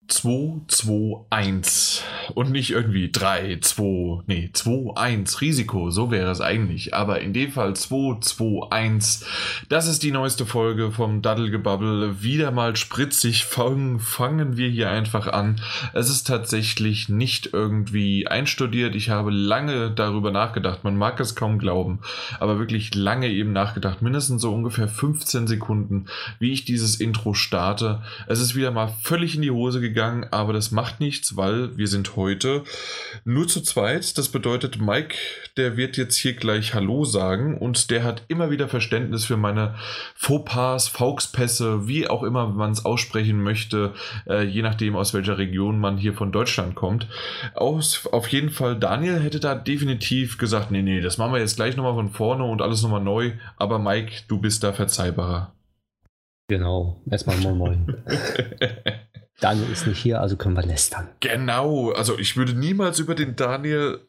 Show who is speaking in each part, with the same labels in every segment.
Speaker 1: 2, 2, 1 und nicht irgendwie 3, 2, 2, 1 Risiko, so wäre es eigentlich, aber in dem Fall 2, 2, 1, das ist die neueste Folge vom Daddelgebabbel, wieder mal spritzig, fangen wir hier einfach an. Es ist tatsächlich nicht irgendwie einstudiert, ich habe lange darüber nachgedacht, man mag es kaum glauben, aber wirklich lange eben nachgedacht, mindestens so ungefähr 15 Sekunden, wie ich dieses Intro starte. Es ist wieder mal völlig in die Hose gegangen, aber das macht nichts, weil wir sind heute nur zu zweit. Das bedeutet, Mike, der wird jetzt hier gleich Hallo sagen und der hat immer wieder Verständnis für meine Fauxpas, Fauxpässe, wie auch immer man es aussprechen möchte, je nachdem aus welcher Region man hier von Deutschland kommt. Auf jeden Fall, Daniel hätte da definitiv gesagt, nee, das machen wir jetzt gleich nochmal von vorne und alles nochmal neu, aber Mike, du bist da verzeihbarer.
Speaker 2: Genau, erstmal moin. Daniel ist nicht hier, also können wir lästern.
Speaker 1: Genau, also ich würde niemals über den Daniel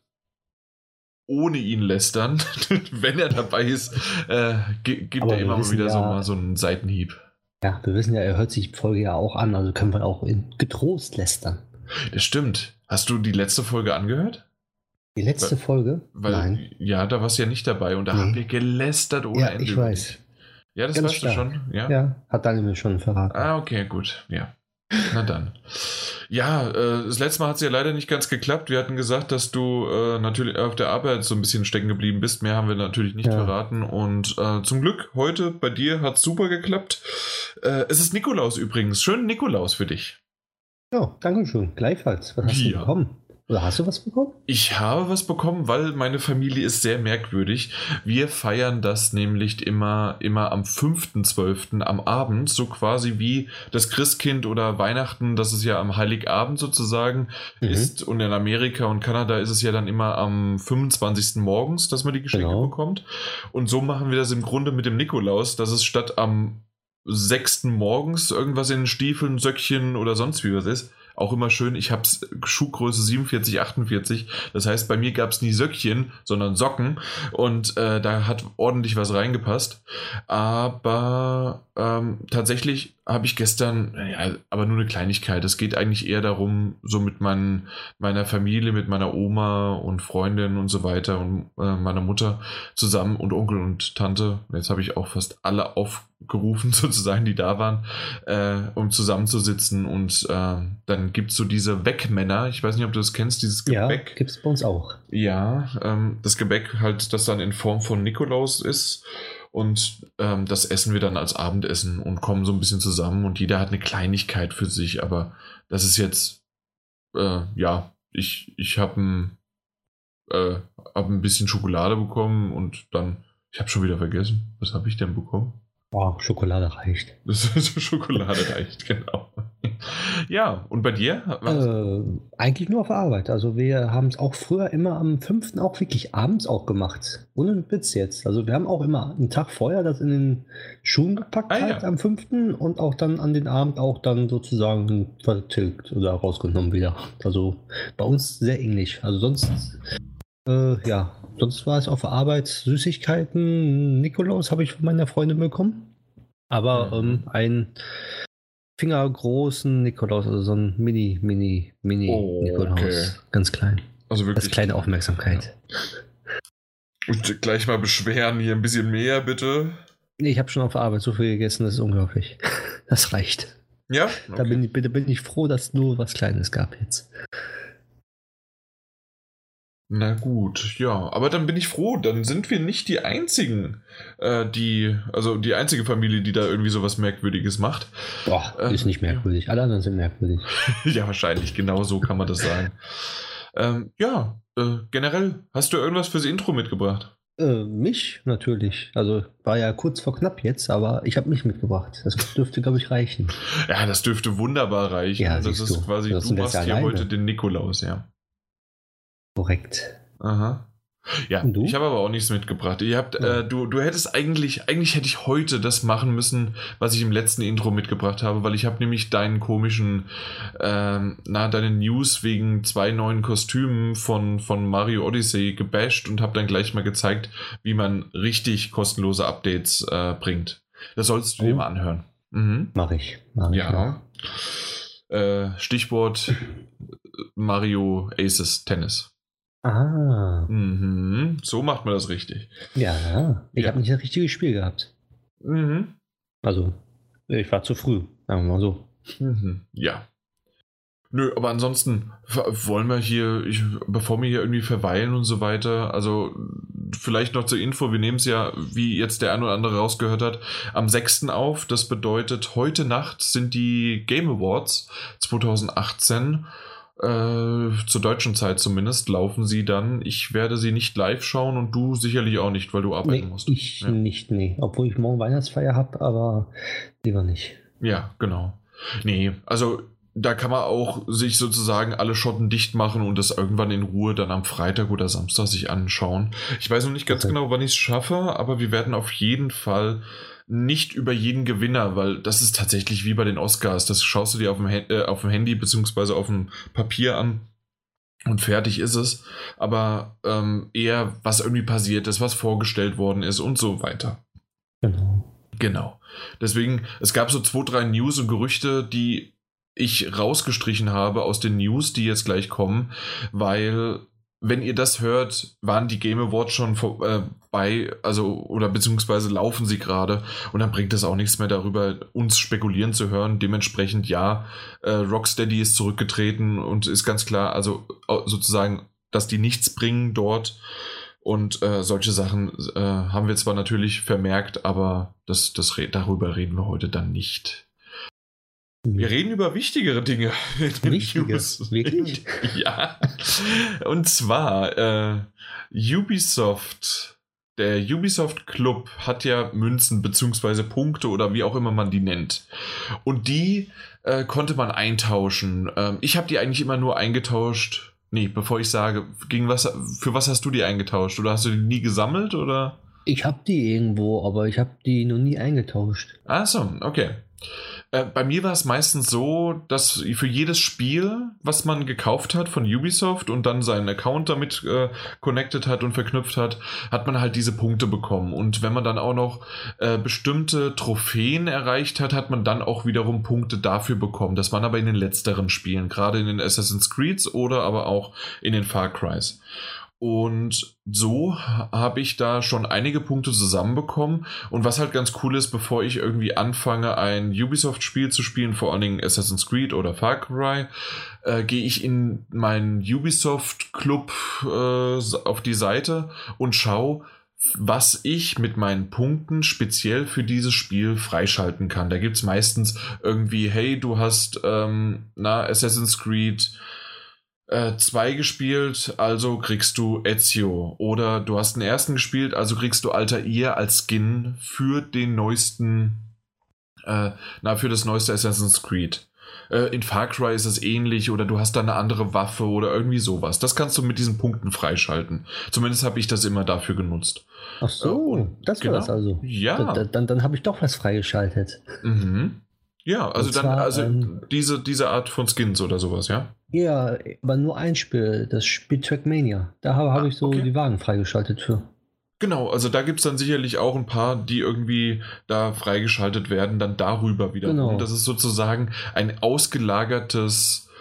Speaker 1: ohne ihn lästern. Wenn er dabei ist, gibt er immer mal wieder so einen Seitenhieb.
Speaker 2: Ja, wir wissen ja, er hört sich die Folge ja auch an, also können wir auch getrost lästern.
Speaker 1: Das stimmt. Hast du die letzte Folge angehört?
Speaker 2: Die letzte Folge?
Speaker 1: Nein. Ja, da warst du ja nicht dabei und da haben wir gelästert ohne Ende.
Speaker 2: Ja, ich weiß.
Speaker 1: Ja, das weißt du schon.
Speaker 2: Ja, hat Daniel mir schon verraten.
Speaker 1: Ah, okay, gut. Ja. Na dann. Ja, das letzte Mal hat es ja leider nicht ganz geklappt. Wir hatten gesagt, dass du natürlich auf der Arbeit so ein bisschen stecken geblieben bist. Mehr haben wir natürlich nicht verraten. Und zum Glück, heute bei dir hat es super geklappt. Es ist Nikolaus übrigens. Schönen Nikolaus für dich.
Speaker 2: Ja, danke schön. Gleichfalls. Was hast du bekommen? Oder hast du was bekommen?
Speaker 1: Ich habe was bekommen, weil meine Familie ist sehr merkwürdig. Wir feiern das nämlich immer am 5.12. am Abend, so quasi wie das Christkind oder Weihnachten, das ist ja am Heiligabend sozusagen ist. Und in Amerika und Kanada ist es ja dann immer am 25. morgens, dass man die Geschenke bekommt. Und so machen wir das im Grunde mit dem Nikolaus, dass es statt am 6. morgens irgendwas in Stiefeln, Söckchen oder sonst wie was ist. Auch immer schön, ich habe Schuhgröße 47, 48. Das heißt, bei mir gab es nie Söckchen, sondern Socken. Und da hat ordentlich was reingepasst. Aber tatsächlich habe ich gestern, aber nur eine Kleinigkeit. Es geht eigentlich eher darum, so mit meiner Familie, mit meiner Oma und Freundin und so weiter und meiner Mutter zusammen und Onkel und Tante. Jetzt habe ich auch fast alle aufgerufen, sozusagen, die da waren, um zusammenzusitzen. Und dann gibt es so diese Wegmänner. Ich weiß nicht, ob du das kennst, dieses Gebäck.
Speaker 2: Ja, gibt es bei uns auch.
Speaker 1: Ja, das Gebäck halt, das dann in Form von Nikolaus ist. Und das essen wir dann als Abendessen und kommen so ein bisschen zusammen und jeder hat eine Kleinigkeit für sich, aber das ist jetzt, ich habe ein bisschen Schokolade bekommen und dann, ich habe schon wieder vergessen, was habe ich denn bekommen?
Speaker 2: Boah, Schokolade reicht.
Speaker 1: Schokolade reicht, genau. Ja, und bei dir?
Speaker 2: Eigentlich nur auf Arbeit. Also wir haben es auch früher immer am 5. auch wirklich abends auch gemacht. Ohne Witz jetzt. Also wir haben auch immer einen Tag vorher das in den Schuhen gepackt am 5. und auch dann an den Abend auch dann sozusagen vertilgt oder rausgenommen wieder. Also bei uns sehr ähnlich. Also sonst sonst war es auf der Arbeit Süßigkeiten. Nikolaus habe ich von meiner Freundin bekommen. Aber einen fingergroßen Nikolaus, also so ein Mini Nikolaus. Okay. Ganz klein.
Speaker 1: Also wirklich.
Speaker 2: Das kleine Aufmerksamkeit.
Speaker 1: Ja. Und gleich mal beschweren, hier ein bisschen mehr, bitte.
Speaker 2: Nee, ich habe schon auf der Arbeit so viel gegessen, das ist unglaublich. Das reicht.
Speaker 1: Ja? Okay.
Speaker 2: Da bin ich froh, dass es nur was Kleines gab jetzt.
Speaker 1: Na gut, ja, aber dann bin ich froh, dann sind wir nicht die einzigen, die einzige Familie, die da irgendwie sowas Merkwürdiges macht.
Speaker 2: Doch, ist nicht merkwürdig, alle anderen sind merkwürdig.
Speaker 1: Ja, wahrscheinlich, genau so kann man das sagen. Generell, hast du irgendwas fürs Intro mitgebracht?
Speaker 2: Mich natürlich, also war ja kurz vor knapp jetzt, aber ich habe mich mitgebracht, das dürfte, glaube ich, reichen.
Speaker 1: Ja, das dürfte wunderbar reichen,
Speaker 2: ja,
Speaker 1: das ist quasi, du machst hier heute den Nikolaus, ja.
Speaker 2: Korrekt.
Speaker 1: Aha. Ja, ich habe aber auch nichts mitgebracht. Du hättest eigentlich hätte ich heute das machen müssen, was ich im letzten Intro mitgebracht habe, weil ich habe nämlich deinen komischen, deine News wegen 2 neuen Kostümen von Mario Odyssey gebasht und habe dann gleich mal gezeigt, wie man richtig kostenlose Updates bringt. Das sollst du dir mal anhören.
Speaker 2: Mach ich.
Speaker 1: Ja. Stichwort Mario Aces Tennis.
Speaker 2: Ah.
Speaker 1: So macht man das richtig.
Speaker 2: Ja, ich habe nicht das richtige Spiel gehabt. Also, ich war zu früh, sagen wir mal so.
Speaker 1: Ja. Nö, aber ansonsten wollen wir hier, bevor wir hier irgendwie verweilen und so weiter, also vielleicht noch zur Info, wir nehmen es ja, wie jetzt der ein oder andere rausgehört hat, am 6. auf. Das bedeutet, heute Nacht sind die Game Awards 2018, zur deutschen Zeit zumindest, laufen sie dann. Ich werde sie nicht live schauen und du sicherlich auch nicht, weil du arbeiten musst.
Speaker 2: Ich nicht, nee. Obwohl ich morgen Weihnachtsfeier habe, aber lieber nicht.
Speaker 1: Ja, genau. Nee, also da kann man auch sich sozusagen alle Schotten dicht machen und das irgendwann in Ruhe dann am Freitag oder Samstag sich anschauen. Ich weiß noch nicht ganz genau, wann ich es schaffe, aber wir werden auf jeden Fall nicht über jeden Gewinner, weil das ist tatsächlich wie bei den Oscars. Das schaust du dir auf dem Handy bzw. auf dem Papier an und fertig ist es. Aber eher, was irgendwie passiert ist, was vorgestellt worden ist und so weiter. Genau. Deswegen, es gab so 2, 3 News und Gerüchte, die ich rausgestrichen habe aus den News, die jetzt gleich kommen, weil, wenn ihr das hört, waren die Game Awards schon vorbei, also, oder beziehungsweise laufen sie gerade und dann bringt es auch nichts mehr darüber, uns spekulieren zu hören. Dementsprechend, ja, Rocksteady ist zurückgetreten und ist ganz klar, also sozusagen, dass die nichts bringen dort. Und solche Sachen haben wir zwar natürlich vermerkt, aber darüber reden wir heute dann nicht. Wir reden über wichtigere Dinge.
Speaker 2: News. Wirklich?
Speaker 1: Ja. Und zwar Ubisoft. Der Ubisoft Club hat ja Münzen bzw. Punkte oder wie auch immer man die nennt. Und die konnte man eintauschen. Ich habe die eigentlich immer nur eingetauscht. Nee, bevor ich sage, für was hast du die eingetauscht? Oder hast du die nie gesammelt? Oder?
Speaker 2: Ich habe die irgendwo, aber ich habe die noch nie eingetauscht.
Speaker 1: Ach so, okay. Bei mir war es meistens so, dass für jedes Spiel, was man gekauft hat von Ubisoft und dann seinen Account damit connected hat und verknüpft hat, hat man halt diese Punkte bekommen. Und wenn man dann auch noch bestimmte Trophäen erreicht hat, hat man dann auch wiederum Punkte dafür bekommen. Das waren aber in den letzteren Spielen, gerade in den Assassin's Creeds oder aber auch in den Far Crys. Und so habe ich da schon einige Punkte zusammenbekommen. Und was halt ganz cool ist, bevor ich irgendwie anfange, ein Ubisoft-Spiel zu spielen, vor allen Dingen Assassin's Creed oder Far Cry, gehe ich in meinen Ubisoft-Club auf die Seite und schaue, was ich mit meinen Punkten speziell für dieses Spiel freischalten kann. Da gibt es meistens irgendwie, hey, du hast Assassin's Creed 2 gespielt, also kriegst du Ezio. Oder du hast den ersten gespielt, also kriegst du Altair als Skin für den neuesten, für das neueste Assassin's Creed. In Far Cry ist es ähnlich oder du hast da eine andere Waffe oder irgendwie sowas. Das kannst du mit diesen Punkten freischalten. Zumindest habe ich das immer dafür genutzt.
Speaker 2: Ach so, das war das also.
Speaker 1: Ja.
Speaker 2: Dann habe ich doch was freigeschaltet.
Speaker 1: Ja, also zwar, diese Art von Skins oder sowas, ja?
Speaker 2: Ja, aber nur ein Spiel, das Spiel Trackmania. Da habe ich so die Wagen freigeschaltet für.
Speaker 1: Genau, also da gibt es dann sicherlich auch ein paar, die irgendwie da freigeschaltet werden, dann darüber wiederum. Genau. Das ist sozusagen ein ausgelagertes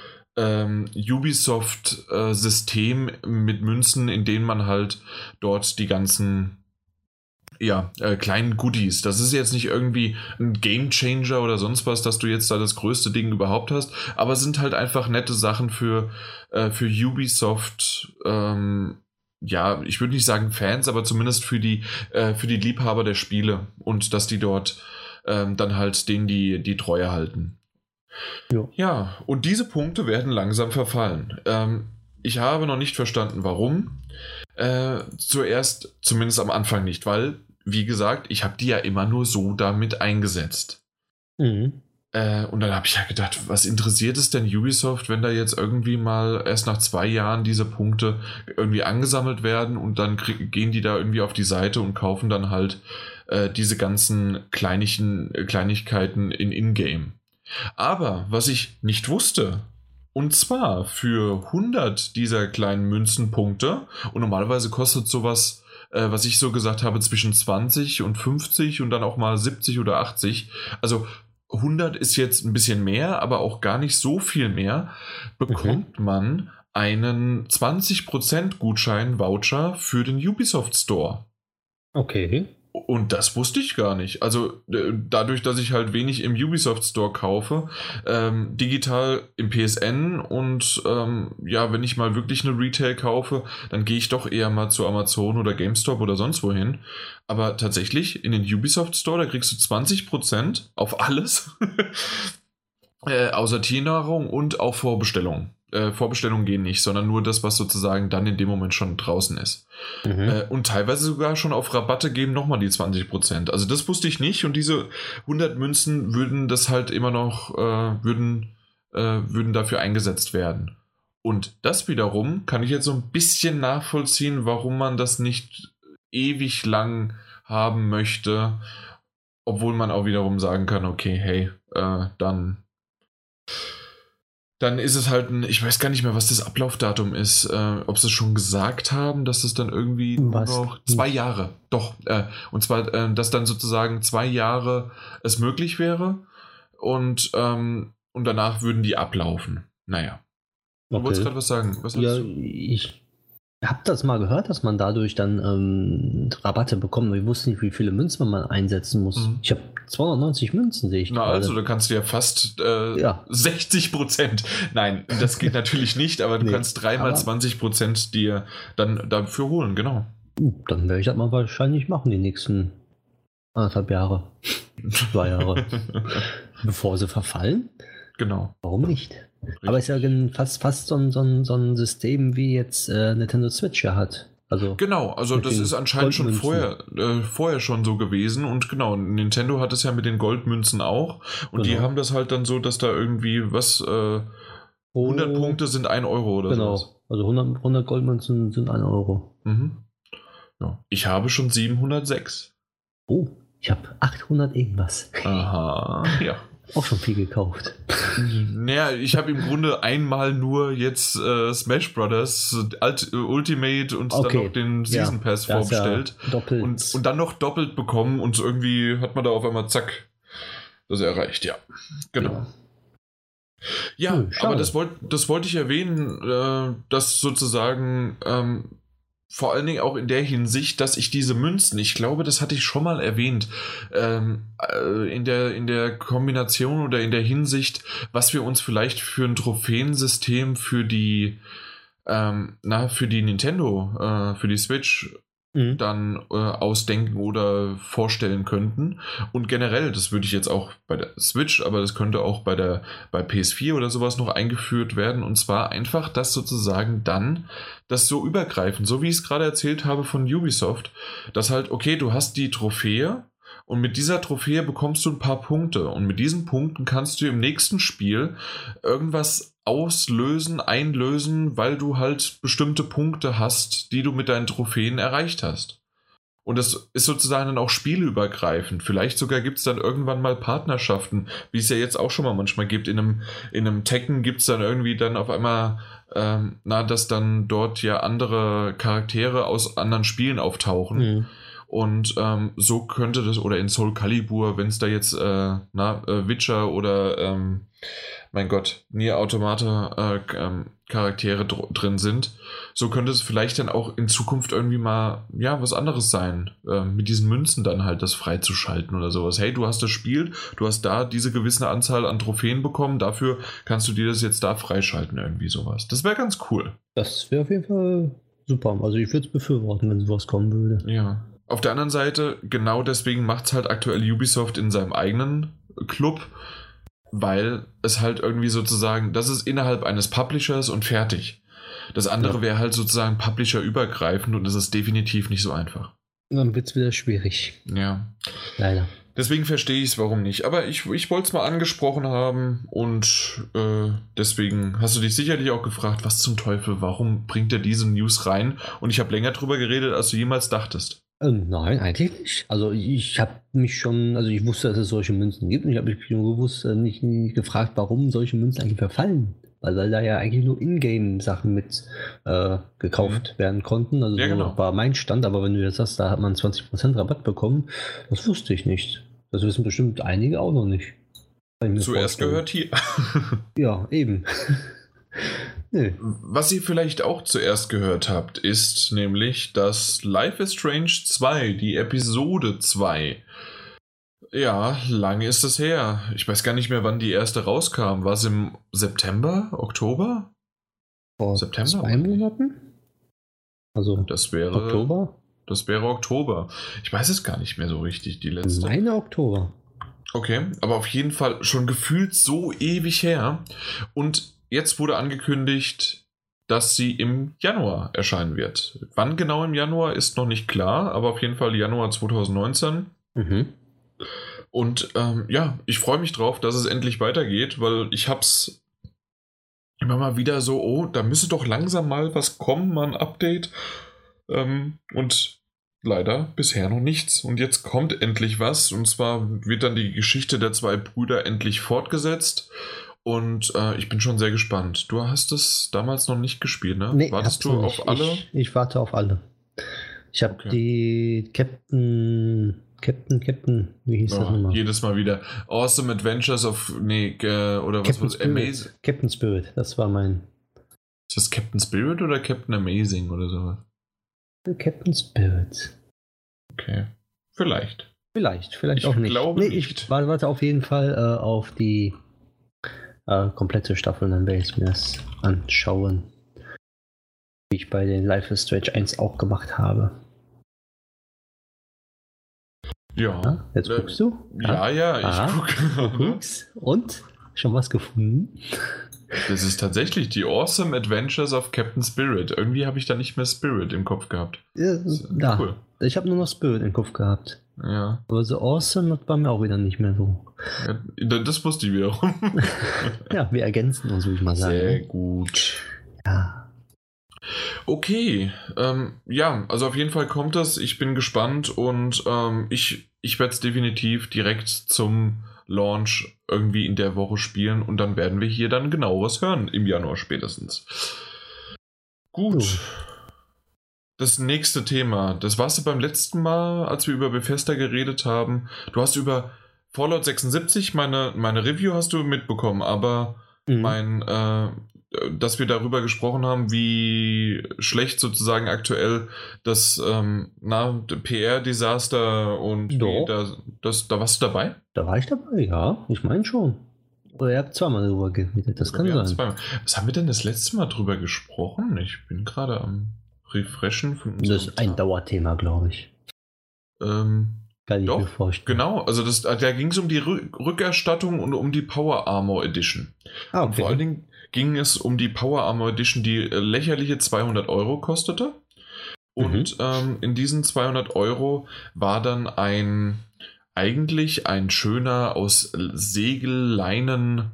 Speaker 1: Ubisoft-System mit Münzen, in denen man halt dort die ganzen kleinen Goodies. Das ist jetzt nicht irgendwie ein Gamechanger oder sonst was, dass du jetzt da das größte Ding überhaupt hast, aber sind halt einfach nette Sachen für Ubisoft, ich würde nicht sagen Fans, aber zumindest für die Liebhaber der Spiele und dass die dort dann halt denen die Treue halten.
Speaker 2: Jo.
Speaker 1: Ja, und diese Punkte werden langsam verfallen. Ich habe noch nicht verstanden, warum. Zuerst, zumindest am Anfang nicht, weil, wie gesagt, ich habe die ja immer nur so damit eingesetzt. Und dann habe ich ja gedacht, was interessiert es denn Ubisoft, wenn da jetzt irgendwie mal erst nach 2 Jahren diese Punkte irgendwie angesammelt werden und dann gehen die da irgendwie auf die Seite und kaufen dann halt diese ganzen Kleinigkeiten in Ingame. Aber was ich nicht wusste, und zwar für 100 dieser kleinen Münzenpunkte, und normalerweise kostet sowas, was ich so gesagt habe, zwischen 20 und 50 und dann auch mal 70 oder 80. Also 100 ist jetzt ein bisschen mehr, aber auch gar nicht so viel mehr, bekommt man einen 20% Gutschein-Voucher für den Ubisoft Store.
Speaker 2: Okay.
Speaker 1: Und das wusste ich gar nicht. Also dadurch, dass ich halt wenig im Ubisoft Store kaufe, digital im PSN und wenn ich mal wirklich eine Retail kaufe, dann gehe ich doch eher mal zu Amazon oder GameStop oder sonst wohin. Aber tatsächlich in den Ubisoft Store, da kriegst du 20% auf alles, außer Tiernahrung und auch Vorbestellungen. Vorbestellungen gehen nicht, sondern nur das, was sozusagen dann in dem Moment schon draußen ist. Und teilweise sogar schon auf Rabatte geben nochmal die 20%. Also das wusste ich nicht und diese 100 Münzen würden das halt immer noch, würden dafür eingesetzt werden. Und das wiederum kann ich jetzt so ein bisschen nachvollziehen, warum man das nicht ewig lang haben möchte, obwohl man auch wiederum sagen kann, okay, hey, dann ist es halt ich weiß gar nicht mehr, was das Ablaufdatum ist, ob sie es schon gesagt haben, dass es dann irgendwie nur noch 2 Jahre, doch, und zwar, dass dann sozusagen 2 Jahre es möglich wäre und danach würden die ablaufen. Naja. Du wolltest gerade was sagen. Was
Speaker 2: ich habe das mal gehört, dass man dadurch dann Rabatte bekommt. Ich wusste nicht, wie viele Münzen man einsetzen muss. Ich habe 290 Münzen, sehe ich.
Speaker 1: Na, also, da kannst du ja fast 60%. Nein, das geht natürlich nicht, aber du kannst 3 mal 20% dir dann dafür holen, genau.
Speaker 2: Dann werde ich das mal wahrscheinlich machen, die nächsten 1,5 Jahre. 2 Jahre. Bevor sie verfallen.
Speaker 1: Genau.
Speaker 2: Warum nicht? Richtig. Aber es ist ja fast so ein System, wie jetzt Nintendo Switch ja hat. Also
Speaker 1: genau, also das ist anscheinend schon vorher schon so gewesen und genau, Nintendo hat es ja mit den Goldmünzen auch und die haben das halt dann so, dass da irgendwie 100 Punkte sind 1 Euro oder so.
Speaker 2: Genau, also 100 Goldmünzen sind 1 Euro.
Speaker 1: Ja. Ich habe schon 706.
Speaker 2: Oh, ich habe 800 irgendwas.
Speaker 1: Aha, ja.
Speaker 2: Auch schon viel gekauft.
Speaker 1: Naja, ich habe im Grunde einmal nur jetzt Smash Brothers Ultimate und dann noch den Season Pass vorbestellt. Ja und dann noch doppelt bekommen und irgendwie hat man da auf einmal zack das erreicht, ja. Genau. Ja, aber das wollte ich erwähnen, dass sozusagen vor allen Dingen auch in der Hinsicht, dass ich diese Münzen, ich glaube, das hatte ich schon mal erwähnt, in der Kombination oder in der Hinsicht, was wir uns vielleicht für ein Trophäensystem für die Nintendo, für die Switch dann ausdenken oder vorstellen könnten. Und generell, das würde ich jetzt auch bei der Switch, aber das könnte auch bei PS4 oder sowas noch eingeführt werden. Und zwar einfach, dass sozusagen dann das so übergreifend, so wie ich es gerade erzählt habe von Ubisoft, dass halt, okay, du hast die Trophäe und mit dieser Trophäe bekommst du ein paar Punkte und mit diesen Punkten kannst du im nächsten Spiel irgendwas einlösen, weil du halt bestimmte Punkte hast, die du mit deinen Trophäen erreicht hast. Und das ist sozusagen dann auch spielübergreifend. Vielleicht sogar gibt es dann irgendwann mal Partnerschaften, wie es ja jetzt auch schon mal manchmal gibt. In einem Tekken gibt es dann irgendwie dann auf einmal, dass dann dort ja andere Charaktere aus anderen Spielen auftauchen. Und so könnte das, oder in Soul Calibur, wenn es da jetzt Witcher oder mein Gott, Nier Automata Charaktere drin sind, so könnte es vielleicht dann auch in Zukunft irgendwie mal, was anderes sein, mit diesen Münzen dann halt das freizuschalten oder sowas. Hey, du hast das Spiel, du hast da diese gewisse Anzahl an Trophäen bekommen, dafür kannst du dir das jetzt da freischalten, irgendwie sowas. Das wäre ganz cool.
Speaker 2: Das wäre auf jeden Fall super. Also ich würde es befürworten, wenn sowas kommen würde.
Speaker 1: Ja. Auf der anderen Seite, genau deswegen macht es halt aktuell Ubisoft in seinem eigenen Club, weil es halt irgendwie sozusagen, das ist innerhalb eines Publishers und fertig. Das andere wäre halt sozusagen Publisher-übergreifend und das ist definitiv nicht so einfach.
Speaker 2: Dann wird es wieder schwierig.
Speaker 1: Ja.
Speaker 2: Leider.
Speaker 1: Deswegen verstehe ich es, warum nicht. Aber ich wollte es mal angesprochen haben und deswegen hast du dich sicherlich auch gefragt, was zum Teufel, warum bringt er diese News rein? Und ich habe länger drüber geredet, als du jemals dachtest.
Speaker 2: Nein, eigentlich nicht. Also ich habe mich schon, also ich wusste, dass es solche Münzen gibt und ich habe mich nur gewusst, nicht gefragt, warum solche Münzen eigentlich verfallen. Weil da ja eigentlich nur Ingame-Sachen mit gekauft werden konnten. Also
Speaker 1: ja, genau.
Speaker 2: War mein Stand, aber wenn du jetzt sagst, da hat man 20% Rabatt bekommen, das wusste ich nicht. Das wissen bestimmt einige auch noch nicht.
Speaker 1: Zuerst gehört hier.
Speaker 2: Ja, eben.
Speaker 1: Nö. Was ihr vielleicht auch zuerst gehört habt, ist nämlich das Life is Strange 2, die Episode 2. Ja, lange ist es her. Ich weiß gar nicht mehr, wann die erste rauskam. War es im September, Oktober?
Speaker 2: Vor
Speaker 1: September?
Speaker 2: 2 Monaten? Also
Speaker 1: das wäre
Speaker 2: Oktober?
Speaker 1: Das wäre Oktober. Ich weiß es gar nicht mehr so richtig, die letzte.
Speaker 2: Meine Oktober.
Speaker 1: Okay, aber auf jeden Fall schon gefühlt so ewig her. Und jetzt wurde angekündigt, dass sie im Januar erscheinen wird. Wann genau im Januar ist noch nicht klar, aber auf jeden Fall Januar 2019. Und ja, ich freue mich drauf, dass es endlich weitergeht, weil ich hab's immer mal wieder so, oh, da müsste doch langsam mal was kommen, mal ein Update. Und leider bisher noch nichts. Und jetzt kommt endlich was. Und zwar wird dann die Geschichte der 2 Brüder endlich fortgesetzt. Und ich bin schon sehr gespannt. Du hast es damals noch nicht gespielt, ne?
Speaker 2: Nee,
Speaker 1: wartest du auf alle?
Speaker 2: Ich warte auf alle. Ich habe die Captain, wie hieß das nochmal?
Speaker 1: Jedes Mal wieder. Awesome Adventures of, oder was war das?
Speaker 2: Amazing. Captain Spirit, das war mein.
Speaker 1: Ist das Captain Spirit oder Captain Amazing oder sowas?
Speaker 2: Captain Spirit.
Speaker 1: Okay. Vielleicht
Speaker 2: ich auch nicht.
Speaker 1: Glaube nicht.
Speaker 2: Ich warte auf jeden Fall auf die komplette Staffel, dann werde ich mir das anschauen. Wie ich bei den Life is Strange 1 auch gemacht habe.
Speaker 1: Ja.
Speaker 2: Jetzt guckst du?
Speaker 1: Ja, ich gucke.
Speaker 2: Und? Schon was gefunden?
Speaker 1: Das ist tatsächlich die Awesome Adventures of Captain Spirit. Irgendwie habe ich da nicht mehr Spirit im Kopf gehabt.
Speaker 2: Ja, cool. Ich habe nur noch Spirit im Kopf gehabt.
Speaker 1: Ja.
Speaker 2: Aber so Awesome, das war mir auch wieder nicht mehr so.
Speaker 1: Ja, das wusste ich wiederum.
Speaker 2: Ja, wir ergänzen uns, würde ich mal sagen.
Speaker 1: Sehr gut.
Speaker 2: Ja.
Speaker 1: Okay. Ja, also auf jeden Fall kommt das. Ich bin gespannt und ich werde es definitiv direkt zum Launch irgendwie in der Woche spielen und dann werden wir hier dann genaueres hören, im Januar spätestens. Gut.
Speaker 2: So.
Speaker 1: Das nächste Thema, das warst du beim letzten Mal, als wir über Bethesda geredet haben. Du hast über Fallout 76, meine Review hast du mitbekommen, aber dass wir darüber gesprochen haben, wie schlecht sozusagen aktuell das PR-Desaster und da warst du dabei?
Speaker 2: Da war ich dabei, ja, ich meine schon. Oder ihr habt zweimal drüber geredet, das kann sein.
Speaker 1: Was haben wir denn das letzte Mal drüber gesprochen? Ich bin gerade am Refreshen von uns.
Speaker 2: Das ist ein Dauerthema, glaube ich.
Speaker 1: Kann ich mir vorstellen. Genau, also da ging es um die Rückerstattung und um die Power Armor Edition.
Speaker 2: Okay.
Speaker 1: Und vor allen Dingen ging es um die Power Armor Edition, die lächerliche 200 Euro kostete. Und in diesen 200 Euro war dann eigentlich ein schöner aus Segelleinen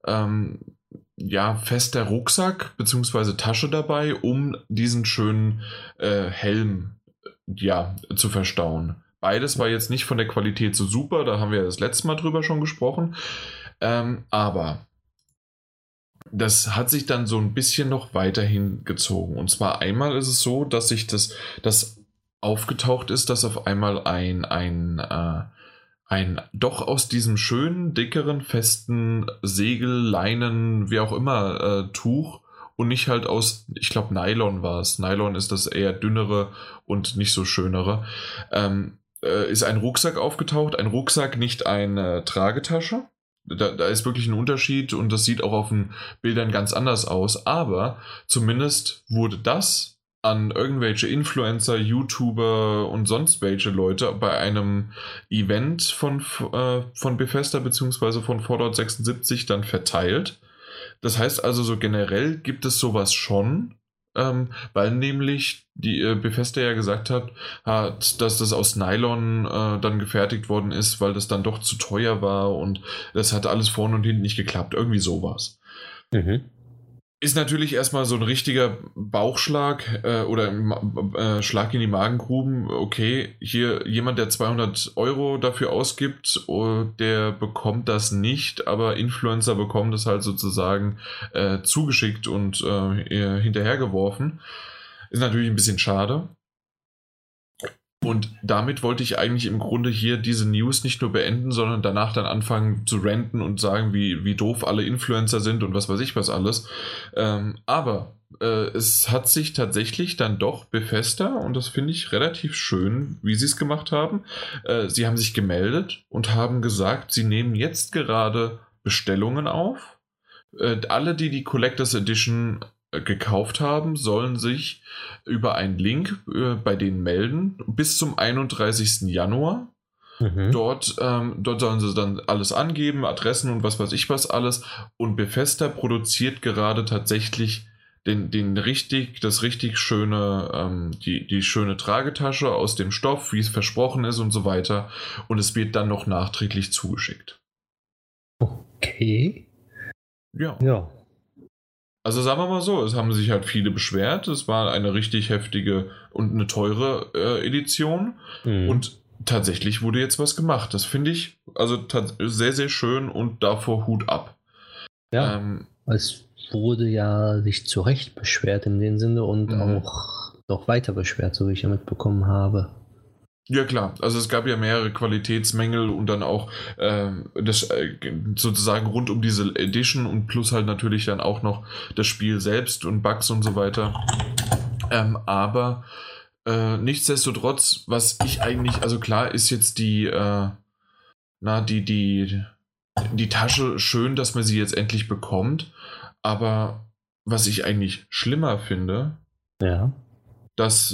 Speaker 1: fester Rucksack bzw. Tasche dabei, um diesen schönen Helm zu verstauen. Beides war jetzt nicht von der Qualität so super, da haben wir das letzte Mal drüber schon gesprochen, aber das hat sich dann so ein bisschen noch weiterhin gezogen. Und zwar einmal ist es so, dass sich das aufgetaucht ist, dass auf einmal ein doch aus diesem schönen, dickeren, festen Segelleinen, wie auch immer, Tuch und nicht halt aus, ich glaube Nylon war es. Nylon ist das eher dünnere und nicht so schönere. Ist ein Rucksack aufgetaucht. Ein Rucksack, nicht eine Tragetasche. Da ist wirklich ein Unterschied und das sieht auch auf den Bildern ganz anders aus. Aber zumindest wurde das an irgendwelche Influencer, YouTuber und sonst welche Leute bei einem Event von Bethesda bzw. von Fallout 76 dann verteilt. Das heißt also, so generell gibt es sowas schon, weil nämlich die Bethesda ja gesagt hat, dass das aus Nylon dann gefertigt worden ist, weil das dann doch zu teuer war und das hat alles vorne und hinten nicht geklappt. Irgendwie sowas. Ist natürlich erstmal so ein richtiger Bauchschlag oder Schlag in die Magengruben. Okay, hier jemand, der 200 Euro dafür ausgibt, der bekommt das nicht, aber Influencer bekommen das halt sozusagen zugeschickt und hinterhergeworfen. Ist natürlich ein bisschen schade. Und damit wollte ich eigentlich im Grunde hier diese News nicht nur beenden, sondern danach dann anfangen zu ranten und sagen, wie doof alle Influencer sind und was weiß ich was alles. Aber es hat sich tatsächlich dann doch Bethesda, und das finde ich relativ schön, wie sie es gemacht haben. Sie haben sich gemeldet und haben gesagt, sie nehmen jetzt gerade Bestellungen auf. Alle, die Collectors Edition gekauft haben, sollen sich über einen Link bei denen melden bis zum 31. Januar. Dort sollen sie dann alles angeben, Adressen und was weiß ich was alles. Und Bethesda produziert gerade tatsächlich das richtig schöne, die schöne Tragetasche aus dem Stoff, wie es versprochen ist und so weiter. Und es wird dann noch nachträglich zugeschickt.
Speaker 2: Okay.
Speaker 1: Ja. Also sagen wir mal so, es haben sich halt viele beschwert. Es war eine richtig heftige und eine teure Edition. Und tatsächlich wurde jetzt was gemacht. Das finde ich also sehr, sehr schön und davor Hut ab.
Speaker 2: Ja, es wurde ja sich zu Recht beschwert in dem Sinne und auch noch weiter beschwert, so wie ich ja mitbekommen habe.
Speaker 1: Ja klar, also es gab ja mehrere Qualitätsmängel und dann auch das sozusagen rund um diese Edition und plus halt natürlich dann auch noch das Spiel selbst und Bugs und so weiter. Aber nichtsdestotrotz, was ich eigentlich, also klar ist jetzt die Tasche schön, dass man sie jetzt endlich bekommt, aber was ich eigentlich schlimmer finde, dass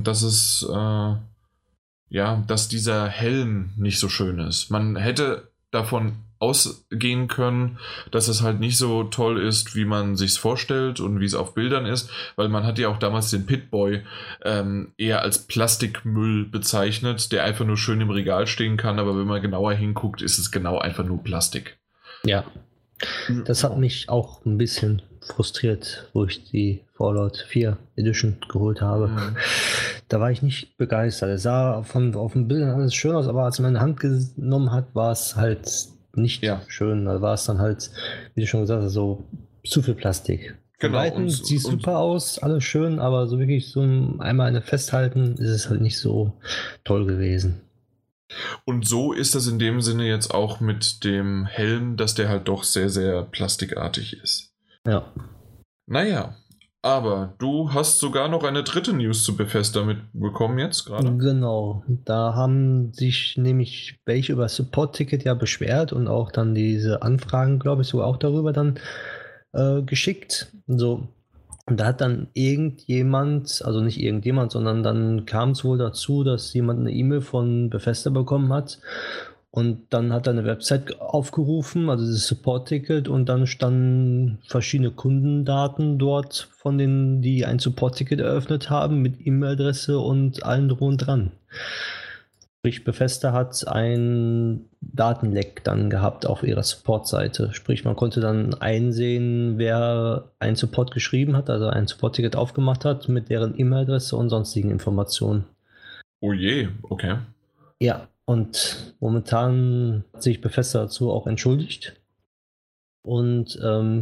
Speaker 1: dieser Helm nicht so schön ist. Man hätte davon ausgehen können, dass es halt nicht so toll ist, wie man sich's vorstellt und wie es auf Bildern ist, weil man hat ja auch damals den Pip-Boy eher als Plastikmüll bezeichnet, der einfach nur schön im Regal stehen kann, aber wenn man genauer hinguckt, ist es genau einfach nur Plastik.
Speaker 2: Ja, das hat mich auch ein bisschen frustriert, wo ich die Fallout 4 Edition geholt habe. Da war ich nicht begeistert. Es sah auf den Bildern alles schön aus, aber als man in die Hand genommen hat, war es halt nicht schön. Da war es dann halt, wie du schon gesagt hast, so zu viel Plastik. Genau. Sieht super aus, alles schön, aber so wirklich so einmal eine Festhalten ist es halt nicht so toll gewesen.
Speaker 1: Und so ist das in dem Sinne jetzt auch mit dem Helm, dass der halt doch sehr, sehr plastikartig ist.
Speaker 2: Ja.
Speaker 1: Naja, aber du hast sogar noch eine dritte News zu Bethesda mitbekommen jetzt gerade.
Speaker 2: Genau, da haben sich nämlich welche über Support-Ticket ja beschwert und auch dann diese Anfragen, glaube ich, sogar auch darüber dann geschickt. So. Und da hat dann irgendjemand, also nicht irgendjemand, sondern dann kam es wohl dazu, dass jemand eine E-Mail von Bethesda bekommen hat. Und dann hat er eine Website aufgerufen, also das Support-Ticket, und dann standen verschiedene Kundendaten dort von denen, die ein Support-Ticket eröffnet haben, mit E-Mail-Adresse und allem drum und dran. Sprich, Bethesda hat ein Datenleck dann gehabt auf ihrer Support-Seite. Sprich, man konnte dann einsehen, wer einen Support geschrieben hat, also ein Support-Ticket aufgemacht hat, mit deren E-Mail-Adresse und sonstigen Informationen.
Speaker 1: Oh je, okay.
Speaker 2: Ja, und momentan hat sich Bethesda dazu auch entschuldigt. Und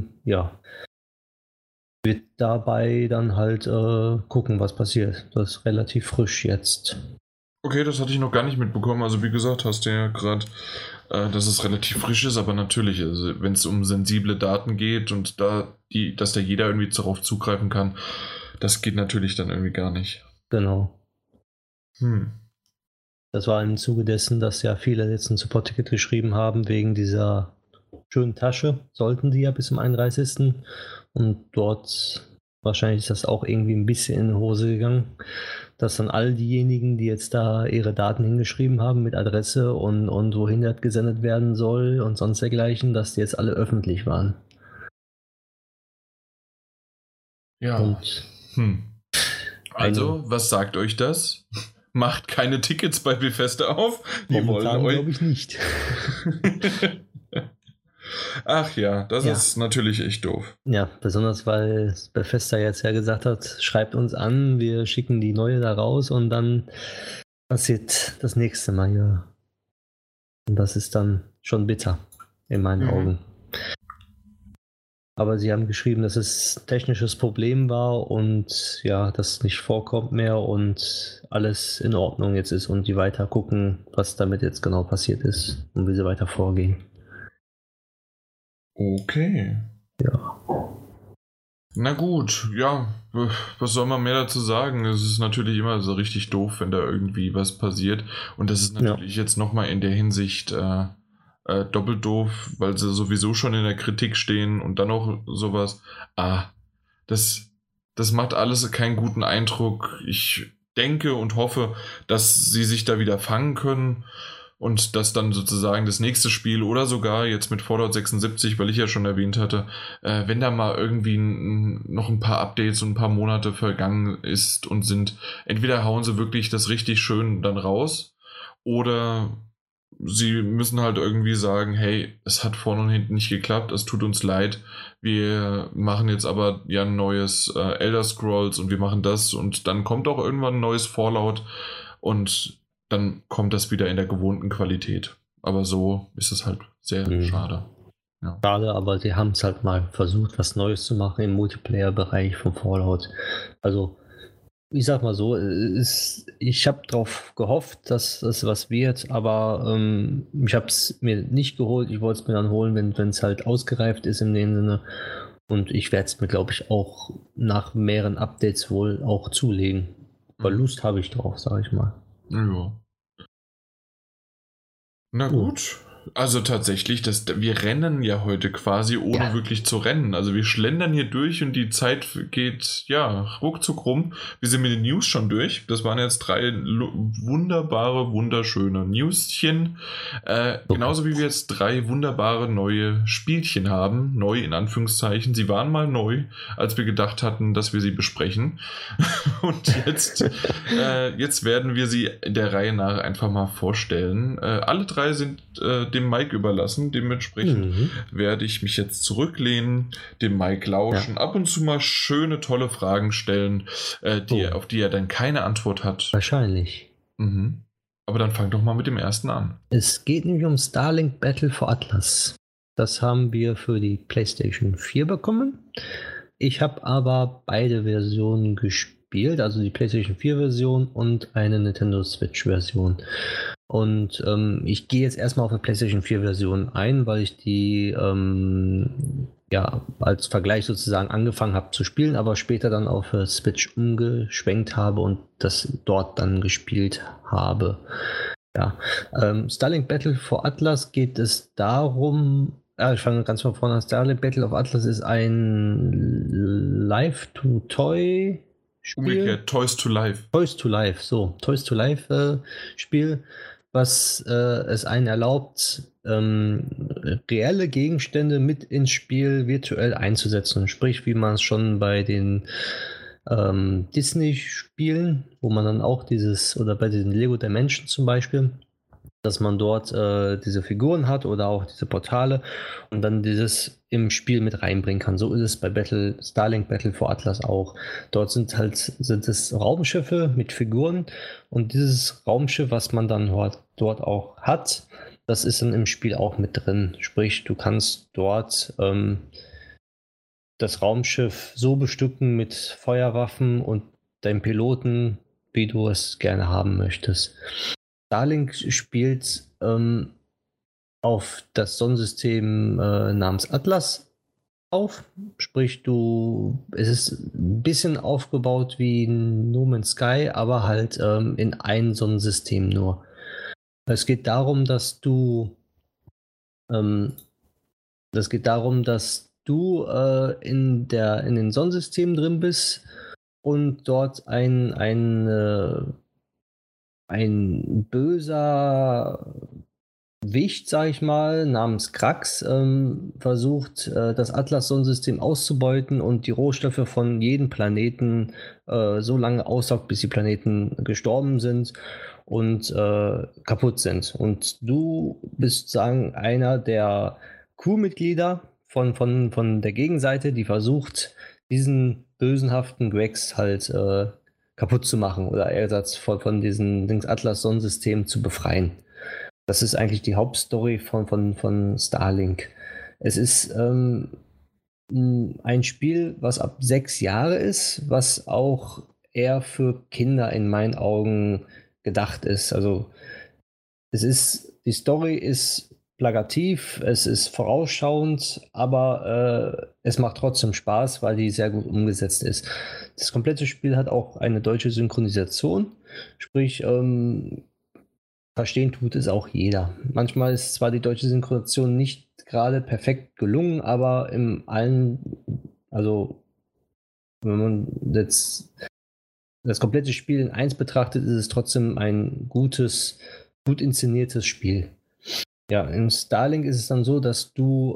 Speaker 2: wird dabei dann halt gucken, was passiert. Das ist relativ frisch jetzt.
Speaker 1: Okay, das hatte ich noch gar nicht mitbekommen. Also wie gesagt, hast du ja gerade, dass es relativ frisch ist, aber natürlich, also, wenn es um sensible Daten geht und dass da jeder irgendwie darauf zugreifen kann, das geht natürlich dann irgendwie gar nicht.
Speaker 2: Genau. Das war im Zuge dessen, dass ja viele jetzt ein Support-Ticket geschrieben haben, wegen dieser schönen Tasche. Sollten die ja bis zum 31. Und dort wahrscheinlich ist das auch irgendwie ein bisschen in die Hose gegangen, dass dann all diejenigen, die jetzt da ihre Daten hingeschrieben haben mit Adresse und wohin das gesendet werden soll und sonst dergleichen, dass die jetzt alle öffentlich waren.
Speaker 1: Ja. Und, also, was sagt euch das? Macht keine Tickets bei Bethesda auf. Die wollen euch.
Speaker 2: Glaube ich nicht.
Speaker 1: Ach ja, das ist natürlich echt doof.
Speaker 2: Ja, besonders weil Bethesda jetzt ja gesagt hat, schreibt uns an, wir schicken die neue da raus und dann passiert das nächste Mal hier. Und das ist dann schon bitter in meinen Augen. Aber sie haben geschrieben, dass es ein technisches Problem war und ja, das nicht vorkommt mehr und alles in Ordnung jetzt ist und die weiter gucken, was damit jetzt genau passiert ist und wie sie weiter vorgehen.
Speaker 1: Okay.
Speaker 2: Ja.
Speaker 1: Na gut, ja, was soll man mehr dazu sagen? Es ist natürlich immer so richtig doof, wenn da irgendwie was passiert. Und das ist natürlich jetzt nochmal in der Hinsicht doppelt doof, weil sie sowieso schon in der Kritik stehen und dann noch sowas. Das, das macht alles keinen guten Eindruck. Ich denke und hoffe, dass sie sich da wieder fangen können. Und dass dann sozusagen das nächste Spiel oder sogar jetzt mit Fallout 76, weil ich ja schon erwähnt hatte, wenn da mal irgendwie noch ein paar Updates und ein paar Monate vergangen ist und sind, entweder hauen sie wirklich das richtig schön dann raus oder sie müssen halt irgendwie sagen, hey, es hat vorne und hinten nicht geklappt, es tut uns leid, wir machen jetzt aber ja ein neues Elder Scrolls und wir machen das und dann kommt auch irgendwann ein neues Fallout und dann kommt das wieder in der gewohnten Qualität. Aber so ist es halt sehr schade.
Speaker 2: Ja. Schade, aber sie haben es halt mal versucht, was Neues zu machen im Multiplayer-Bereich von Fallout. Also, ich sag mal so, ich habe darauf gehofft, dass es was wird, aber ich habe es mir nicht geholt. Ich wollte es mir dann holen, wenn es halt ausgereift ist in dem Sinne. Und ich werde es mir, glaube ich, auch nach mehreren Updates wohl auch zulegen. Weil Lust habe ich drauf, sage ich mal.
Speaker 1: Ja. Na gut. Also tatsächlich, wir rennen ja heute quasi ohne wirklich zu rennen. Also wir schlendern hier durch und die Zeit geht ja ruckzuck rum. Wir sind mit den News schon durch. Das waren jetzt 3 wunderbare, wunderschöne Newschen. Genauso wie wir jetzt 3 wunderbare neue Spielchen haben. Neu in Anführungszeichen. Sie waren mal neu, als wir gedacht hatten, dass wir sie besprechen. Und jetzt werden wir sie der Reihe nach einfach mal vorstellen. Alle 3 sind dem Mike überlassen. Dementsprechend werde ich mich jetzt zurücklehnen, dem Mike lauschen, ab und zu mal schöne, tolle Fragen stellen, auf die er dann keine Antwort hat.
Speaker 2: Wahrscheinlich.
Speaker 1: Aber dann fang doch mal mit dem ersten an.
Speaker 2: Es geht nämlich um Starlink Battle for Atlas. Das haben wir für die PlayStation 4 bekommen. Ich habe aber beide Versionen gespielt, also die PlayStation 4 Version und eine Nintendo Switch Version. Und ich gehe jetzt erstmal auf eine PlayStation 4 Version ein, weil ich die als Vergleich sozusagen angefangen habe zu spielen, aber später dann auf Switch umgeschwenkt habe und das dort dann gespielt habe. Ja, Starlink Battle for Atlas geht es darum, ich fange ganz von vorne an. Starlink Battle of Atlas ist ein Live-to-Toy Spiel.
Speaker 1: Umgekehrt, Toys to Life.
Speaker 2: Toys to Life, so. Toys to Life Spiel, was es einen erlaubt, reelle Gegenstände mit ins Spiel virtuell einzusetzen. Sprich, wie man es schon bei den Disney-Spielen, wo man dann auch oder bei den Lego Dimensions zum Beispiel, dass man dort diese Figuren hat oder auch diese Portale und dann dieses im Spiel mit reinbringen kann. So ist es bei Starlink Battle for Atlas auch. Dort sind es Raumschiffe mit Figuren und dieses Raumschiff, was man dann dort auch hat, das ist dann im Spiel auch mit drin. Sprich, du kannst dort das Raumschiff so bestücken mit Feuerwaffen und deinem Piloten, wie du es gerne haben möchtest. Starlink spielt auf das Sonnensystem namens Atlas auf. Sprich, es ist ein bisschen aufgebaut wie No Man's Sky, aber halt in ein Sonnensystem nur. Es geht darum, dass du in den Sonnensystemen drin bist und dort ein böser Wicht, sag ich mal, namens Krax versucht, das Atlas-Sonnensystem auszubeuten und die Rohstoffe von jedem Planeten so lange aussaugt, bis die Planeten gestorben sind und kaputt sind. Und du bist, sagen, einer der Crewmitglieder von der Gegenseite, die versucht, diesen bösenhaften Grex halt kaputt zu machen oder Ersatz von diesem Atlas-Sonnensystem zu befreien. Das ist eigentlich die Hauptstory von Starlink. Es ist ein Spiel, was ab 6 Jahre ist, was auch eher für Kinder in meinen Augen gedacht ist. Also die Story ist plakativ, es ist vorausschauend, aber es macht trotzdem Spaß, weil die sehr gut umgesetzt ist. Das komplette Spiel hat auch eine deutsche Synchronisation, sprich, verstehen tut es auch jeder. Manchmal ist zwar die deutsche Synchronisation nicht gerade perfekt gelungen, aber im allen, also wenn man jetzt das komplette Spiel in eins betrachtet, ist es trotzdem ein gut inszeniertes Spiel. Ja, in Starlink ist es dann so, dass du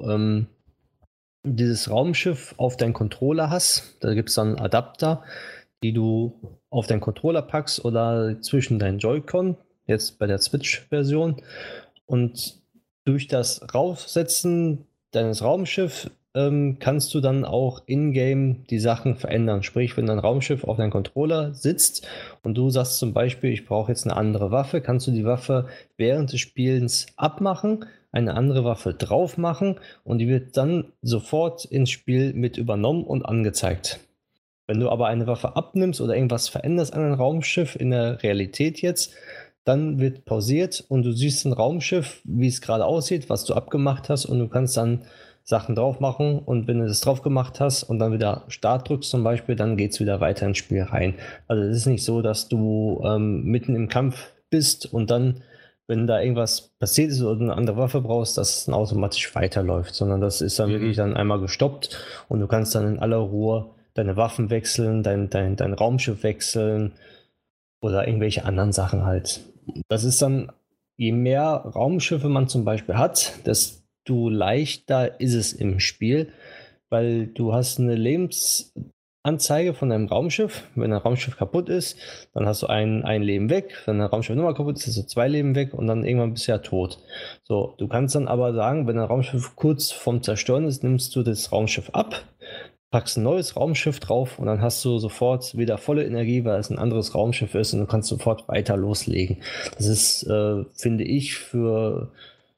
Speaker 2: dieses Raumschiff auf deinen Controller hast. Da gibt es dann Adapter, die du auf deinen Controller packst oder zwischen deinen Joy-Con, jetzt bei der Switch-Version. Und durch das Raufsetzen deines Raumschiffs kannst du dann auch in-game die Sachen verändern. Sprich, wenn dein Raumschiff auf deinem Controller sitzt und du sagst zum Beispiel, ich brauche jetzt eine andere Waffe, kannst du die Waffe während des Spielens abmachen, eine andere Waffe drauf machen und die wird dann sofort ins Spiel mit übernommen und angezeigt. Wenn du aber eine Waffe abnimmst oder irgendwas veränderst an einem Raumschiff in der Realität jetzt, dann wird pausiert und du siehst ein Raumschiff, wie es gerade aussieht, was du abgemacht hast und du kannst dann Sachen drauf machen und wenn du das drauf gemacht hast und dann wieder Start drückst zum Beispiel, dann geht es wieder weiter ins Spiel rein. Also es ist nicht so, dass du mitten im Kampf bist und dann, wenn da irgendwas passiert ist oder du eine andere Waffe brauchst, dass es dann automatisch weiterläuft, sondern das ist dann wirklich dann einmal gestoppt und du kannst dann in aller Ruhe deine Waffen wechseln, dein Raumschiff wechseln oder irgendwelche anderen Sachen halt. Das ist dann, je mehr Raumschiffe man zum Beispiel hat, desto leichter ist es im Spiel, weil du hast eine Lebensanzeige von deinem Raumschiff. Wenn ein Raumschiff kaputt ist, dann hast du ein Leben weg. Wenn ein Raumschiff nochmal kaputt ist, hast du 2 Leben weg und dann irgendwann bist du ja tot. So, du kannst dann aber sagen, wenn ein Raumschiff kurz vorm Zerstören ist, nimmst du das Raumschiff ab, packst ein neues Raumschiff drauf und dann hast du sofort wieder volle Energie, weil es ein anderes Raumschiff ist und du kannst sofort weiter loslegen. Das ist, finde ich, für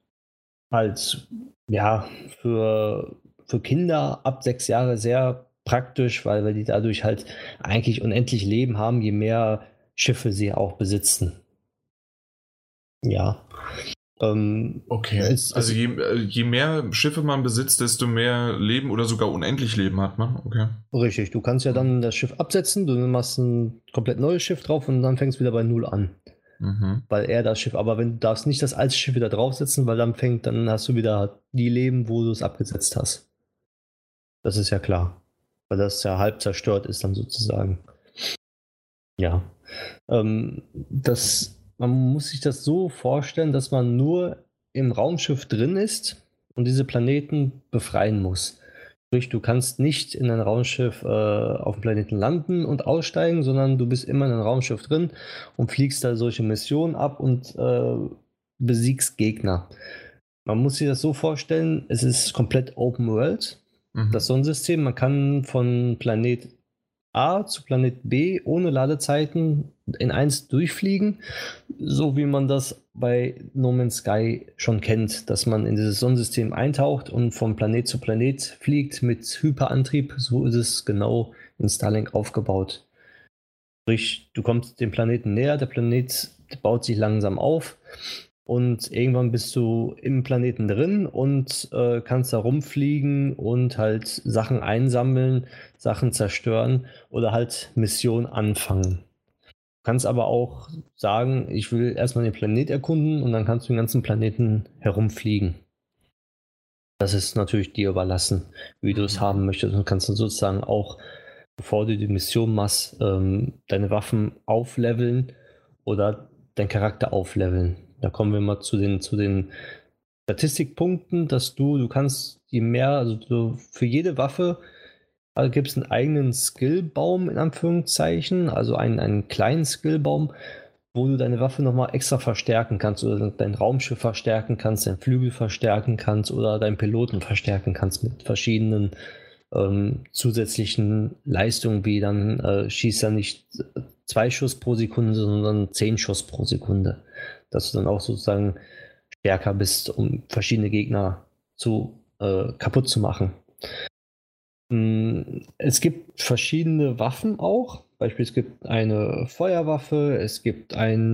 Speaker 2: halt, ja, für Kinder ab 6 Jahre sehr praktisch, weil die dadurch halt eigentlich unendlich Leben haben, je mehr Schiffe sie auch besitzen. Ja.
Speaker 1: Okay, also je mehr Schiffe man besitzt, desto mehr Leben oder sogar unendlich Leben hat man. Okay.
Speaker 2: Richtig, du kannst ja dann das Schiff absetzen, du machst ein komplett neues Schiff drauf und dann fängst du wieder bei Null an. Weil er das Schiff, aber wenn du darfst nicht das alte Schiff wieder draufsetzen, weil dann hast du wieder die Leben, wo du es abgesetzt hast. Das ist ja klar. Weil das ja halb zerstört ist dann sozusagen. Ja. Man muss sich das so vorstellen, dass man nur im Raumschiff drin ist und diese Planeten befreien muss. Sprich, du kannst nicht in ein Raumschiff auf dem Planeten landen und aussteigen, sondern du bist immer in einem Raumschiff drin und fliegst da solche Missionen ab und besiegst Gegner. Man muss sich das so vorstellen, es ist komplett Open World, das Sonnensystem. Man kann von Planet A zu Planet B ohne Ladezeiten in 1 durchfliegen, so wie man das bei No Man's Sky schon kennt, dass man in dieses Sonnensystem eintaucht und von Planet zu Planet fliegt mit Hyperantrieb. So ist es genau in Starlink aufgebaut. Sprich, du kommst dem Planeten näher, der Planet baut sich langsam auf und irgendwann bist du im Planeten drin und kannst da rumfliegen und halt Sachen einsammeln, Sachen zerstören oder halt Missionen anfangen. Du kannst aber auch sagen, ich will erstmal den Planet erkunden und dann kannst du den ganzen Planeten herumfliegen. Das ist natürlich dir überlassen, wie du es haben möchtest. Und kannst dann sozusagen auch, bevor du die Mission machst, deine Waffen aufleveln oder deinen Charakter aufleveln. Da kommen wir mal zu den Statistikpunkten, dass du kannst, je mehr, also für jede Waffe gibt es einen eigenen Skillbaum in Anführungszeichen, also einen kleinen Skillbaum, wo du deine Waffe nochmal extra verstärken kannst oder dein Raumschiff verstärken kannst, dein Flügel verstärken kannst oder deinen Piloten verstärken kannst mit verschiedenen zusätzlichen Leistungen, wie dann schießt er nicht 2 Schuss pro Sekunde, sondern 10 Schuss pro Sekunde. Dass du dann auch sozusagen stärker bist, um verschiedene Gegner kaputt zu machen. Es gibt verschiedene Waffen auch. Beispielsweise es gibt eine Feuerwaffe, es gibt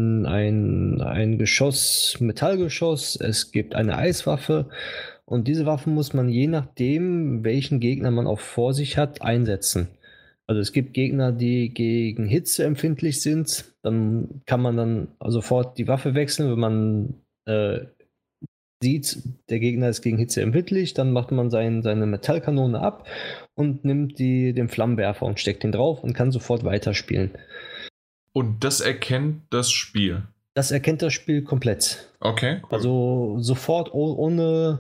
Speaker 2: ein Geschoss, Metallgeschoss, es gibt eine Eiswaffe. Und diese Waffen muss man je nachdem, welchen Gegner man auch vor sich hat, einsetzen. Also es gibt Gegner, die gegen Hitze empfindlich sind. Dann kann man dann sofort die Waffe wechseln, wenn man sieht, der Gegner ist gegen Hitze empfindlich, dann macht man seine Metallkanone ab und nimmt den Flammenwerfer und steckt den drauf und kann sofort weiterspielen.
Speaker 1: Und das erkennt das Spiel?
Speaker 2: Das erkennt das Spiel komplett.
Speaker 1: Okay,
Speaker 2: cool. Also sofort ohne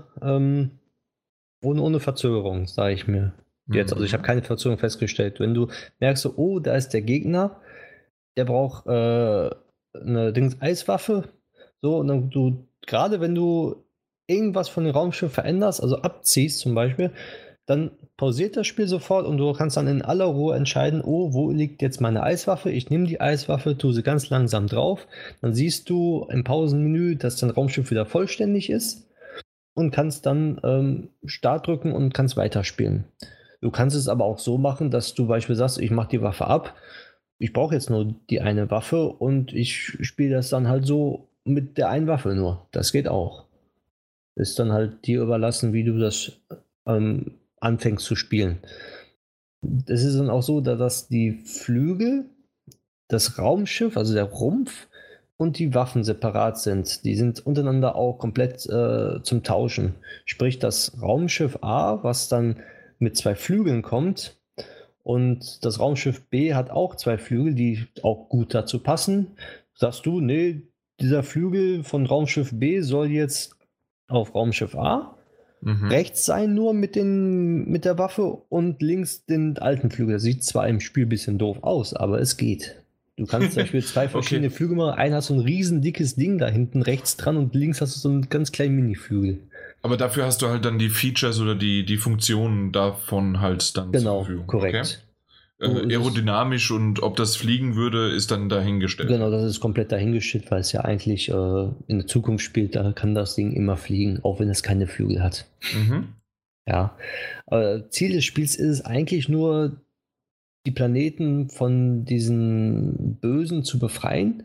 Speaker 2: Verzögerung, sage ich mir jetzt. Also ich habe keine Verzögerung festgestellt. Wenn du merkst, oh, da ist der Gegner, der braucht eine Eiswaffe, so, und dann gerade wenn du irgendwas von dem Raumschiff veränderst, also abziehst zum Beispiel, dann pausiert das Spiel sofort und du kannst dann in aller Ruhe entscheiden, oh, wo liegt jetzt meine Eiswaffe? Ich nehme die Eiswaffe, tue sie ganz langsam drauf, dann siehst du im Pausenmenü, dass dein Raumschiff wieder vollständig ist und kannst dann Start drücken und kannst weiterspielen. Du kannst es aber auch so machen, dass du beispielsweise sagst, ich mache die Waffe ab, ich brauche jetzt nur die eine Waffe und ich spiele das dann halt so mit der einen Waffe nur. Das geht auch. Ist dann halt dir überlassen, wie du das anfängst zu spielen. Es ist dann auch so, dass die Flügel, das Raumschiff, also der Rumpf und die Waffen separat sind. Die sind untereinander auch komplett zum Tauschen. Sprich, das Raumschiff A, was dann mit 2 Flügeln kommt, und das Raumschiff B hat auch 2 Flügel, die auch gut dazu passen. Sagst du, nee, dieser Flügel von Raumschiff B soll jetzt auf Raumschiff A rechts sein, nur mit der Waffe, und links den alten Flügel. Das sieht zwar im Spiel ein bisschen doof aus, aber es geht. Du kannst zum Beispiel 2 verschiedene Flügel machen. Einer hat so ein riesen dickes Ding da hinten rechts dran und links hast du so einen ganz kleinen Mini-Flügel.
Speaker 1: Aber dafür hast du halt dann die Features oder die Funktionen davon halt dann zur Verfügung.
Speaker 2: Genau, korrekt.
Speaker 1: Okay. Aerodynamisch und ob das fliegen würde, ist dann dahingestellt.
Speaker 2: Genau, das ist komplett dahingestellt, weil es ja eigentlich in der Zukunft spielt. Da kann das Ding immer fliegen, auch wenn es keine Flügel hat. Ja. Ziel des Spiels ist es eigentlich nur, die Planeten von diesen Bösen zu befreien.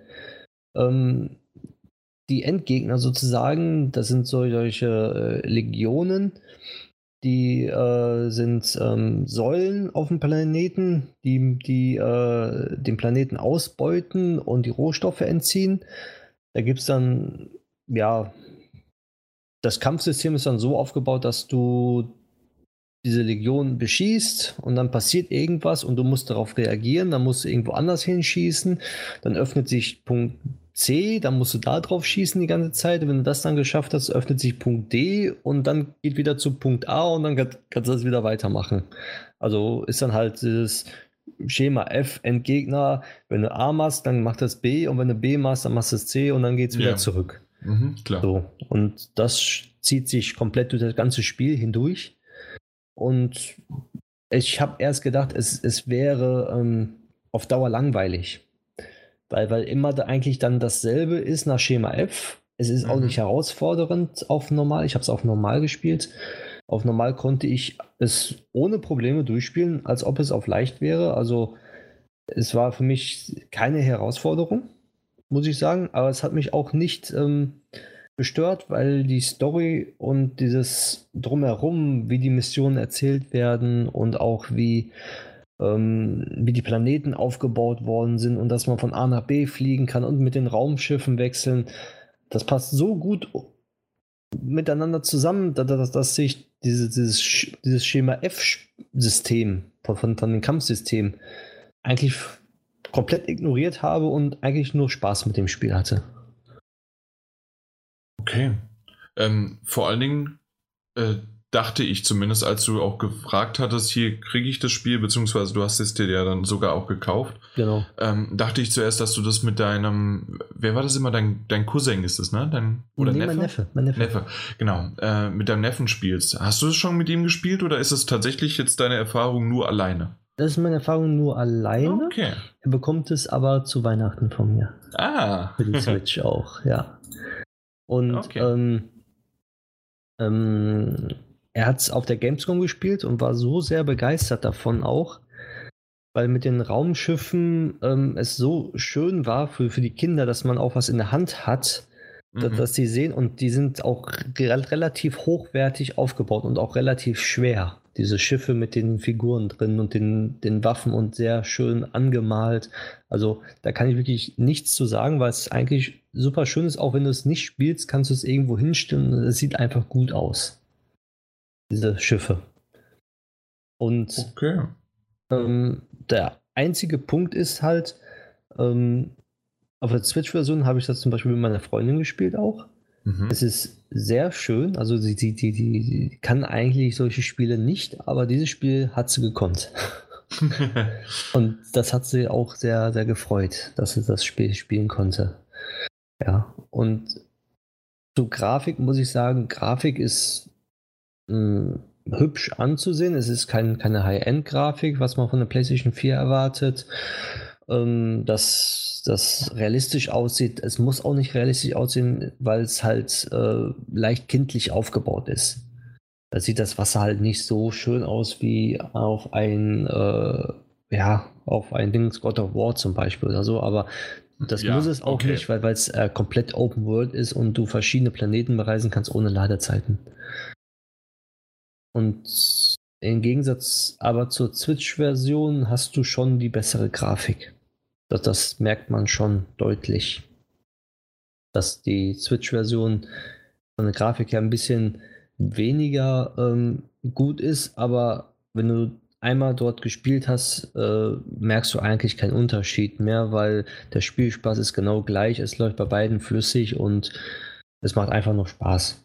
Speaker 2: Die Endgegner sozusagen, das sind solche Legionen, die sind Säulen auf dem Planeten, die den Planeten ausbeuten und die Rohstoffe entziehen. Da gibt es dann, ja, das Kampfsystem ist dann so aufgebaut, dass du diese Legion beschießt und dann passiert irgendwas und du musst darauf reagieren, dann musst du irgendwo anders hinschießen, dann öffnet sich Punkt C, dann musst du da drauf schießen die ganze Zeit. Wenn du das dann geschafft hast, öffnet sich Punkt D und dann geht wieder zu Punkt A und dann kannst du das wieder weitermachen. Also ist dann halt dieses Schema F, Endgegner. Wenn du A machst, dann macht das B, und wenn du B machst, dann machst du das C und dann geht es wieder zurück.
Speaker 1: Klar.
Speaker 2: So. Und das zieht sich komplett durch das ganze Spiel hindurch. Und ich habe erst gedacht, es wäre auf Dauer langweilig. Weil immer eigentlich dann dasselbe ist nach Schema F. Es ist auch nicht herausfordernd auf Normal. Ich habe es auf Normal gespielt. Auf Normal konnte ich es ohne Probleme durchspielen, als ob es auf Leicht wäre. Also es war für mich keine Herausforderung, muss ich sagen. Aber es hat mich auch nicht gestört, weil die Story und dieses Drumherum, wie die Missionen erzählt werden und auch wie die Planeten aufgebaut worden sind und dass man von A nach B fliegen kann und mit den Raumschiffen wechseln, das passt so gut miteinander zusammen, dass sich dieses Schema F-System von dem Kampfsystem eigentlich komplett ignoriert habe und eigentlich nur Spaß mit dem Spiel hatte.
Speaker 1: Okay. Vor allen Dingen dachte ich zumindest, als du auch gefragt hattest, hier kriege ich das Spiel, beziehungsweise du hast es dir ja dann sogar auch gekauft.
Speaker 2: Genau.
Speaker 1: Dachte ich zuerst, dass du das mit deinem, wer war das immer, dein Cousin ist es, ne?
Speaker 2: Neffe? Mein Neffe.
Speaker 1: Genau, mit deinem Neffen spielst. Hast du es schon mit ihm gespielt oder ist es tatsächlich jetzt deine Erfahrung nur alleine?
Speaker 2: Das ist meine Erfahrung nur alleine.
Speaker 1: Okay.
Speaker 2: Er bekommt es aber zu Weihnachten von mir.
Speaker 1: Ah.
Speaker 2: Für die Switch auch, ja. Und
Speaker 1: okay.
Speaker 2: Er er hat es auf der Gamescom gespielt und war so sehr begeistert davon auch, weil mit den Raumschiffen es so schön war für die Kinder, dass man auch was in der Hand hat, dass die sehen, und die sind auch relativ hochwertig aufgebaut und auch relativ schwer. Diese Schiffe mit den Figuren drin und den Waffen und sehr schön angemalt. Also da kann ich wirklich nichts zu sagen, weil es eigentlich super schön ist. Auch wenn du es nicht spielst, kannst du es irgendwo hinstellen und es sieht einfach gut aus. Diese Schiffe. Und der einzige Punkt ist halt, auf der Switch-Version habe ich das zum Beispiel mit meiner Freundin gespielt auch. Es ist sehr schön, also die kann eigentlich solche Spiele nicht, aber dieses Spiel hat sie gekonnt. Und das hat sie auch sehr, sehr gefreut, dass sie das Spiel spielen konnte. Ja, und zu Grafik muss ich sagen, Grafik ist hübsch anzusehen. Es ist keine High-End-Grafik, was man von der PlayStation 4 erwartet. Das realistisch aussieht. Es muss auch nicht realistisch aussehen, weil es halt leicht kindlich aufgebaut ist. Da sieht das Wasser halt nicht so schön aus wie auf ein Dings God of War zum Beispiel oder so, aber das muss es auch nicht, weil es komplett Open World ist und du verschiedene Planeten bereisen kannst ohne Ladezeiten. Und im Gegensatz aber zur Switch-Version hast du schon die bessere Grafik. Das merkt man schon deutlich, dass die Switch-Version von der Grafik her ein bisschen weniger gut ist, aber wenn du einmal dort gespielt hast, merkst du eigentlich keinen Unterschied mehr, weil der Spielspaß ist genau gleich, es läuft bei beiden flüssig und es macht einfach noch Spaß.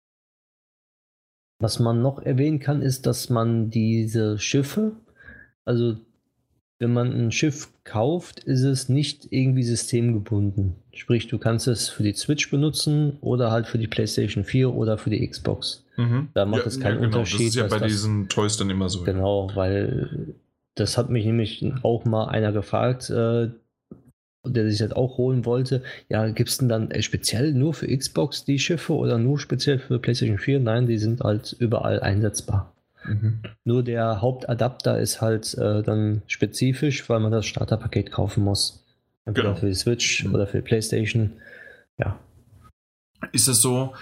Speaker 2: Was man noch erwähnen kann, ist, dass man diese Schiffe, also wenn man ein Schiff kauft, ist es nicht irgendwie systemgebunden. Sprich, du kannst es für die Switch benutzen oder halt für die PlayStation 4 oder für die Xbox. Da macht es keinen Unterschied.
Speaker 1: Das ist ja bei diesen Toys dann immer so.
Speaker 2: Genau, weil das hat mich nämlich auch mal einer gefragt, der sich das auch holen wollte. Ja, gibt es denn dann speziell nur für Xbox die Schiffe oder nur speziell für PlayStation 4? Nein, die sind halt überall einsetzbar. Nur der Hauptadapter ist halt dann spezifisch, weil man das Starterpaket kaufen muss. Entweder für die Switch oder für die PlayStation. Ja.
Speaker 1: Ist es so,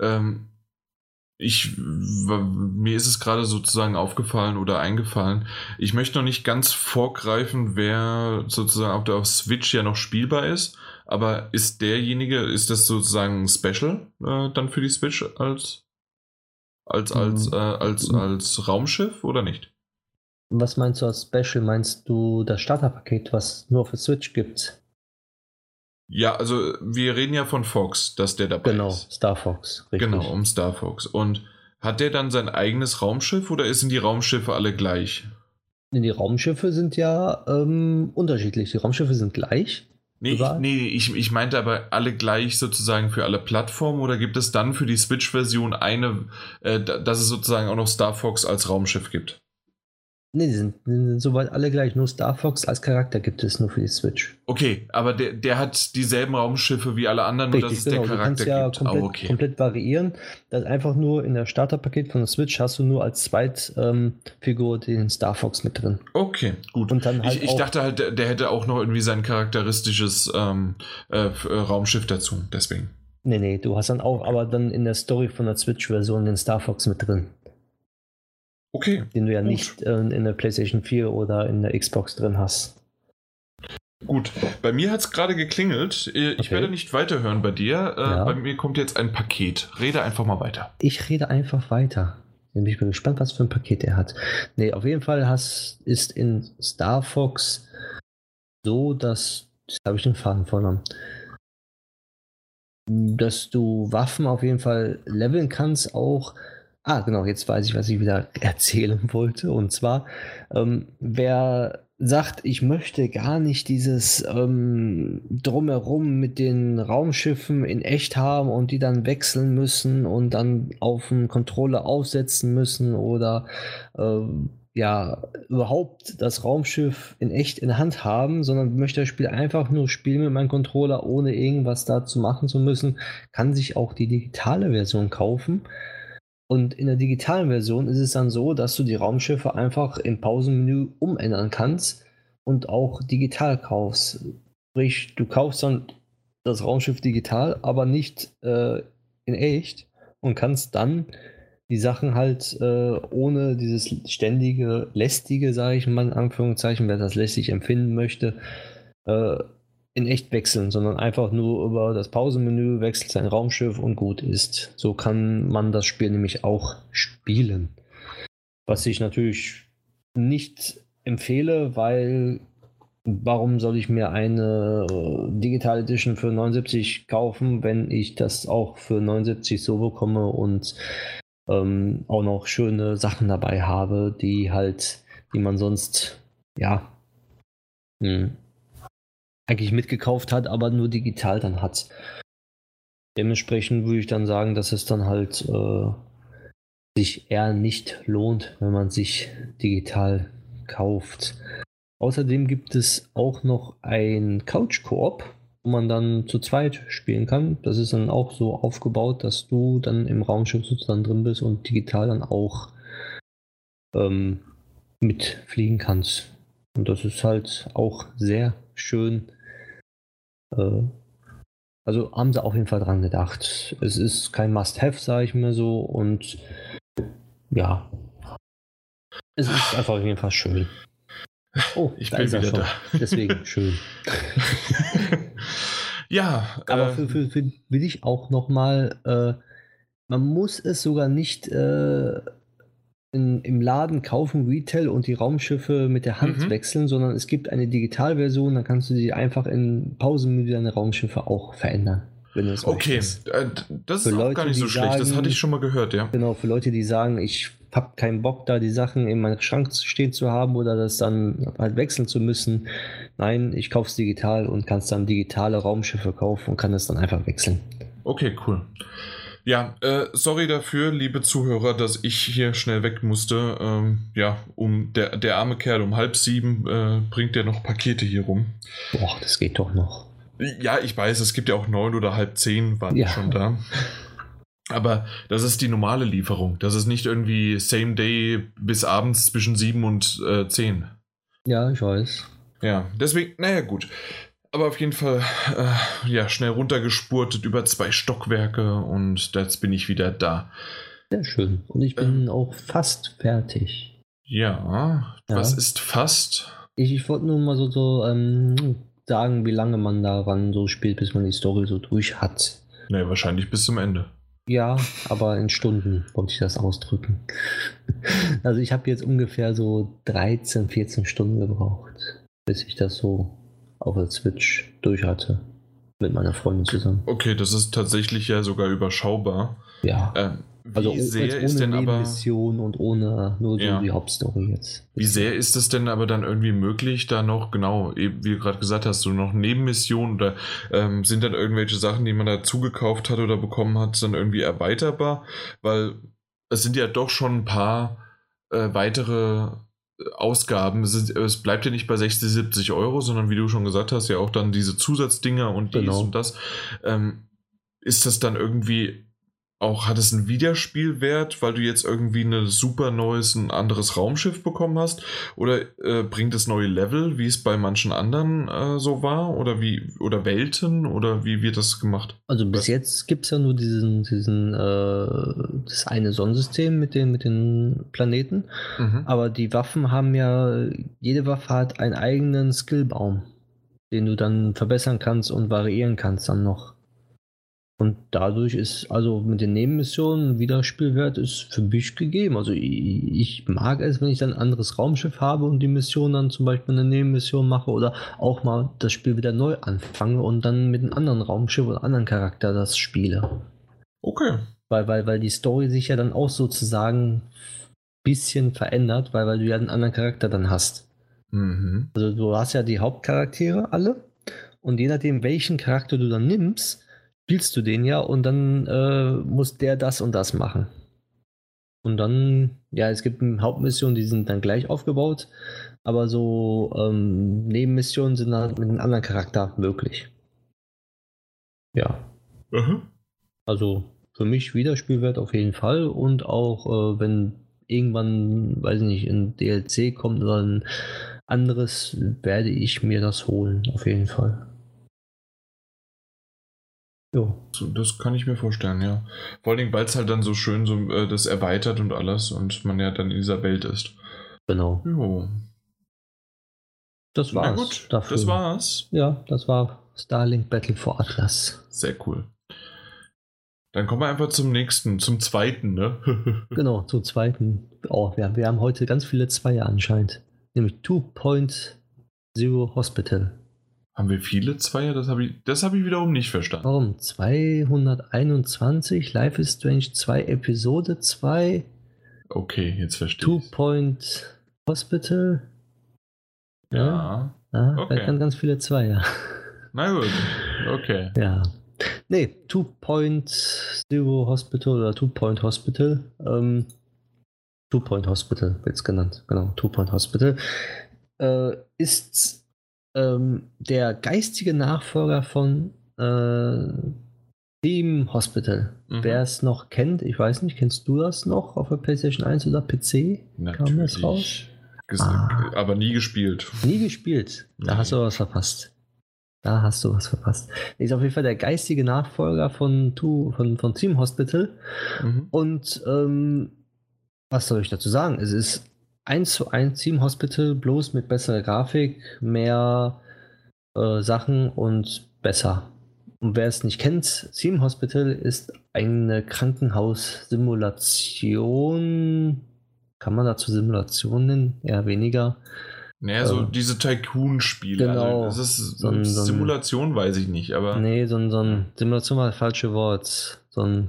Speaker 1: mir ist es gerade sozusagen aufgefallen oder eingefallen. Ich möchte noch nicht ganz vorgreifen, wer sozusagen auf der Switch ja noch spielbar ist, aber ist das sozusagen Special dann für die Switch als Raumschiff oder nicht?
Speaker 2: Was meinst du als Special? Meinst du das Starterpaket, was nur für Switch gibt?
Speaker 1: Ja, also wir reden ja von Fox, dass der dabei ist.
Speaker 2: Genau, Star Fox,
Speaker 1: richtig. Genau, um Star Fox. Und hat der dann sein eigenes Raumschiff oder sind die Raumschiffe alle gleich?
Speaker 2: Die Raumschiffe sind ja unterschiedlich. Die Raumschiffe sind gleich.
Speaker 1: Ich meinte aber alle gleich sozusagen für alle Plattformen, oder gibt es dann für die Switch-Version dass es sozusagen auch noch Star Fox als Raumschiff gibt?
Speaker 2: Nee, die sind soweit alle gleich. Nur Star Fox als Charakter gibt es nur für die Switch.
Speaker 1: Okay, aber der hat dieselben Raumschiffe wie alle anderen, nur dass es der Charakter gibt.
Speaker 2: Du kannst ja komplett variieren. Das einfach nur in der Starterpaket von der Switch hast du nur als Zweitfigur den Star Fox mit drin.
Speaker 1: Okay, gut.
Speaker 2: Und dann halt
Speaker 1: ich dachte halt, der hätte auch noch irgendwie sein charakteristisches Raumschiff dazu, deswegen.
Speaker 2: Nee, du hast dann auch, aber dann in der Story von der Switch-Version den Star Fox mit drin.
Speaker 1: Okay.
Speaker 2: Den du ja nicht in der PlayStation 4 oder in der Xbox drin hast.
Speaker 1: Gut, bei mir hat es gerade geklingelt. Ich werde nicht weiterhören bei dir. Bei mir kommt jetzt ein Paket. Rede einfach mal weiter.
Speaker 2: Ich rede einfach weiter. Ich bin gespannt, was für ein Paket er hat. Nee, auf jeden Fall ist in Star Fox so, dass habe ich den Faden verloren. Dass du Waffen auf jeden Fall leveln kannst auch. Genau, jetzt weiß ich, was ich wieder erzählen wollte. Und zwar, wer sagt, ich möchte gar nicht dieses Drumherum mit den Raumschiffen in echt haben und die dann wechseln müssen und dann auf den Controller aufsetzen müssen oder überhaupt das Raumschiff in echt in der Hand haben, sondern möchte das Spiel einfach nur spielen mit meinem Controller, ohne irgendwas dazu machen zu müssen, kann sich auch die digitale Version kaufen. Und in der digitalen Version ist es dann so, dass du die Raumschiffe einfach im Pausenmenü umändern kannst und auch digital kaufst. Sprich, du kaufst dann das Raumschiff digital, aber nicht in echt und kannst dann die Sachen halt ohne dieses ständige, lästige, sage ich mal in Anführungszeichen, wer das lästig empfinden möchte, in echt wechseln, sondern einfach nur über das Pausenmenü wechselt sein Raumschiff und gut ist. So kann man das Spiel nämlich auch spielen. Was ich natürlich nicht empfehle, weil warum soll ich mir eine Digital Edition für 79 kaufen, wenn ich das auch für 79 so bekomme und auch noch schöne Sachen dabei habe, die man sonst, ja, eigentlich mitgekauft hat, aber nur digital dann hat. Dementsprechend würde ich dann sagen, dass es dann halt sich eher nicht lohnt, wenn man sich digital kauft. Außerdem gibt es auch noch ein Couch-Koop, wo man dann zu zweit spielen kann. Das ist dann auch so aufgebaut, dass du dann im Raumschiff sozusagen drin bist und digital dann auch mitfliegen kannst. Und das ist halt auch sehr schön. Also haben sie auf jeden Fall dran gedacht. Es ist kein Must-Have, sage ich mir so. Und ja, es ist einfach auf jeden Fall schön. Oh,
Speaker 1: ich bin wieder da.
Speaker 2: Deswegen schön.
Speaker 1: Ja.
Speaker 2: Aber für will ich auch nochmal, man muss es sogar nicht im Laden kaufen, Retail und die Raumschiffe mit der Hand wechseln, sondern es gibt eine Digitalversion, da kannst du die einfach in Pausenmenü deine Raumschiffe auch verändern. Wenn du es möchtest.
Speaker 1: Das ist auch gar nicht so schlecht, das hatte ich schon mal gehört, ja.
Speaker 2: Genau, für Leute, die sagen, ich habe keinen Bock, da die Sachen in meinem Schrank stehen zu haben oder das dann halt wechseln zu müssen. Nein, ich kaufe es digital und kann dann digitale Raumschiffe kaufen und kann es dann einfach wechseln.
Speaker 1: Okay, cool. Ja, sorry dafür, liebe Zuhörer, dass ich hier schnell weg musste. Der arme Kerl um 6:30 bringt der noch Pakete hier rum.
Speaker 2: Boah, das geht doch noch.
Speaker 1: Ja, ich weiß, es gibt ja auch 9 oder 9:30 waren schon da. Aber das ist die normale Lieferung. Das ist nicht irgendwie Same Day bis abends zwischen 7 und 10.
Speaker 2: Ja, ich weiß.
Speaker 1: Ja, deswegen, naja, gut. Aber auf jeden Fall, schnell runtergespurtet über 2 Stockwerke und jetzt bin ich wieder da.
Speaker 2: Sehr schön. Und ich bin auch fast fertig.
Speaker 1: Ja, was ist fast?
Speaker 2: Ich wollte nur mal so sagen, wie lange man daran so spielt, bis man die Story so durch hat.
Speaker 1: Ne, wahrscheinlich bis zum Ende.
Speaker 2: Ja, aber in Stunden wollte ich das ausdrücken. Also ich habe jetzt ungefähr so 13, 14 Stunden gebraucht, bis ich das so auf der Switch durch hatte. Mit meiner Freundin zusammen.
Speaker 1: Okay, das ist tatsächlich ja sogar überschaubar.
Speaker 2: Ja.
Speaker 1: Wie sehr ist denn aber
Speaker 2: Mission und ohne nur so die Hauptstory jetzt.
Speaker 1: Wie sehr ist es denn aber dann irgendwie möglich, da noch, genau, wie du gerade gesagt hast, so noch Nebenmissionen oder sind dann irgendwelche Sachen, die man dazu gekauft hat oder bekommen hat, dann irgendwie erweiterbar? Weil es sind ja doch schon ein paar weitere Ausgaben. Es bleibt ja nicht bei 60, 70 Euro, sondern wie du schon gesagt hast, ja auch dann diese Zusatzdinger und dies und das. Ist das dann irgendwie auch, hat es einen Wiederspielwert, weil du jetzt irgendwie ein anderes Raumschiff bekommen hast? Oder bringt es neue Level, wie es bei manchen anderen so war? Oder Welten? Oder wie wird das gemacht?
Speaker 2: Also bis jetzt gibt es ja nur das eine Sonnensystem mit den Planeten. Aber die Waffen haben jede Waffe hat einen eigenen Skillbaum, den du dann verbessern kannst und variieren kannst dann noch. Und dadurch ist, also mit den Nebenmissionen, Wiederspielwert ist für mich gegeben. Also ich mag es, wenn ich dann ein anderes Raumschiff habe und die Mission dann zum Beispiel eine Nebenmission mache oder auch mal das Spiel wieder neu anfange und dann mit einem anderen Raumschiff oder anderen Charakter das spiele.
Speaker 1: Okay.
Speaker 2: Weil die Story sich ja dann auch sozusagen ein bisschen verändert, weil du ja einen anderen Charakter dann hast. Also du hast ja die Hauptcharaktere alle und je nachdem, welchen Charakter du dann nimmst, spielst du den ja und dann muss der das und das machen. Und dann, es gibt Hauptmissionen, die sind dann gleich aufgebaut, aber so Nebenmissionen sind dann mit einem anderen Charakter möglich. Ja. Also für mich Wiederspielwert auf jeden Fall und auch wenn irgendwann, weiß ich nicht, ein DLC kommt oder ein anderes, werde ich mir das holen, auf jeden Fall. Jo.
Speaker 1: So, das kann ich mir vorstellen, ja. Vor allem, weil es halt dann so schön so, das erweitert und alles und man ja dann in dieser Welt ist.
Speaker 2: Genau.
Speaker 1: Jo.
Speaker 2: Das war's.
Speaker 1: Na gut,
Speaker 2: dafür.
Speaker 1: das war's.
Speaker 2: Ja, das war Starlink Battle for Atlas.
Speaker 1: Sehr cool. Dann kommen wir einfach zum nächsten, zum zweiten, ne?
Speaker 2: Genau, zum zweiten. Oh, wir haben heute ganz viele Zweier anscheinend. Nämlich 2.0 Hospital.
Speaker 1: Haben wir viele Zweier? Das hab ich wiederum nicht verstanden.
Speaker 2: Warum? 221, Life is Strange 2, Episode 2.
Speaker 1: Okay, jetzt verstehe ich.
Speaker 2: 2 Hospital.
Speaker 1: Ja.
Speaker 2: Okay. Ganz viele Zweier.
Speaker 1: Na gut, okay.
Speaker 2: Ja. Nee, 2.0 Hospital oder 2 Hospital. 2 Hospital wird es genannt. Genau, 2 Hospital. Ist der geistige Nachfolger von Theme Hospital. Wer es noch kennt, ich weiß nicht, kennst du das noch auf der PlayStation 1 oder PC?
Speaker 1: Natürlich.
Speaker 2: Kam das raus?
Speaker 1: Aber nie gespielt.
Speaker 2: Nie gespielt. Da hast du was verpasst. Ist auf jeden Fall der geistige Nachfolger von Theme Hospital. Und was soll ich dazu sagen? Es ist 1:1 Theme Hospital, bloß mit besserer Grafik, mehr Sachen und besser. Und wer es nicht kennt, Theme Hospital ist eine Krankenhaussimulation. Kann man dazu Simulation nennen? Eher weniger.
Speaker 1: Naja, so diese Tycoon-Spiele.
Speaker 2: Genau.
Speaker 1: Also das ist Simulation, weiß ich nicht, aber.
Speaker 2: Nee, so ein Simulation war das falsche Wort. So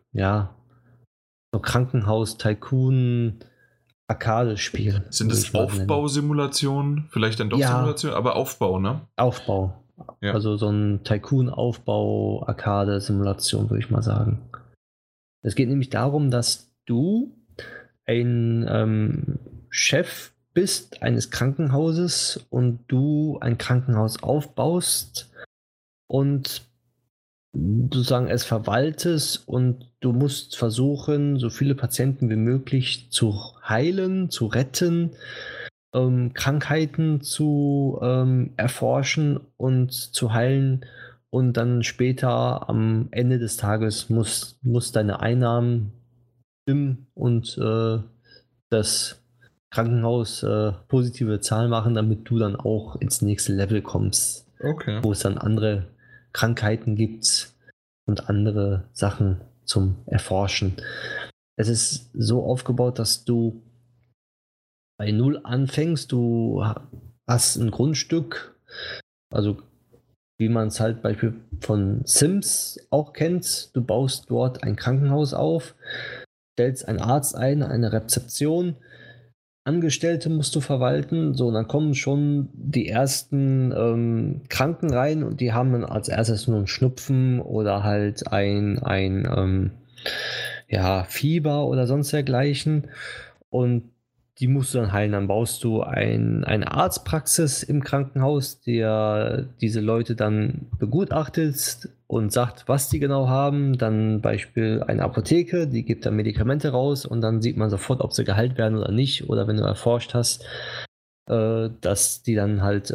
Speaker 2: Krankenhaus, Tycoon, Arcade-Spiel.
Speaker 1: Sind das Aufbausimulationen? Vielleicht dann doch Simulation, aber Aufbau, ne?
Speaker 2: Aufbau. Ja. Also so ein Tycoon-Aufbau, Arcade-Simulation, würde ich mal sagen. Es geht nämlich darum, dass du ein Chef bist eines Krankenhauses und du ein Krankenhaus aufbaust und sozusagen es verwaltest und du musst versuchen, so viele Patienten wie möglich zu heilen, zu retten, Krankheiten zu erforschen und zu heilen und dann später am Ende des Tages muss deine Einnahmen stimmen und das Krankenhaus positive Zahlen machen, damit du dann auch ins nächste Level kommst, wo es dann andere Krankheiten gibt und andere Sachen zum Erforschen. Es ist so aufgebaut, dass du bei Null anfängst, du hast ein Grundstück, also wie man es halt beispielsweise von Sims auch kennt, du baust dort ein Krankenhaus auf, stellst einen Arzt ein, eine Rezeption, Angestellte musst du verwalten, so, und dann kommen schon die ersten Kranken rein und die haben dann als erstes nur einen Schnupfen oder halt ein Fieber oder sonst dergleichen und die musst du dann heilen. Dann baust du eine Arztpraxis im Krankenhaus, der diese Leute dann begutachtet und sagt, was die genau haben. Dann Beispiel eine Apotheke, die gibt dann Medikamente raus und dann sieht man sofort, ob sie geheilt werden oder nicht. Oder wenn du erforscht hast, dass die dann halt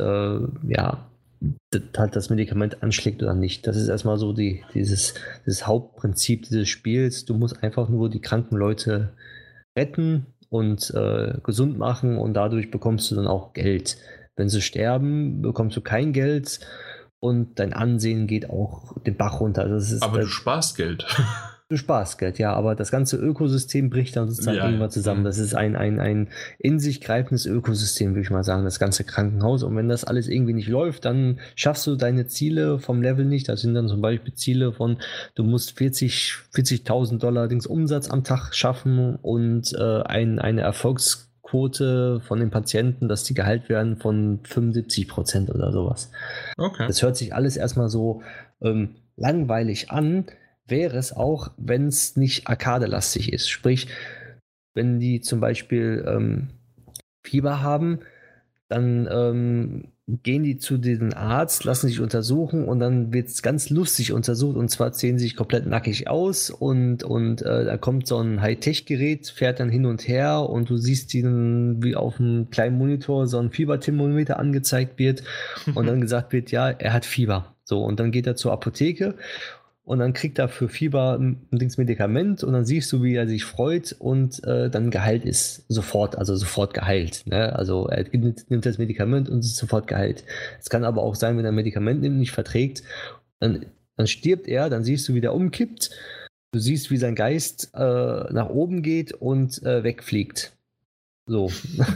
Speaker 2: das Medikament anschlägt oder nicht. Das ist erstmal so dieses Hauptprinzip dieses Spiels. Du musst einfach nur die kranken Leute retten und gesund machen und dadurch bekommst du dann auch Geld. Wenn sie sterben, bekommst du kein Geld und dein Ansehen geht auch den Bach runter.
Speaker 1: Aber du sparst Geld.
Speaker 2: Du sparst Geld, ja, aber das ganze Ökosystem bricht dann sozusagen irgendwann zusammen. Das ist ein in sich greifendes Ökosystem, würde ich mal sagen, das ganze Krankenhaus. Und wenn das alles irgendwie nicht läuft, dann schaffst du deine Ziele vom Level nicht. Das sind dann zum Beispiel Ziele von, du musst $40.000 Umsatz am Tag schaffen und eine Erfolgsquote von den Patienten, dass die geheilt werden, von 75% oder sowas.
Speaker 1: Okay.
Speaker 2: Das hört sich alles erstmal so langweilig an, wäre es auch, wenn es nicht arkadelastig ist. Sprich, wenn die zum Beispiel Fieber haben, Dann gehen die zu diesem Arzt, lassen sich untersuchen und dann wird es ganz lustig untersucht und zwar ziehen sie sich komplett nackig aus und da kommt so ein Hightech-Gerät, fährt dann hin und her und du siehst ihn, wie auf einem kleinen Monitor so ein Fieberthermometer angezeigt wird und dann gesagt wird, ja, er hat Fieber. So, und dann geht er zur Apotheke und dann kriegt er für Fieber ein Medikament und dann siehst du, wie er sich freut und dann geheilt ist. Sofort, also sofort geheilt. Ne? Also er nimmt das Medikament und ist sofort geheilt. Es kann aber auch sein, wenn er ein Medikament nimmt, nicht verträgt, dann stirbt er, dann siehst du, wie der umkippt. Du siehst, wie sein Geist nach oben geht und wegfliegt. So.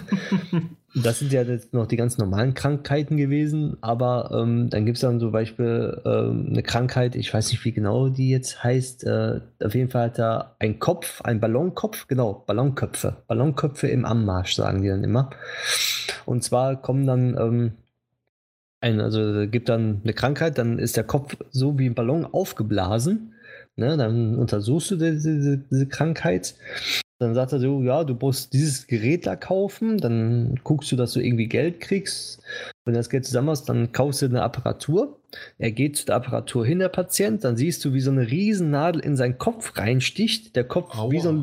Speaker 2: Das sind ja jetzt noch die ganz normalen Krankheiten gewesen, aber dann gibt es dann zum Beispiel eine Krankheit, ich weiß nicht, wie genau die jetzt heißt. Auf jeden Fall hat er einen Kopf, einen Ballonkopf, genau, Ballonköpfe. Ballonköpfe im Anmarsch, sagen die dann immer. Und zwar kommen dann also gibt dann eine Krankheit, dann ist der Kopf so wie ein Ballon aufgeblasen. Ne, dann untersuchst du diese Krankheit. Dann sagt er so, ja, du musst dieses Gerät da kaufen, dann guckst du, dass du irgendwie Geld kriegst. Wenn du das Geld zusammen hast, dann kaufst du eine Apparatur. Er geht zu der Apparatur hin, der Patient, dann siehst du, wie so eine Riesennadel in seinen Kopf reinsticht. Der Kopf wie so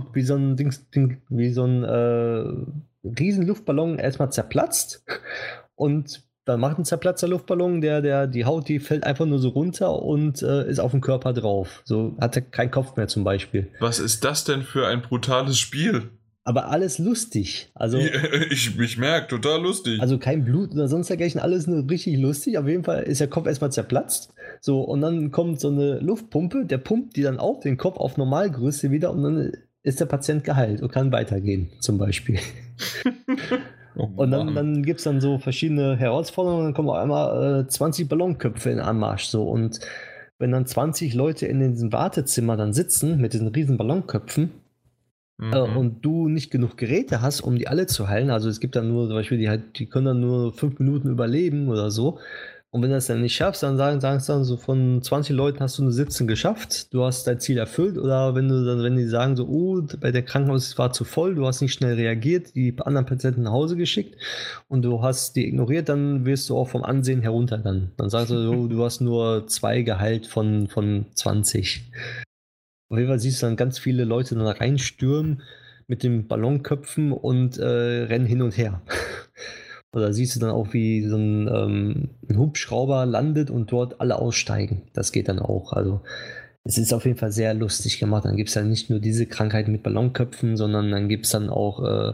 Speaker 2: ein riesen Luftballon erstmal zerplatzt und dann macht ein zerplatzter Luftballon, die Haut, die fällt einfach nur so runter und ist auf dem Körper drauf. So hat er keinen Kopf mehr zum Beispiel.
Speaker 1: Was ist das denn für ein brutales Spiel?
Speaker 2: Aber alles lustig. Also,
Speaker 1: ich merke, total lustig.
Speaker 2: Also kein Blut oder sonst dergleichen, alles nur richtig lustig. Auf jeden Fall ist der Kopf erstmal zerplatzt. So, und dann kommt so eine Luftpumpe, der pumpt die dann auf den Kopf auf Normalgröße wieder und dann ist der Patient geheilt und kann weitergehen, zum Beispiel. Oh, und dann gibt es dann so verschiedene Herausforderungen, dann kommen auf einmal 20 Ballonköpfe in den Anmarsch. So. Und wenn dann 20 Leute in diesem Wartezimmer dann sitzen mit diesen riesen Ballonköpfen und du nicht genug Geräte hast, um die alle zu heilen, also es gibt dann nur zum Beispiel, die können dann nur 5 Minuten überleben oder so. Und wenn du das dann nicht schaffst, dann sagen sie dann so, von 20 Leuten hast du nur 17 geschafft, du hast dein Ziel erfüllt. Oder wenn die sagen so, oh, bei der Krankenhaus war zu voll, du hast nicht schnell reagiert, die anderen Patienten nach Hause geschickt und du hast die ignoriert, dann wirst du auch vom Ansehen herunter dann. Dann sagst du so, du hast nur 2 geheilt von 20. Auf jeden Fall siehst du dann ganz viele Leute dann reinstürmen mit den Ballonköpfen und rennen hin und her. Oder siehst du dann auch, wie so ein Hubschrauber landet und dort alle aussteigen. Das geht dann auch. Also es ist auf jeden Fall sehr lustig gemacht. Dann gibt es dann nicht nur diese Krankheit mit Ballonköpfen, sondern dann gibt es dann auch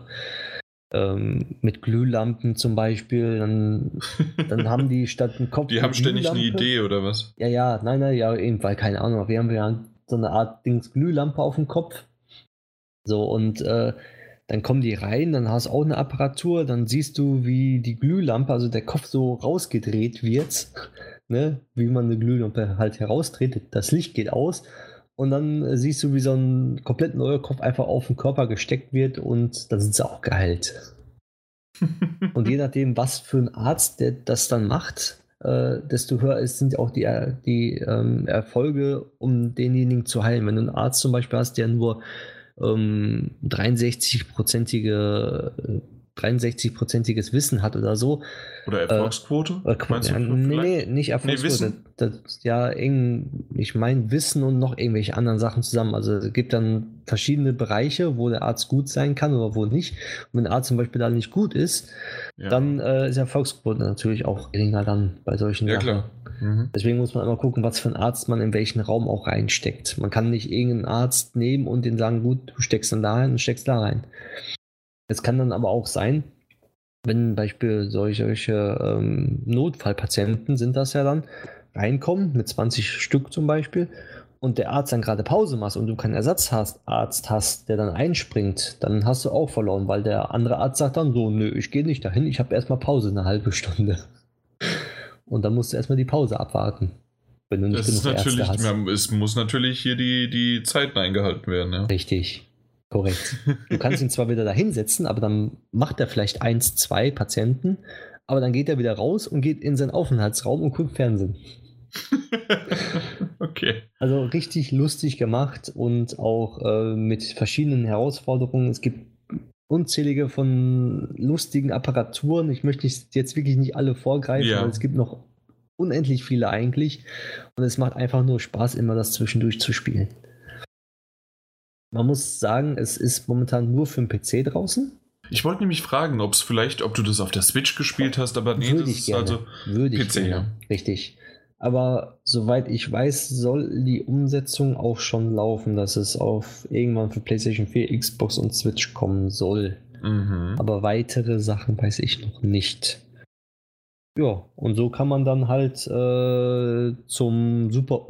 Speaker 2: mit Glühlampen zum Beispiel. Dann haben die statt einem Kopf.
Speaker 1: Die haben ständig eine Idee oder was?
Speaker 2: Ja, nein, ja, eben, weil keine Ahnung. Wir haben ja so eine Art Glühlampe auf dem Kopf. So, und dann kommen die rein, dann hast du auch eine Apparatur, dann siehst du, wie die Glühlampe, also der Kopf so rausgedreht wird, ne? Wie man eine Glühlampe halt herausdreht, das Licht geht aus und dann siehst du, wie so ein komplett neuer Kopf einfach auf den Körper gesteckt wird und dann sind sie auch geheilt. Und je nachdem, was für ein Arzt der das dann macht, desto höher sind auch die Erfolge, um denjenigen zu heilen. Wenn du einen Arzt zum Beispiel hast, der nur 63-prozentiges Wissen hat oder so.
Speaker 1: Oder Erfolgsquote?
Speaker 2: Nee, nicht Erfolgsquote. Ich meine Wissen und noch irgendwelche anderen Sachen zusammen. Also es gibt dann verschiedene Bereiche, wo der Arzt gut sein kann oder wo nicht. Und wenn der Arzt zum Beispiel da nicht gut ist, dann ist Erfolgsquote natürlich auch geringer dann bei solchen Sachen. Klar. Mhm. Deswegen muss man immer gucken, was für einen Arzt man in welchen Raum auch reinsteckt. Man kann nicht irgendeinen Arzt nehmen und den sagen, gut, du steckst dann da rein und steckst da rein. Es kann dann aber auch sein, wenn zum Beispiel solche Notfallpatienten sind das ja dann, reinkommen, mit 20 Stück zum Beispiel, und der Arzt dann gerade Pause macht und du keinen Ersatzarzt hast, der dann einspringt, dann hast du auch verloren, weil der andere Arzt sagt dann so, nö, ich gehe nicht dahin, ich habe erstmal Pause, eine halbe Stunde. Und dann musst du erstmal die Pause abwarten. Wenn du nicht genug Ärzte hast.
Speaker 1: Es muss natürlich hier die Zeiten eingehalten werden. Ja.
Speaker 2: Richtig, korrekt. Du kannst ihn zwar wieder da hinsetzen, aber dann macht er vielleicht 1, 2 Patienten, aber dann geht er wieder raus und geht in seinen Aufenthaltsraum und guckt Fernsehen.
Speaker 1: Okay.
Speaker 2: Also richtig lustig gemacht und auch mit verschiedenen Herausforderungen. Es gibt unzählige von lustigen Apparaturen. Ich möchte jetzt wirklich nicht alle vorgreifen, weil es gibt noch unendlich viele eigentlich. Und es macht einfach nur Spaß, immer das zwischendurch zu spielen. Man muss sagen, es ist momentan nur für den PC draußen.
Speaker 1: Ich wollte nämlich fragen, ob du das auf der Switch gespielt hast, aber nee,
Speaker 2: das ist also PC. Ja. Richtig. Aber soweit ich weiß, soll die Umsetzung auch schon laufen, dass es irgendwann für PlayStation 4, Xbox und Switch kommen soll. Aber weitere Sachen weiß ich noch nicht. Ja, und so kann man dann halt zum super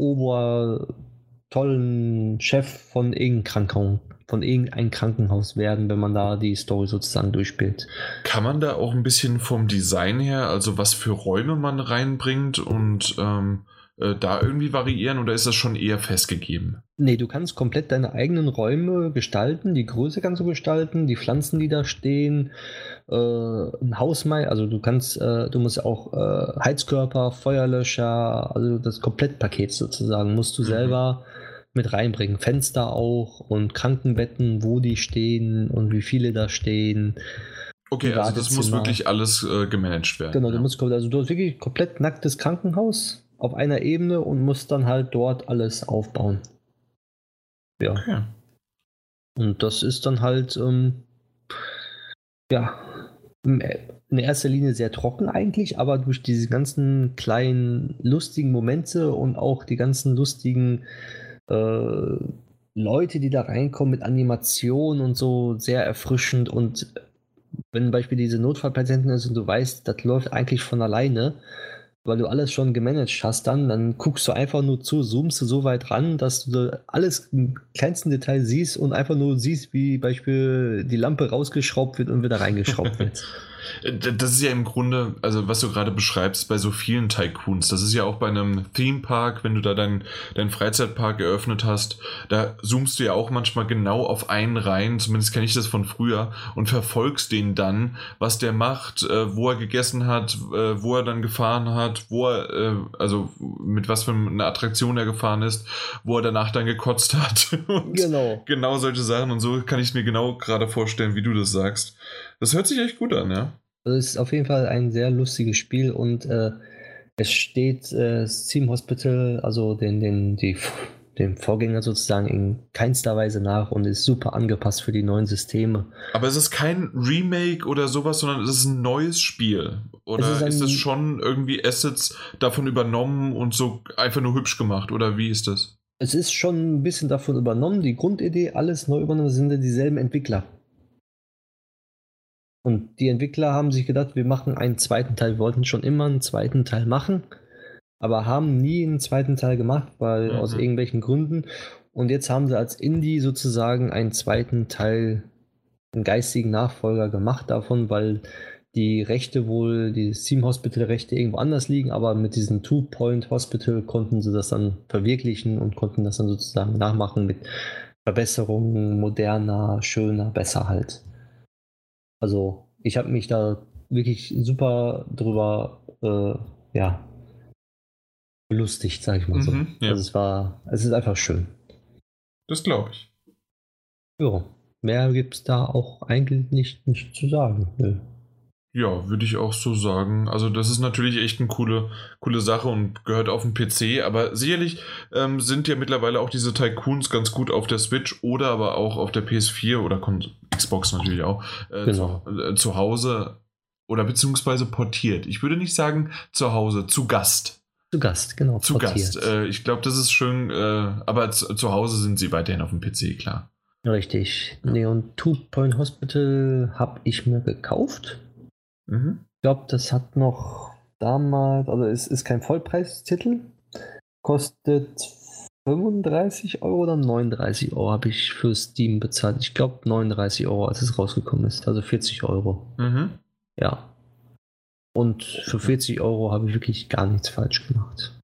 Speaker 2: tollen Chef von irgendeinem Krankenhaus werden, wenn man da die Story sozusagen durchspielt.
Speaker 1: Kann man da auch ein bisschen vom Design her, also was für Räume man reinbringt und da irgendwie variieren, oder ist das schon eher festgegeben?
Speaker 2: Nee, du kannst komplett deine eigenen Räume gestalten, die Größe kannst du gestalten, die Pflanzen, die da stehen, ein Hausmeister, also du musst auch Heizkörper, Feuerlöscher, also das Komplettpaket sozusagen musst du selber mit reinbringen. Fenster auch und Krankenbetten, wo die stehen und wie viele da stehen.
Speaker 1: Okay, also das muss wirklich alles gemanagt werden.
Speaker 2: Genau, du hast wirklich komplett nacktes Krankenhaus auf einer Ebene und musst dann halt dort alles aufbauen. Ja. Okay. Und das ist dann halt in erster Linie sehr trocken eigentlich, aber durch diese ganzen kleinen lustigen Momente und auch die ganzen lustigen Leute, die da reinkommen mit Animationen und so, sehr erfrischend. Und wenn zum Beispiel diese Notfallpatienten ist und du weißt, das läuft eigentlich von alleine, weil du alles schon gemanagt hast, dann guckst du einfach nur zu, zoomst du so weit ran, dass du alles im kleinsten Detail siehst und einfach nur siehst, wie Beispiel die Lampe rausgeschraubt wird und wieder reingeschraubt wird.
Speaker 1: Das ist ja im Grunde, also was du gerade beschreibst, bei so vielen Tycoons, das ist ja auch bei einem Themepark, wenn du da deinen Freizeitpark eröffnet hast, da zoomst du ja auch manchmal genau auf einen rein, zumindest kenne ich das von früher, und verfolgst den dann, was der macht, wo er gegessen hat, wo er dann gefahren hat, also mit was für einer Attraktion er gefahren ist, wo er danach dann gekotzt hat. Und genau solche Sachen, und so kann ich mir genau gerade vorstellen, wie du das sagst. Das hört sich echt gut an, ja.
Speaker 2: Es ist auf jeden Fall ein sehr lustiges Spiel und es steht Theme Hospital, also dem Vorgänger sozusagen, in keinster Weise nach und ist super angepasst für die neuen Systeme.
Speaker 1: Aber es ist kein Remake oder sowas, sondern es ist ein neues Spiel. Oder ist es schon irgendwie Assets davon übernommen und so einfach nur hübsch gemacht? Oder wie ist das?
Speaker 2: Es ist schon ein bisschen davon übernommen. Die Grundidee, alles neu übernommen, sind ja dieselben Entwickler. Und die Entwickler haben sich gedacht, wir machen einen zweiten Teil. Wir wollten schon immer einen zweiten Teil machen, aber haben nie einen zweiten Teil gemacht, weil aus irgendwelchen Gründen. Und jetzt haben sie als Indie sozusagen einen zweiten Teil, einen geistigen Nachfolger gemacht davon, weil die Theme Hospital Rechte irgendwo anders liegen, aber mit diesem Two-Point Hospital konnten sie das dann verwirklichen und konnten das dann sozusagen nachmachen mit Verbesserungen, moderner, schöner, besser halt. Also, ich habe mich da wirklich super drüber, belustigt, sag ich mal so.
Speaker 1: Ja.
Speaker 2: Also, es ist einfach schön.
Speaker 1: Das glaube ich.
Speaker 2: Ja, mehr gibt es da auch eigentlich nicht zu sagen. Ne?
Speaker 1: Ja, würde ich auch so sagen. Also das ist natürlich echt eine coole Sache und gehört auf den PC, aber sicherlich sind ja mittlerweile auch diese Tycoons ganz gut auf der Switch oder aber auch auf der PS4 oder Xbox natürlich auch zu Hause oder beziehungsweise portiert. Ich würde nicht sagen zu Hause, zu Gast.
Speaker 2: Zu Gast, genau.
Speaker 1: Zu portiert. Gast. Ich glaube, das ist schön, aber zu Hause sind sie weiterhin auf dem PC, klar.
Speaker 2: Richtig. Ja. Nee, und Two-Point Hospital habe ich mir gekauft. Ich glaube, das hat noch damals, also es ist kein Vollpreistitel, kostet 35 Euro oder 39 Euro habe ich für Steam bezahlt. Ich glaube 39 Euro, als es rausgekommen ist, also 40 Euro. Ja. Und für 40 Euro habe ich wirklich gar nichts falsch gemacht.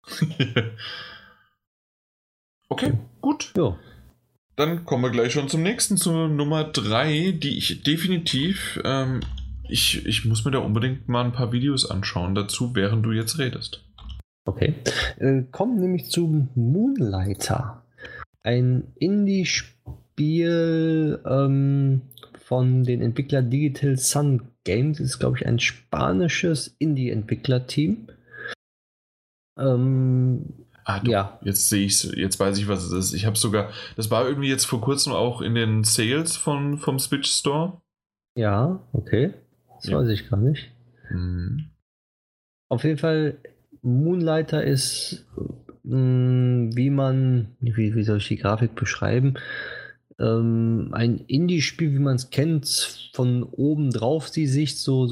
Speaker 1: Okay, gut.
Speaker 2: Ja.
Speaker 1: Dann kommen wir gleich schon zum nächsten, zur Nummer 3, die ich definitiv... Ich muss mir da unbedingt mal ein paar Videos anschauen dazu, während du jetzt redest.
Speaker 2: Okay. Kommen nämlich zu Moonlighter. Ein Indie-Spiel von von den Entwicklern Digital Sun Games. Das ist, glaube ich, ein spanisches Indie-Entwicklerteam. Ja.
Speaker 1: Jetzt sehe ich es, jetzt weiß ich, was es ist. Ich habe sogar, das war irgendwie jetzt vor kurzem auch in den Sales vom Switch Store.
Speaker 2: Ja, okay. Das weiß ich gar nicht. Auf jeden Fall, Moonlighter ist, wie soll ich die Grafik beschreiben? Ein Indie-Spiel, wie man es kennt, von oben drauf die Sicht, so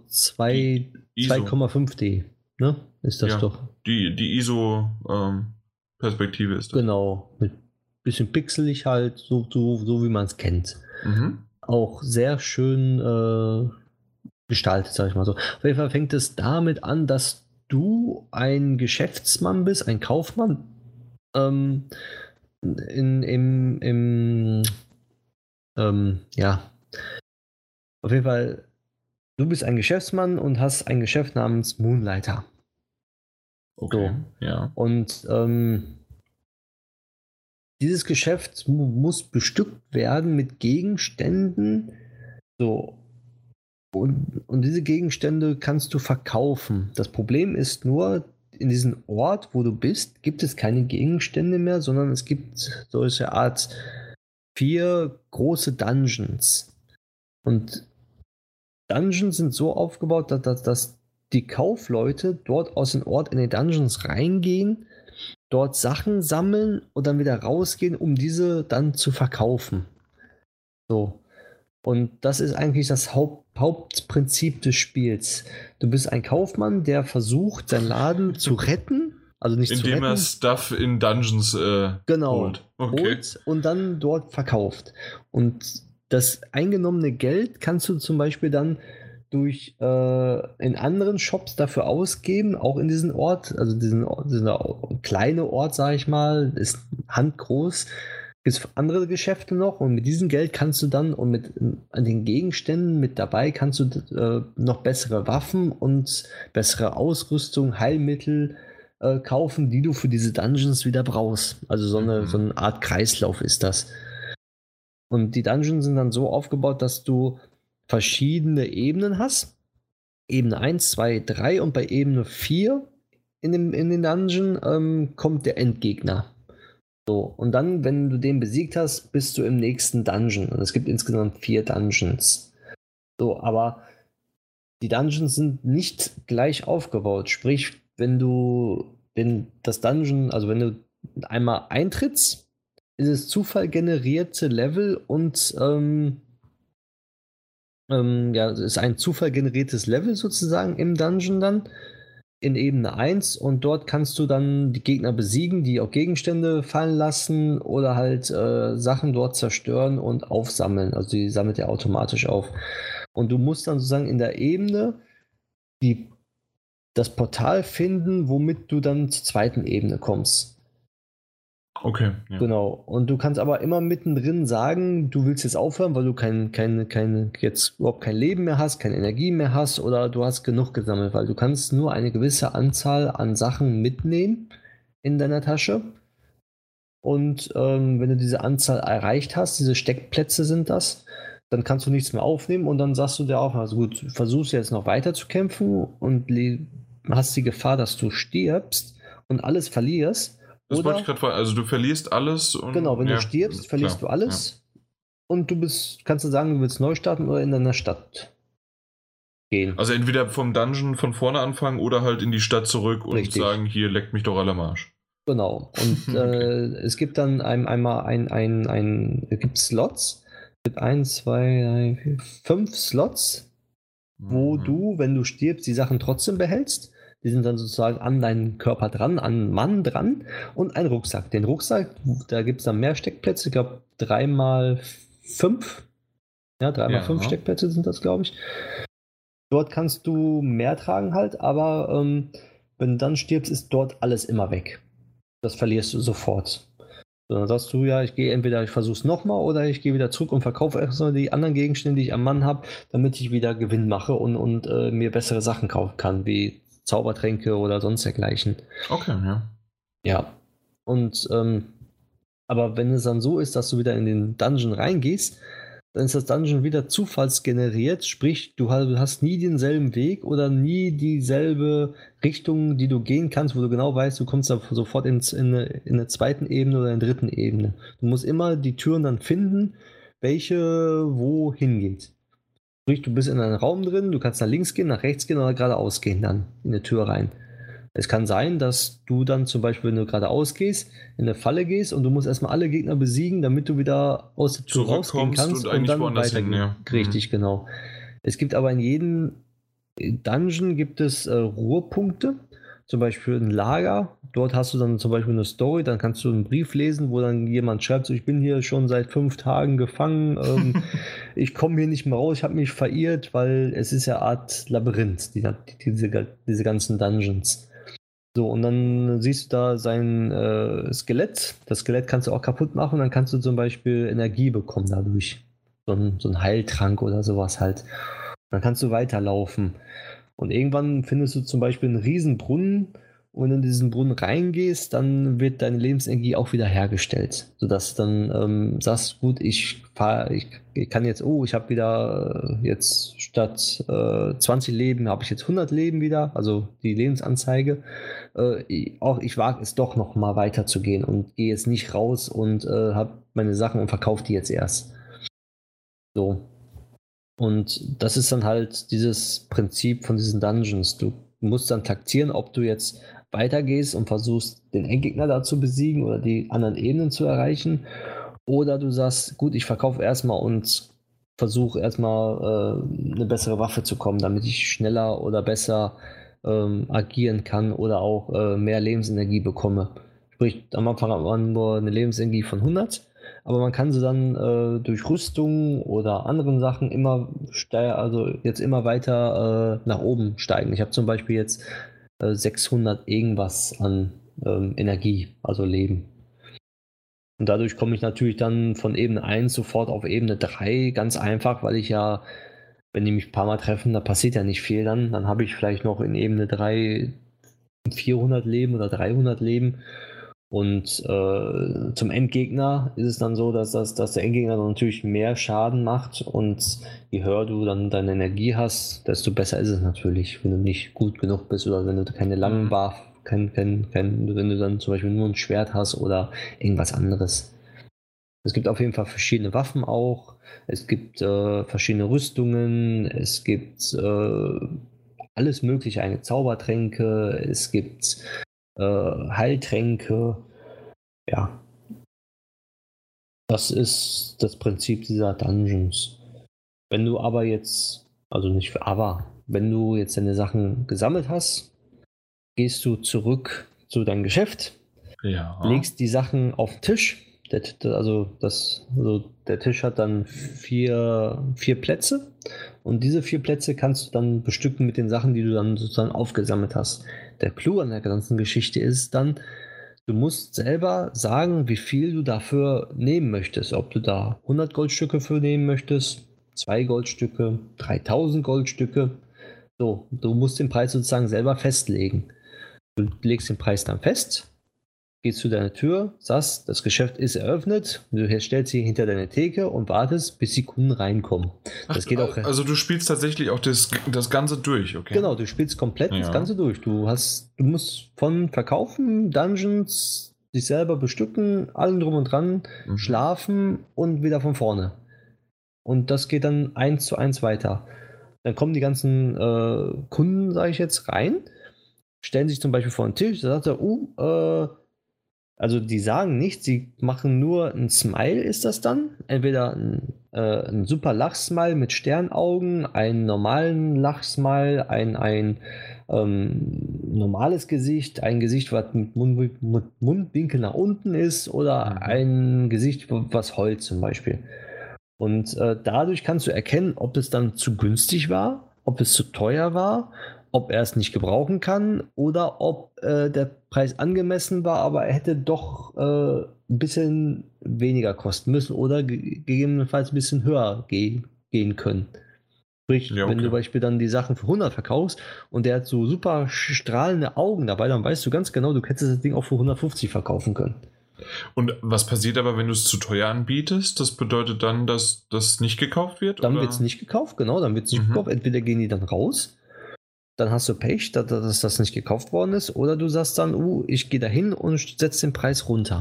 Speaker 2: 2,5D, ne? Ist das doch.
Speaker 1: Die ISO-Perspektive ist das.
Speaker 2: Genau, mit bisschen pixelig halt, so wie man es kennt. Auch sehr schön gestaltet, sag ich mal so. Auf jeden Fall fängt es damit an, dass du ein Geschäftsmann bist, ein Kaufmann, auf jeden Fall, du bist ein Geschäftsmann und hast ein Geschäft namens Moonlighter.
Speaker 1: Okay, so. Ja.
Speaker 2: Und dieses Geschäft muss bestückt werden mit Gegenständen. So. Und diese Gegenstände kannst du verkaufen. Das Problem ist nur, in diesem Ort, wo du bist, gibt es keine Gegenstände mehr, sondern es gibt solche Art 4 große Dungeons. Und Dungeons sind so aufgebaut, dass die Kaufleute dort aus dem Ort in die Dungeons reingehen, dort Sachen sammeln und dann wieder rausgehen, um diese dann zu verkaufen. So. Und das ist eigentlich das Hauptprinzip des Spiels. Du bist ein Kaufmann, der versucht, seinen Laden zu retten. Also nicht zu retten.
Speaker 1: Indem er Stuff in Dungeons holt. Okay.
Speaker 2: Holt und dann dort verkauft. Und das eingenommene Geld kannst du zum Beispiel dann durch in anderen Shops dafür ausgeben, auch in diesem Ort. Also dieser kleine Ort, sage ich mal, ist handgroß. Gibt es andere Geschäfte noch und mit diesem Geld kannst du dann und mit an den Gegenständen mit dabei kannst du noch bessere Waffen und bessere Ausrüstung, Heilmittel kaufen, die du für diese Dungeons wieder brauchst. Also so eine Art Kreislauf ist das. Und die Dungeons sind dann so aufgebaut, dass du verschiedene Ebenen hast. Ebene 1, 2, 3 und bei Ebene 4 in den Dungeon kommt der Endgegner. So, und dann, wenn du den besiegt hast, bist du im nächsten Dungeon. Und es gibt insgesamt 4 Dungeons. So, aber die Dungeons sind nicht gleich aufgebaut. Sprich, wenn du das Dungeon, also wenn du einmal eintrittst, ist es zufallgenerierte Level und es ist ein zufallgeneriertes Level sozusagen im Dungeon dann. In Ebene 1 und dort kannst du dann die Gegner besiegen, die auch Gegenstände fallen lassen oder halt Sachen dort zerstören und aufsammeln. Also die sammelt er automatisch auf. Und du musst dann sozusagen in der Ebene das Portal finden, womit du dann zur zweiten Ebene kommst.
Speaker 1: Okay. Ja.
Speaker 2: Genau. Und du kannst aber immer mittendrin sagen, du willst jetzt aufhören, weil du jetzt überhaupt kein Leben mehr hast, keine Energie mehr hast oder du hast genug gesammelt, weil du kannst nur eine gewisse Anzahl an Sachen mitnehmen in deiner Tasche. Und wenn du diese Anzahl erreicht hast, diese Steckplätze sind das, dann kannst du nichts mehr aufnehmen und dann sagst du dir auch, also gut, versuchst jetzt noch weiter zu kämpfen und hast die Gefahr, dass du stirbst und alles verlierst.
Speaker 1: Das wollte ich gerade fragen. Also du verlierst alles. Und,
Speaker 2: genau, wenn du stirbst, verlierst du alles. Ja. Und kannst du sagen, du willst neu starten oder in deiner Stadt gehen.
Speaker 1: Also entweder vom Dungeon von vorne anfangen oder halt in die Stadt zurück und
Speaker 2: Richtig.
Speaker 1: sagen, hier leckt mich doch alle am Arsch.
Speaker 2: Genau. Und es gibt dann gibt Slots. Es gibt 1, 2, 3, 4, 5 Slots, wo du, wenn du stirbst, die Sachen trotzdem behältst. Die sind dann sozusagen an deinen Körper dran, an Mann dran und ein Rucksack. Den Rucksack, da gibt es dann mehr Steckplätze, ich glaube 3x5. Ja, 3x5 Steckplätze sind das, glaube ich. Dort kannst du mehr tragen halt, aber wenn du dann stirbst, ist dort alles immer weg. Das verlierst du sofort. So, dann sagst du, ja, ich versuche es nochmal oder ich gehe wieder zurück und verkaufe erstmal die anderen Gegenstände, die ich am Mann habe, damit ich wieder Gewinn mache und mir bessere Sachen kaufen kann, wie Zaubertränke oder sonst dergleichen.
Speaker 1: Okay, ja.
Speaker 2: Ja. Und aber wenn es dann so ist, dass du wieder in den Dungeon reingehst, dann ist das Dungeon wieder zufallsgeneriert, sprich, du hast nie denselben Weg oder nie dieselbe Richtung, die du gehen kannst, wo du genau weißt, du kommst da sofort in der zweiten Ebene oder in der dritten Ebene. Du musst immer die Türen dann finden, welche wohin geht. Sprich, du bist in einem Raum drin, du kannst nach links gehen, nach rechts gehen oder geradeaus gehen dann in eine Tür rein. Es kann sein, dass du dann zum Beispiel, wenn du geradeaus gehst, in eine Falle gehst und du musst erstmal alle Gegner besiegen, damit du wieder aus der Tür rausgehen kannst
Speaker 1: und dann weitergehen. Ja.
Speaker 2: Richtig, genau. Es gibt aber in jedem Dungeon gibt es Ruhepunkte, zum Beispiel ein Lager. Dort hast du dann zum Beispiel eine Story, dann kannst du einen Brief lesen, wo dann jemand schreibt, so, ich bin hier schon seit 5 Tagen gefangen, ich komme hier nicht mehr raus, ich habe mich verirrt, weil es ist ja eine Art Labyrinth, diese ganzen Dungeons. So, und dann siehst du da sein Skelett. Das Skelett kannst du auch kaputt machen. Dann kannst du zum Beispiel Energie bekommen dadurch. So ein Heiltrank oder sowas halt. Dann kannst du weiterlaufen. Und irgendwann findest du zum Beispiel einen riesen Brunnen. Und wenn du in diesen Brunnen reingehst, dann wird deine Lebensenergie auch wieder hergestellt. Sodass du dann sagst, gut, ich kann jetzt, ich habe wieder jetzt statt 20 Leben, habe ich jetzt 100 Leben wieder, also die Lebensanzeige. Ich wage es doch noch mal weiterzugehen und gehe jetzt nicht raus und habe meine Sachen und verkaufe die jetzt erst. So. Und das ist dann halt dieses Prinzip von diesen Dungeons. Du musst dann taktieren, ob du jetzt weitergehst und versuchst, den Endgegner da zu besiegen oder die anderen Ebenen zu erreichen. Oder du sagst, gut, ich verkaufe erstmal und versuche erstmal eine bessere Waffe zu kommen, damit ich schneller oder besser agieren kann oder auch mehr Lebensenergie bekomme. Sprich, am Anfang hat man nur eine Lebensenergie von 100, aber man kann sie dann durch Rüstung oder anderen Sachen immer weiter nach oben steigen. Ich habe zum Beispiel jetzt 600 irgendwas an Energie, also Leben. Und dadurch komme ich natürlich dann von Ebene 1 sofort auf Ebene 3, ganz einfach, weil ich ja, wenn die mich ein paar Mal treffen, da passiert ja nicht viel dann habe ich vielleicht noch in Ebene 3 400 Leben oder 300 Leben. Und zum Endgegner ist es dann so, dass der Endgegner dann natürlich mehr Schaden macht und je höher du dann deine Energie hast, desto besser ist es natürlich, wenn du nicht gut genug bist oder wenn du keine langen Waffen, wenn du dann zum Beispiel nur ein Schwert hast oder irgendwas anderes. Es gibt auf jeden Fall verschiedene Waffen auch, es gibt verschiedene Rüstungen, es gibt alles mögliche, eine Zaubertränke, es gibt Heiltränke. Ja. Das ist das Prinzip dieser Dungeons. Wenn du aber jetzt, wenn du jetzt deine Sachen gesammelt hast, gehst du zurück zu deinem Geschäft, legst die Sachen auf den Tisch. Der Tisch hat dann vier Plätze und diese 4 Plätze kannst du dann bestücken mit den Sachen, die du dann sozusagen aufgesammelt hast. Der Clou an der ganzen Geschichte ist dann, du musst selber sagen, wie viel du dafür nehmen möchtest. Ob du da 100 Goldstücke für nehmen möchtest, 2 Goldstücke, 3000 Goldstücke. So, du musst den Preis sozusagen selber festlegen. Du legst den Preis dann fest, gehst zu deiner Tür, sagst, das Geschäft ist eröffnet, du stellst sie hinter deine Theke und wartest, bis die Kunden reinkommen. Das geht auch.
Speaker 1: Also du spielst tatsächlich auch das Ganze durch, okay?
Speaker 2: Genau, du spielst komplett das Ganze durch. Du musst von Verkaufen, Dungeons, dich selber bestücken, allem drum und dran, schlafen und wieder von vorne. Und das geht dann 1:1 weiter. Dann kommen die ganzen Kunden, sage ich jetzt, rein, stellen sich zum Beispiel vor den Tisch, da sagt er, also die sagen nichts, sie machen nur ein Smile, ist das dann? Entweder ein super Lachsmile mit Sternaugen, einen normalen Lachsmile, ein normales Gesicht, ein Gesicht, was mit Mundwinkel nach unten ist oder ein Gesicht, was heult zum Beispiel. Und dadurch kannst du erkennen, ob es dann zu günstig war, ob es zu teuer war, ob er es nicht gebrauchen kann oder ob der Preis angemessen war, aber er hätte doch ein bisschen weniger kosten müssen oder gegebenenfalls ein bisschen höher gehen können. Sprich, wenn du zum Beispiel dann die Sachen für 100 verkaufst und der hat so super strahlende Augen dabei, dann weißt du ganz genau, du hättest das Ding auch für 150 verkaufen können.
Speaker 1: Und was passiert aber, wenn du es zu teuer anbietest? Das bedeutet dann, dass das nicht gekauft wird?
Speaker 2: Dann wird es nicht gekauft, genau, dann wird es nicht gekauft. Entweder gehen die dann raus, dann hast du Pech, dass das nicht gekauft worden ist, oder du sagst dann, ich gehe da hin und setze den Preis runter.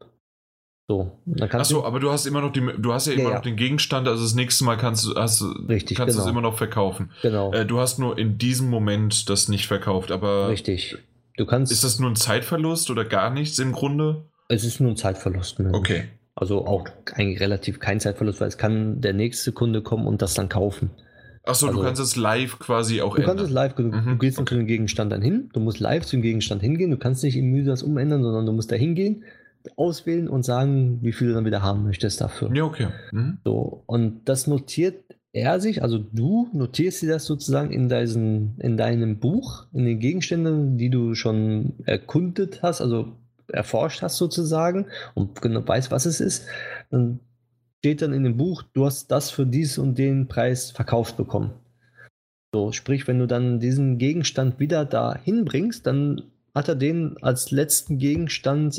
Speaker 2: So, dann kannst
Speaker 1: aber du hast immer noch noch den Gegenstand, also das nächste Mal kannst du es immer noch verkaufen.
Speaker 2: Genau.
Speaker 1: Du hast nur in diesem Moment das nicht verkauft, aber
Speaker 2: richtig.
Speaker 1: Ist das nur ein Zeitverlust oder gar nichts im Grunde?
Speaker 2: Es ist nur ein Zeitverlust. Ne?
Speaker 1: Okay.
Speaker 2: Also auch eigentlich relativ kein Zeitverlust, weil es kann der nächste Kunde kommen und das dann kaufen.
Speaker 1: Achso, du kannst es live quasi auch ändern.
Speaker 2: Du kannst es live, du gehst zu dem Gegenstand dann hin, du musst live zum Gegenstand hingehen, du kannst nicht im Menü das umändern, sondern du musst da hingehen, auswählen und sagen, wie viel du dann wieder haben möchtest dafür.
Speaker 1: Ja, okay.
Speaker 2: So, und das notiert er sich, also du notierst dir das sozusagen in deinem Buch, in den Gegenständen, die du schon erkundet hast, also erforscht hast sozusagen und genau weißt, was es ist. Dann steht dann in dem Buch, du hast das für dies und den Preis verkauft bekommen. So, sprich, wenn du dann diesen Gegenstand wieder da hinbringst, dann hat er den als letzten Gegenstand,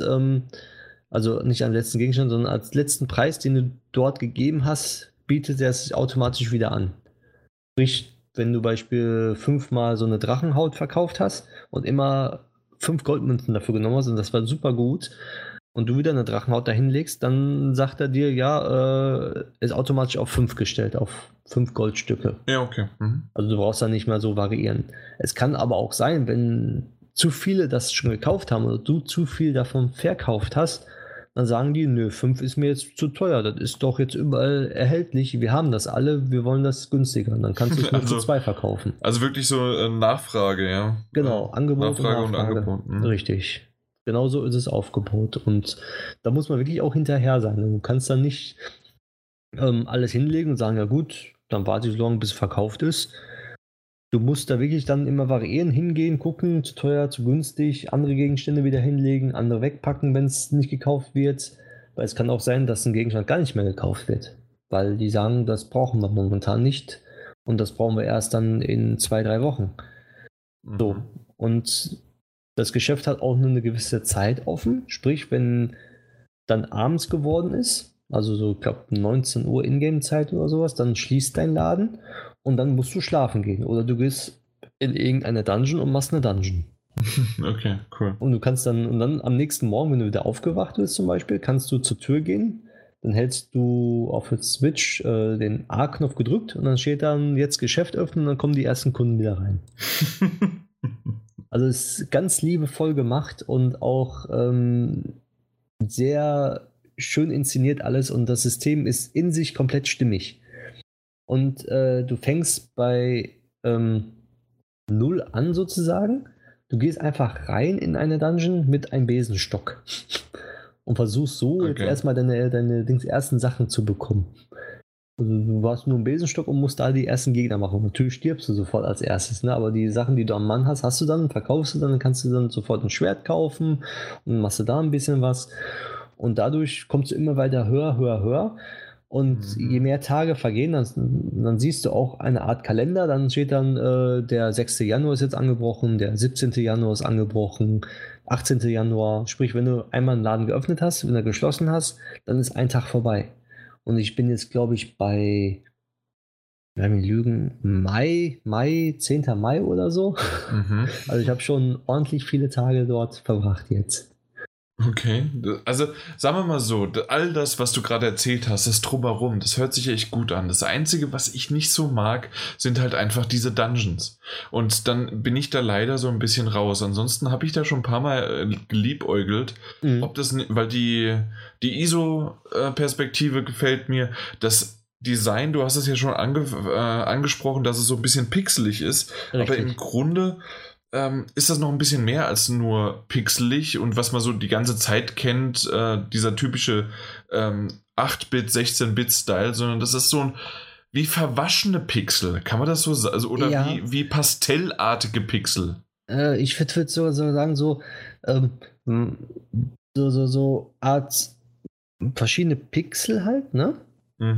Speaker 2: also nicht als letzten Gegenstand, sondern als letzten Preis, den du dort gegeben hast, bietet er es automatisch wieder an. Sprich, wenn du Beispiel 5-mal so eine Drachenhaut verkauft hast und immer 5 Goldmünzen dafür genommen hast und das war super gut und du wieder eine Drachenhaut dahin legst, dann sagt er dir, ist automatisch auf 5 gestellt, auf 5 Goldstücke.
Speaker 1: Ja, okay.
Speaker 2: Also du brauchst da nicht mehr so variieren. Es kann aber auch sein, wenn zu viele das schon gekauft haben oder du zu viel davon verkauft hast, dann sagen die, nö, 5 ist mir jetzt zu teuer, das ist doch jetzt überall erhältlich, wir haben das alle, wir wollen das günstiger. Und dann kannst du es nur für 2 verkaufen.
Speaker 1: Also wirklich so Nachfrage, ja.
Speaker 2: Genau, Angebot
Speaker 1: Nachfrage
Speaker 2: und Nachfrage.
Speaker 1: Und Angebot.
Speaker 2: Richtig. Genau so ist es aufgebaut. Und da muss man wirklich auch hinterher sein. Du kannst dann nicht alles hinlegen und sagen, ja gut, dann warte ich so lange, bis es verkauft ist. Du musst da wirklich dann immer variieren, hingehen, gucken, zu teuer, zu günstig, andere Gegenstände wieder hinlegen, andere wegpacken, wenn es nicht gekauft wird. Weil es kann auch sein, dass ein Gegenstand gar nicht mehr gekauft wird. Weil die sagen, das brauchen wir momentan nicht. Und das brauchen wir erst dann in 2-3 Wochen. So. Und das Geschäft hat auch nur eine gewisse Zeit offen. Sprich, wenn dann abends geworden ist, also so, ich glaube 19 Uhr Ingame-Zeit oder sowas, dann schließt dein Laden und dann musst du schlafen gehen. Oder du gehst in irgendeine Dungeon und machst eine Dungeon.
Speaker 1: Okay, cool.
Speaker 2: Und du kannst dann am nächsten Morgen, wenn du wieder aufgewacht bist zum Beispiel, kannst du zur Tür gehen, dann hältst du auf der Switch den A-Knopf gedrückt und dann steht dann jetzt Geschäft öffnen und dann kommen die ersten Kunden wieder rein. Also es ist ganz liebevoll gemacht und auch sehr schön inszeniert alles und das System ist in sich komplett stimmig. Und du fängst bei 0 an sozusagen. Du gehst einfach rein in eine Dungeon mit einem Besenstock und versuchst so jetzt erstmal deine ersten Sachen zu bekommen. Also du hast nur einen Besenstock und musst da die ersten Gegner machen. Natürlich stirbst du sofort als erstes, ne? Aber die Sachen, die du am Mann hast, hast du dann, verkaufst du dann kannst du dann sofort ein Schwert kaufen und machst du da ein bisschen was. Und dadurch kommst du immer weiter höher. Und je mehr Tage vergehen, dann siehst du auch eine Art Kalender. Dann steht dann, der 6. Januar ist jetzt angebrochen, der 17. Januar ist angebrochen, 18. Januar. Sprich, wenn du einmal einen Laden geöffnet hast, wenn du geschlossen hast, dann ist ein Tag vorbei. Und ich bin jetzt, glaube ich, bei, wenn wir lügen, Mai, 10. Mai oder so. Also ich habe schon ordentlich viele Tage dort verbracht jetzt.
Speaker 1: Okay, also sagen wir mal so, all das, was du gerade erzählt hast, das Drumherum, das hört sich echt gut an. Das Einzige, was ich nicht so mag, sind halt einfach diese Dungeons. Und dann bin ich da leider so ein bisschen raus. Ansonsten habe ich da schon ein paar Mal geliebäugelt, ob das, weil die ISO-Perspektive gefällt mir, das Design, du hast es ja schon angesprochen, dass es so ein bisschen pixelig ist, richtig. Aber im Grunde ist das noch ein bisschen mehr als nur pixelig und was man so die ganze Zeit kennt, dieser typische 8-Bit, 16-Bit-Style, sondern das ist so ein wie verwaschene Pixel, kann man das so sagen? Also, oder ja. wie pastellartige Pixel?
Speaker 2: Ich würde so sagen, so Art verschiedene Pixel halt, ne?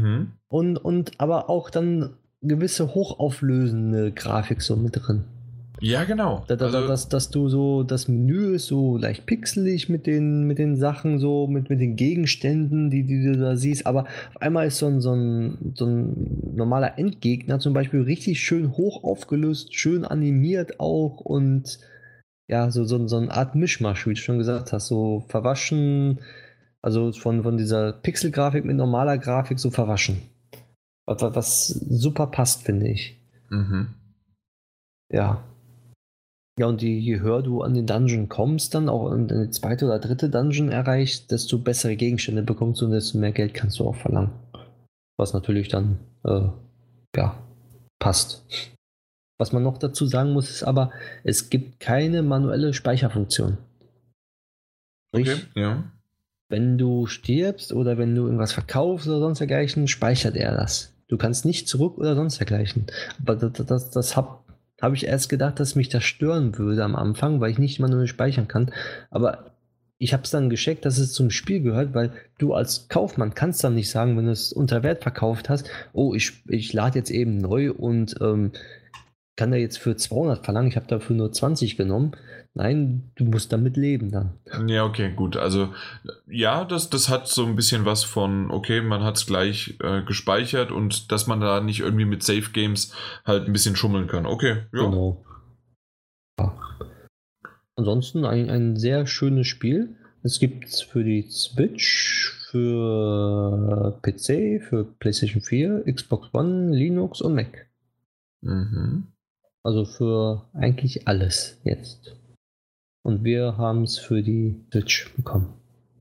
Speaker 2: Und aber auch dann gewisse hochauflösende Grafik so mit drin.
Speaker 1: Ja, genau.
Speaker 2: Dass du so, das Menü ist so leicht pixelig mit den Sachen, so mit den Gegenständen, die du da siehst, aber auf einmal ist so ein normaler Endgegner zum Beispiel richtig schön hoch aufgelöst, schön animiert auch und ja, so eine Art Mischmasch, wie du schon gesagt hast, so verwaschen, also von dieser Pixelgrafik mit normaler Grafik so verwaschen. Was super passt, finde ich.
Speaker 1: Mhm.
Speaker 2: Ja. Ja, und je höher du an den Dungeon kommst, dann auch in die zweite oder dritte Dungeon erreichst, desto bessere Gegenstände bekommst du und desto mehr Geld kannst du auch verlangen. Was natürlich dann, ja, passt. Was man noch dazu sagen muss, ist aber, es gibt keine manuelle Speicherfunktion.
Speaker 1: Okay,
Speaker 2: Sprich,
Speaker 1: ja.
Speaker 2: wenn du stirbst oder wenn du irgendwas verkaufst oder sonst dergleichen, speichert er das. Du kannst nicht zurück oder sonst dergleichen. Aber das hab ich erst gedacht, dass mich das stören würde am Anfang, weil ich nicht manuell speichern kann. Aber ich habe es dann gecheckt, dass es zum Spiel gehört, weil du als Kaufmann kannst dann nicht sagen, wenn du es unter Wert verkauft hast, oh, ich lade jetzt eben neu und kann da jetzt für 200 verlangen, ich habe dafür nur 20 genommen. Nein, du musst damit leben dann.
Speaker 1: Ja, okay, gut. Also, ja, das hat so ein bisschen was von, okay, man hat es gleich gespeichert und dass man da nicht irgendwie mit Safe Games halt ein bisschen schummeln kann. Okay, ja.
Speaker 2: Genau. Ja. Ansonsten ein sehr schönes Spiel. Es gibt es für die Switch, für PC, für PlayStation 4, Xbox One, Linux und Mac.
Speaker 1: Mhm.
Speaker 2: Also für eigentlich alles jetzt. Und wir haben es für die Switch bekommen.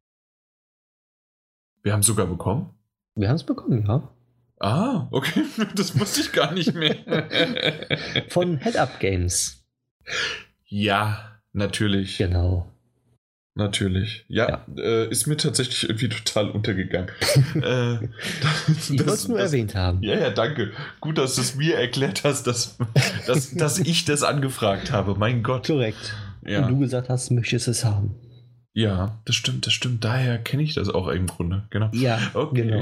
Speaker 1: Wir haben es sogar bekommen?
Speaker 2: Wir haben es bekommen, ja.
Speaker 1: Ah, okay, das wusste ich gar nicht mehr.
Speaker 2: Von Head Up Games.
Speaker 1: Ja, natürlich.
Speaker 2: Genau.
Speaker 1: Natürlich. Ja, ist mir tatsächlich irgendwie total untergegangen.
Speaker 2: Ich wollte es nur erwähnt haben.
Speaker 1: Ja, danke. Gut, dass du es mir erklärt hast, dass ich das angefragt habe. Mein Gott.
Speaker 2: Korrekt.
Speaker 1: Ja.
Speaker 2: Und du gesagt hast, möchtest es haben.
Speaker 1: Ja, das stimmt. Daher kenne ich das auch im Grunde. Genau.
Speaker 2: Ja,
Speaker 1: okay.
Speaker 2: Genau.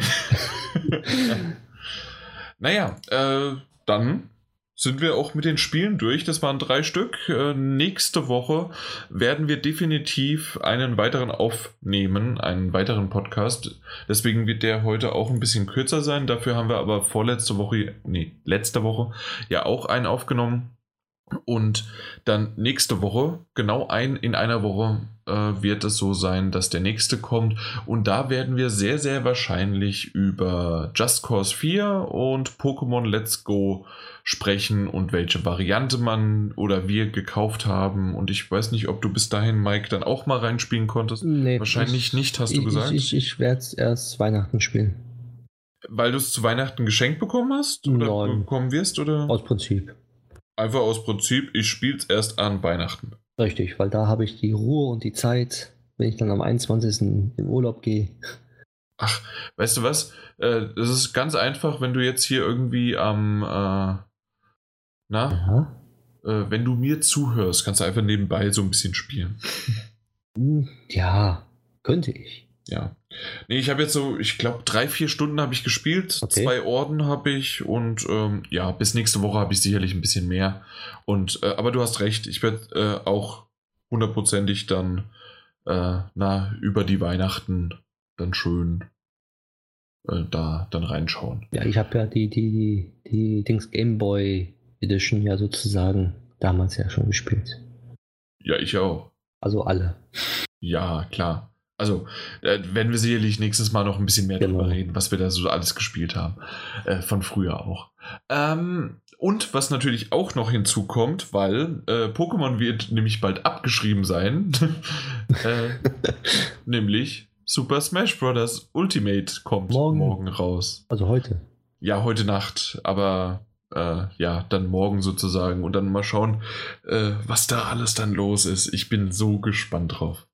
Speaker 1: Naja, dann sind wir auch mit den Spielen durch. Das waren 3 Stück. Nächste Woche werden wir definitiv einen weiteren aufnehmen, einen weiteren Podcast. Deswegen wird der heute auch ein bisschen kürzer sein. Dafür haben wir aber letzte Woche ja auch einen aufgenommen. Und dann nächste Woche, genau in einer Woche, wird es so sein, dass der nächste kommt. Und da werden wir sehr, sehr wahrscheinlich über Just Cause 4 und Pokémon Let's Go sprechen und welche Variante man oder wir gekauft haben. Und ich weiß nicht, ob du bis dahin, Mike, dann auch mal reinspielen konntest.
Speaker 2: Nee,
Speaker 1: wahrscheinlich nicht, hast du gesagt?
Speaker 2: Ich werde es erst Weihnachten spielen.
Speaker 1: Weil du es zu Weihnachten geschenkt bekommen hast? Oder bekommen wirst? Oder?
Speaker 2: Aus Prinzip.
Speaker 1: Einfach aus Prinzip, ich spiele es erst an Weihnachten.
Speaker 2: Richtig, weil da habe ich die Ruhe und die Zeit, wenn ich dann am 21. in Urlaub gehe.
Speaker 1: Ach, weißt du was? Das ist ganz einfach, wenn du jetzt hier irgendwie wenn du mir zuhörst, kannst du einfach nebenbei so ein bisschen spielen.
Speaker 2: Ja, könnte ich.
Speaker 1: Ja. Nee, ich habe jetzt so, ich glaube, 3-4 Stunden habe ich gespielt,
Speaker 2: Okay.
Speaker 1: 2 Orden habe ich und bis nächste Woche habe ich sicherlich ein bisschen mehr. Und aber du hast recht, ich werde auch hundertprozentig dann über die Weihnachten dann schön da dann reinschauen.
Speaker 2: Ja, ich habe ja die Dings Game Boy Edition ja sozusagen damals ja schon gespielt.
Speaker 1: Ja, ich auch.
Speaker 2: Also alle.
Speaker 1: Ja, klar. Also werden wir sicherlich nächstes Mal noch ein bisschen mehr darüber reden, was wir da so alles gespielt haben. Von früher auch. Und was natürlich auch noch hinzukommt, weil Pokémon wird nämlich bald abgeschrieben sein. Nämlich Super Smash Bros. Ultimate kommt morgen raus.
Speaker 2: Also heute.
Speaker 1: Ja, heute Nacht, aber dann morgen sozusagen. Und dann mal schauen, was da alles dann los ist. Ich bin so gespannt drauf.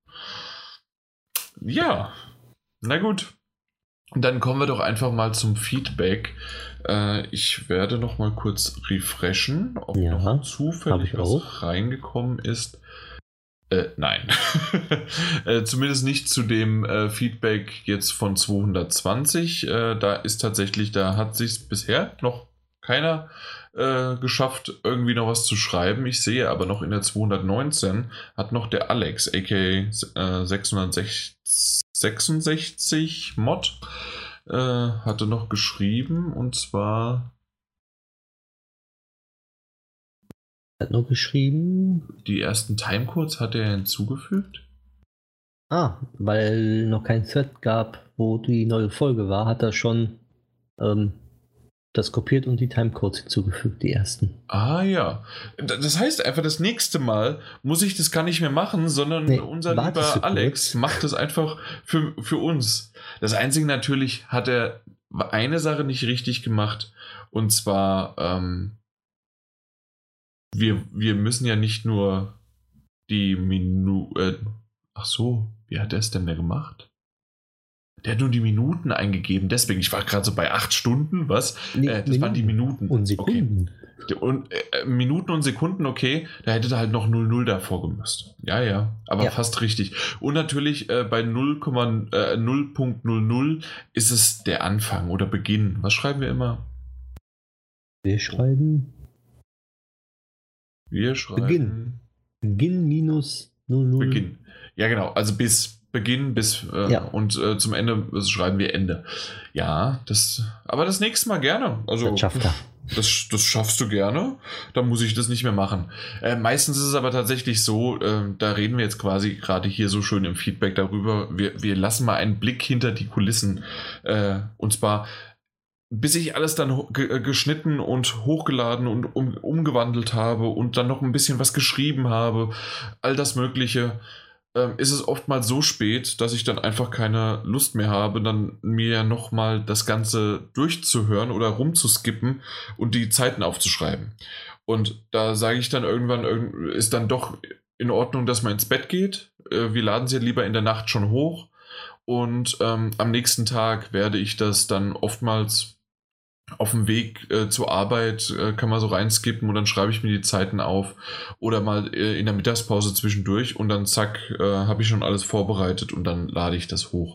Speaker 1: Ja, na gut. Dann kommen wir doch einfach mal zum Feedback. Ich werde noch mal kurz refreshen, ob noch zufällig was reingekommen ist. Nein. Zumindest nicht zu dem Feedback jetzt von 220. Da hat sich bisher noch keiner geschafft, irgendwie noch was zu schreiben. Ich sehe aber noch in der 219 hat noch der Alex, aka 666 Mod, hatte noch geschrieben, und zwar
Speaker 2: Hat noch geschrieben.
Speaker 1: Die ersten Timecodes hat er hinzugefügt.
Speaker 2: Weil noch kein Thread gab, wo die neue Folge war, hat er schon das kopiert und die Timecodes hinzugefügt, die ersten.
Speaker 1: Ja. Das heißt einfach, das nächste Mal muss ich das gar nicht mehr machen, sondern unser lieber Alex macht das einfach für uns. Das Einzige, natürlich hat er eine Sache nicht richtig gemacht, und zwar wir müssen ja nicht nur die wie hat er es denn da gemacht? Der hat nur die Minuten eingegeben, deswegen, ich war gerade so bei 8 Stunden, was? Das waren die Minuten.
Speaker 2: Und Sekunden.
Speaker 1: Okay. Und Minuten und Sekunden, okay, da hätte er halt noch 00 davor gemusst. Ja, aber fast richtig. Und natürlich bei 0,00 ist es der Anfang oder Beginn. Was schreiben wir immer?
Speaker 2: Wir schreiben Beginn minus 00.
Speaker 1: Beginn. Ja, genau, also Beginn bis und zum Ende schreiben wir Ende. Ja, aber das nächste Mal gerne. Also,
Speaker 2: das schafft er.
Speaker 1: Das schaffst du gerne. Da muss ich das nicht mehr machen. Meistens ist es aber tatsächlich so, da reden wir jetzt quasi gerade hier so schön im Feedback darüber. Wir lassen mal einen Blick hinter die Kulissen. Und zwar, bis ich alles dann geschnitten und hochgeladen und umgewandelt habe und dann noch ein bisschen was geschrieben habe, all das Mögliche, ist es oftmals so spät, dass ich dann einfach keine Lust mehr habe, dann mir nochmal das Ganze durchzuhören oder rumzuskippen und die Zeiten aufzuschreiben. Und da sage ich dann irgendwann, ist dann doch in Ordnung, dass man ins Bett geht. Wir laden sie lieber in der Nacht schon hoch, und am nächsten Tag werde ich das dann oftmals auf dem Weg zur Arbeit, kann man so reinskippen, und dann schreibe ich mir die Zeiten auf oder mal in der Mittagspause zwischendurch, und dann zack, habe ich schon alles vorbereitet und dann lade ich das hoch.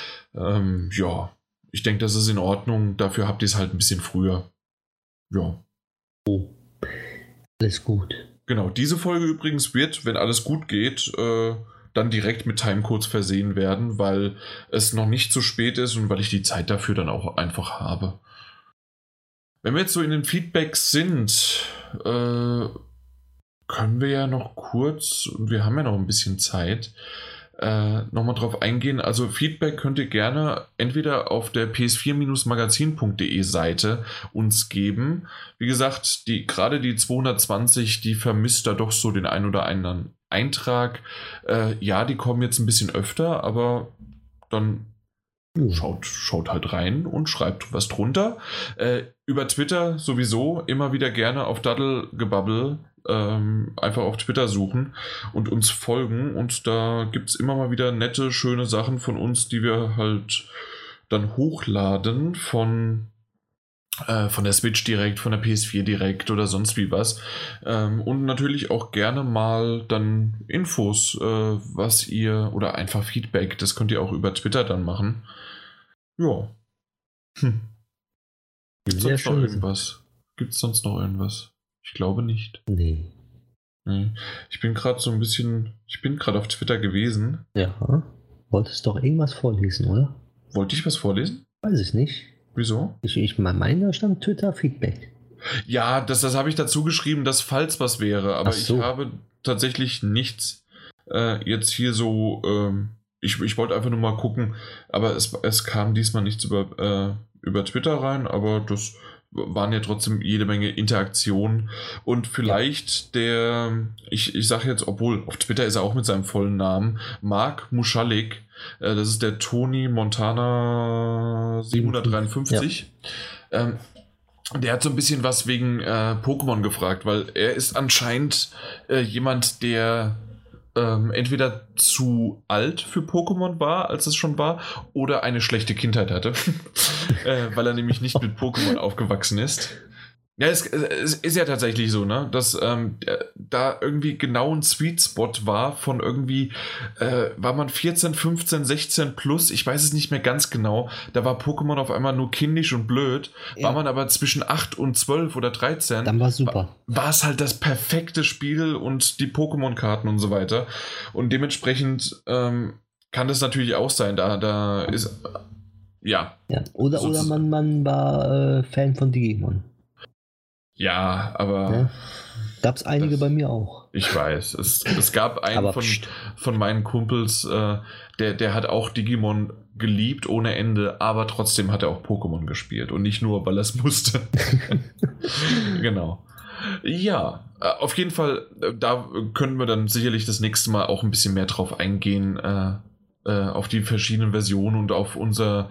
Speaker 1: Ich denke, das ist in Ordnung. Dafür habt ihr es halt ein bisschen früher. Ja.
Speaker 2: Oh. Alles gut.
Speaker 1: Genau, diese Folge übrigens wird, wenn alles gut geht, dann direkt mit Timecodes versehen werden, weil es noch nicht zu spät ist und weil ich die Zeit dafür dann auch einfach habe. Wenn wir jetzt so in den Feedbacks sind, können wir ja noch kurz, und wir haben ja noch ein bisschen Zeit, nochmal drauf eingehen. Also Feedback könnt ihr gerne entweder auf der ps4-magazin.de Seite uns geben. Wie gesagt, gerade die 220, die vermisst da doch so den ein oder anderen Eintrag. Die kommen jetzt ein bisschen öfter, aber dann schaut halt rein und schreibt was drunter. Über Twitter sowieso immer wieder gerne auf Daddelgebabbel einfach auf Twitter suchen und uns folgen. Und da gibt es immer mal wieder nette, schöne Sachen von uns, die wir halt dann hochladen von der Switch direkt, von der PS4 direkt oder sonst wie was. Und natürlich auch gerne mal dann Infos, was ihr, oder einfach Feedback, das könnt ihr auch über Twitter dann machen. Ja. Gibt es sonst noch irgendwas? Ich glaube nicht.
Speaker 2: Nee.
Speaker 1: Ich bin gerade auf Twitter gewesen.
Speaker 2: Ja. Wolltest doch irgendwas vorlesen, oder?
Speaker 1: Wollte ich was vorlesen?
Speaker 2: Weiß ich nicht.
Speaker 1: Wieso?
Speaker 2: Ich meine, da stand Twitter-Feedback.
Speaker 1: Ja, das habe ich dazu geschrieben, dass falls was wäre, aber ich habe tatsächlich nichts jetzt hier so. Ich wollte einfach nur mal gucken, aber es kam diesmal nichts über Twitter rein, aber das waren ja trotzdem jede Menge Interaktionen. Und vielleicht ich sage jetzt, obwohl auf Twitter ist er auch mit seinem vollen Namen, Mark Muschalik, das ist der Tony Montana 753. Ja. Der hat so ein bisschen was wegen Pokémon gefragt, weil er ist anscheinend jemand, der entweder zu alt für Pokémon war, als es schon war, oder eine schlechte Kindheit hatte, weil er nämlich nicht mit Pokémon aufgewachsen ist. Ja, es ist ja tatsächlich so, ne, dass da irgendwie genau ein Sweet Spot war von irgendwie, war man 14, 15, 16 plus, ich weiß es nicht mehr ganz genau, da war Pokémon auf einmal nur kindisch und blöd, war man aber zwischen 8 und 12 oder 13,
Speaker 2: dann war super.
Speaker 1: War es halt das perfekte Spiel und die Pokémon-Karten und so weiter und dementsprechend kann das natürlich auch sein, da ist, ja.
Speaker 2: Oder man war Fan von Digimon.
Speaker 1: Ja, aber...
Speaker 2: Ja. Gab es einige bei mir auch.
Speaker 1: Ich weiß. Es gab einen von meinen Kumpels, der hat auch Digimon geliebt ohne Ende, aber trotzdem hat er auch Pokémon gespielt. Und nicht nur, weil er es musste. Genau. Ja, auf jeden Fall, da können wir dann sicherlich das nächste Mal auch ein bisschen mehr drauf eingehen, auf die verschiedenen Versionen und auf unsere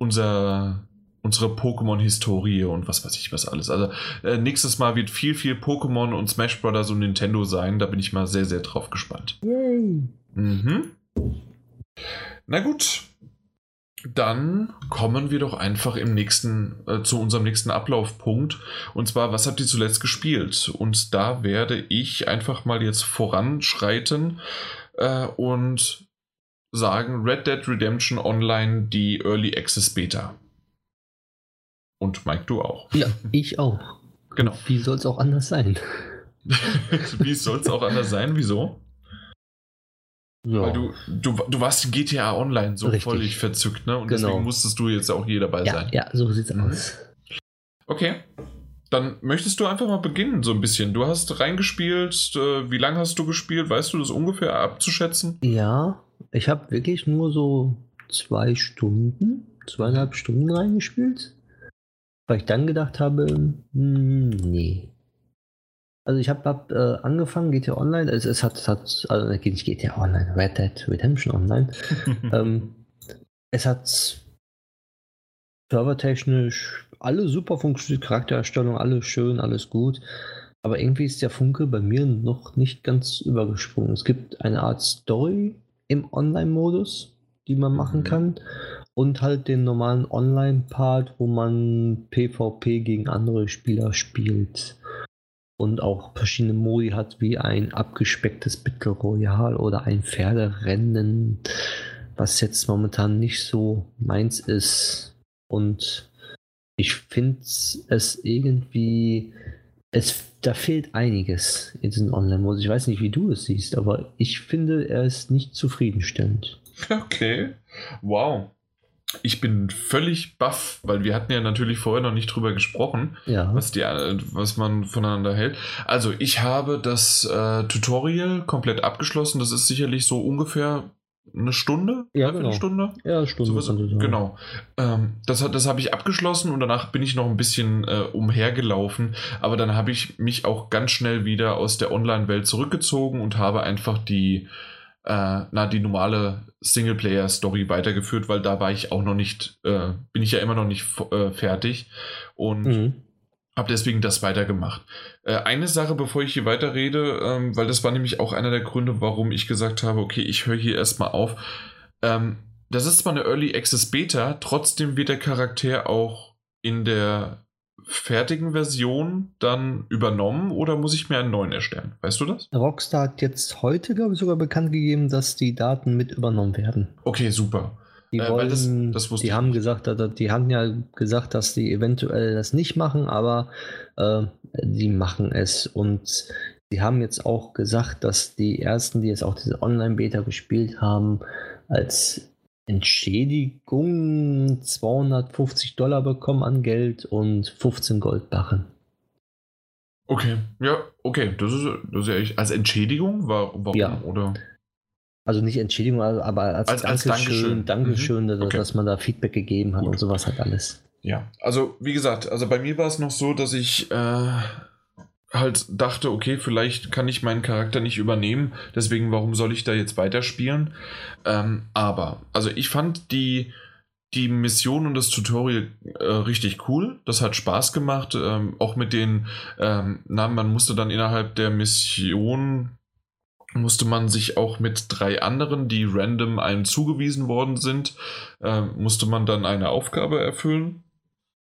Speaker 1: Pokémon-Historie und was weiß ich was alles. Also nächstes Mal wird viel Pokémon und Smash Brothers und Nintendo sein. Da bin ich mal sehr, sehr drauf gespannt.
Speaker 2: Yay.
Speaker 1: Mhm. Na gut. Dann kommen wir doch einfach zu unserem nächsten Ablaufpunkt. Und zwar, was habt ihr zuletzt gespielt? Und da werde ich einfach mal jetzt voranschreiten und sagen, Red Dead Redemption Online, die Early Access Beta. Und Mike, du auch.
Speaker 2: Ja, ich auch.
Speaker 1: Genau.
Speaker 2: Wie soll es auch anders sein?
Speaker 1: Wie soll es auch anders sein? Wieso? Ja. Weil du warst in GTA Online so völlig verzückt, ne? Und deswegen musstest du jetzt auch hier dabei sein.
Speaker 2: Ja, so sieht's aus.
Speaker 1: Okay. Dann möchtest du einfach mal beginnen, so ein bisschen. Du hast reingespielt. Wie lange hast du gespielt? Weißt du das ungefähr abzuschätzen?
Speaker 2: Ja, ich habe wirklich nur so 2,5 Stunden reingespielt. Weil ich dann gedacht habe, nee. Also ich habe angefangen, GTA Online, also nicht GTA Online, Red Dead Redemption Online. Es hat servertechnisch alle super funktioniert, Charaktererstellung, alles schön, alles gut. Aber irgendwie ist der Funke bei mir noch nicht ganz übergesprungen. Es gibt eine Art Story im Online-Modus, die man machen kann. Und halt den normalen Online-Part, wo man PvP gegen andere Spieler spielt. Und auch verschiedene Modi hat, wie ein abgespecktes Battle Royale oder ein Pferderennen, was jetzt momentan nicht so meins ist. Und ich finde es irgendwie, da fehlt einiges in diesem Online-Modus. Ich weiß nicht, wie du es siehst, aber ich finde, er ist nicht zufriedenstellend.
Speaker 1: Okay, wow. Ich bin völlig baff, weil wir hatten ja natürlich vorher noch nicht drüber gesprochen, was man voneinander hält. Also ich habe das Tutorial komplett abgeschlossen. Das ist sicherlich so ungefähr eine Stunde,
Speaker 2: Stunde. Ja, Stunde.
Speaker 1: So genau. Das habe ich abgeschlossen und danach bin ich noch ein bisschen umhergelaufen. Aber dann habe ich mich auch ganz schnell wieder aus der Online-Welt zurückgezogen und habe einfach die normale Singleplayer-Story weitergeführt, weil da war ich auch noch nicht, bin ich ja immer noch nicht fertig und habe deswegen das weitergemacht. Eine Sache, bevor ich hier weiterrede, weil das war nämlich auch einer der Gründe, warum ich gesagt habe, okay, ich höre hier erstmal auf. Das ist zwar eine Early Access Beta, trotzdem wird der Charakter auch in der fertigen Version dann übernommen oder muss ich mir einen neuen erstellen? Weißt du das?
Speaker 2: Rockstar hat jetzt heute, glaube ich, sogar bekannt gegeben, dass die Daten mit übernommen werden.
Speaker 1: Okay, super.
Speaker 2: Die haben ja gesagt, dass die eventuell das nicht machen, aber die machen es. Und die haben jetzt auch gesagt, dass die ersten, die jetzt auch diese Online-Beta gespielt haben, als Entschädigung $250 bekommen an Geld und 15 Goldbarren.
Speaker 1: Okay, ja, okay, das ist ja echt. Als Entschädigung? Warum?
Speaker 2: Ja.
Speaker 1: Oder?
Speaker 2: Also nicht Entschädigung, aber als Dankeschön, dass man da Feedback gegeben hat. Gut. Und sowas halt alles.
Speaker 1: Ja, also wie gesagt, also bei mir war es noch so, dass ich halt dachte, okay, vielleicht kann ich meinen Charakter nicht übernehmen, deswegen warum soll ich da jetzt weiterspielen? Aber, also ich fand die Mission und das Tutorial richtig cool, das hat Spaß gemacht, auch mit den man musste dann innerhalb der Mission musste man sich auch mit 3 anderen, die random einem zugewiesen worden sind, musste man dann eine Aufgabe erfüllen.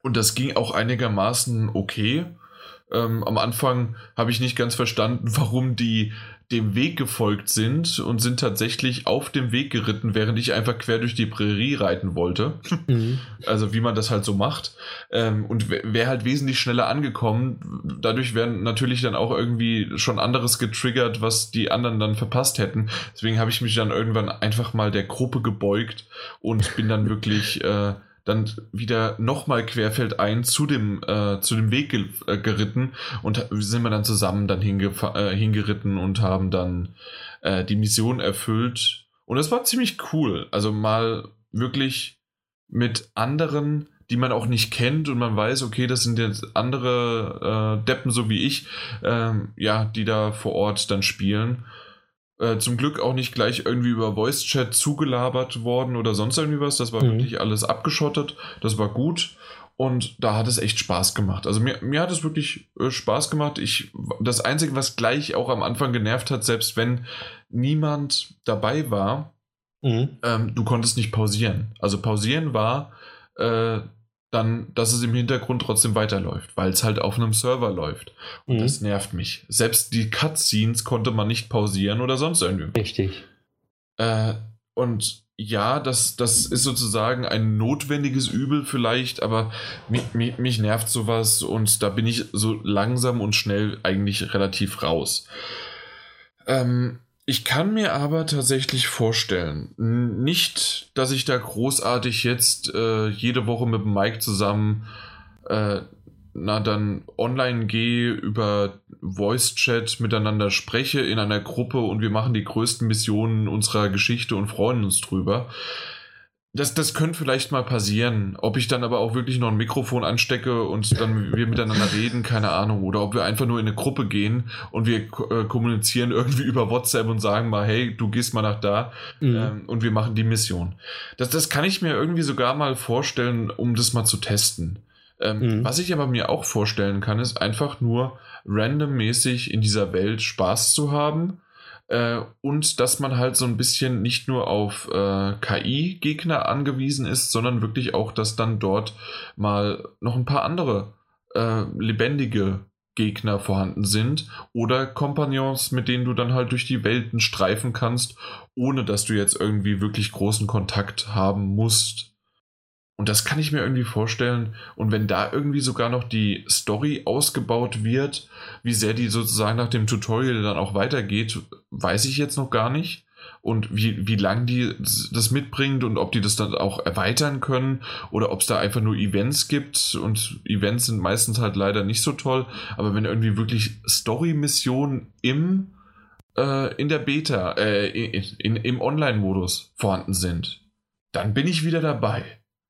Speaker 1: Und das ging auch einigermaßen okay. Am Anfang habe ich nicht ganz verstanden, warum die dem Weg gefolgt sind und sind tatsächlich auf dem Weg geritten, während ich einfach quer durch die Prärie reiten wollte. Also wie man das halt so macht. Und wäre halt wesentlich schneller angekommen. Dadurch wären natürlich dann auch irgendwie schon anderes getriggert, was die anderen dann verpasst hätten. Deswegen habe ich mich dann irgendwann einfach mal der Gruppe gebeugt und bin dann wirklich dann wieder nochmal querfeldein zu dem Weg geritten und sind wir dann zusammen dann hingeritten und haben dann die Mission erfüllt. Und das war ziemlich cool. Also mal wirklich mit anderen, die man auch nicht kennt und man weiß, okay, das sind jetzt andere Deppen, so wie ich, die da vor Ort dann spielen. Zum Glück auch nicht gleich irgendwie über Voice-Chat zugelabert worden oder sonst irgendwie was. Das war wirklich alles abgeschottet. Das war gut. Und da hat es echt Spaß gemacht. Also mir hat es wirklich Spaß gemacht. Das Einzige, was gleich auch am Anfang genervt hat, selbst wenn niemand dabei war, du konntest nicht pausieren. Also pausieren war dann, dass es im Hintergrund trotzdem weiterläuft, weil es halt auf einem Server läuft. Und das nervt mich. Selbst die Cutscenes konnte man nicht pausieren oder sonst irgendwie.
Speaker 2: Richtig.
Speaker 1: Und ja, das ist sozusagen ein notwendiges Übel vielleicht, aber mich nervt sowas und da bin ich so langsam und schnell eigentlich relativ raus. Ich kann mir aber tatsächlich vorstellen, nicht, dass ich da großartig jetzt jede Woche mit dem Mike zusammen dann online gehe, über Voice-Chat miteinander spreche in einer Gruppe und wir machen die größten Missionen unserer Geschichte und freuen uns drüber. Das könnte vielleicht mal passieren. Ob ich dann aber auch wirklich noch ein Mikrofon anstecke und dann wir miteinander reden, keine Ahnung. Oder ob wir einfach nur in eine Gruppe gehen und wir kommunizieren irgendwie über WhatsApp und sagen mal, hey, du gehst mal nach da und wir machen die Mission. Das kann ich mir irgendwie sogar mal vorstellen, um das mal zu testen. Was ich aber mir auch vorstellen kann, ist einfach nur randommäßig in dieser Welt Spaß zu haben. Und dass man halt so ein bisschen nicht nur auf KI-Gegner angewiesen ist, sondern wirklich auch, dass dann dort mal noch ein paar andere lebendige Gegner vorhanden sind oder Kompagnons, mit denen du dann halt durch die Welten streifen kannst, ohne dass du jetzt irgendwie wirklich großen Kontakt haben musst. Und das kann ich mir irgendwie vorstellen. Und wenn da irgendwie sogar noch die Story ausgebaut wird, wie sehr die sozusagen nach dem Tutorial dann auch weitergeht, weiß ich jetzt noch gar nicht. Und wie lang die das mitbringt und ob die das dann auch erweitern können oder ob es da einfach nur Events gibt. Und Events sind meistens halt leider nicht so toll. Aber wenn irgendwie wirklich Story-Missionen in der Beta, im Online-Modus vorhanden sind, dann bin ich wieder dabei.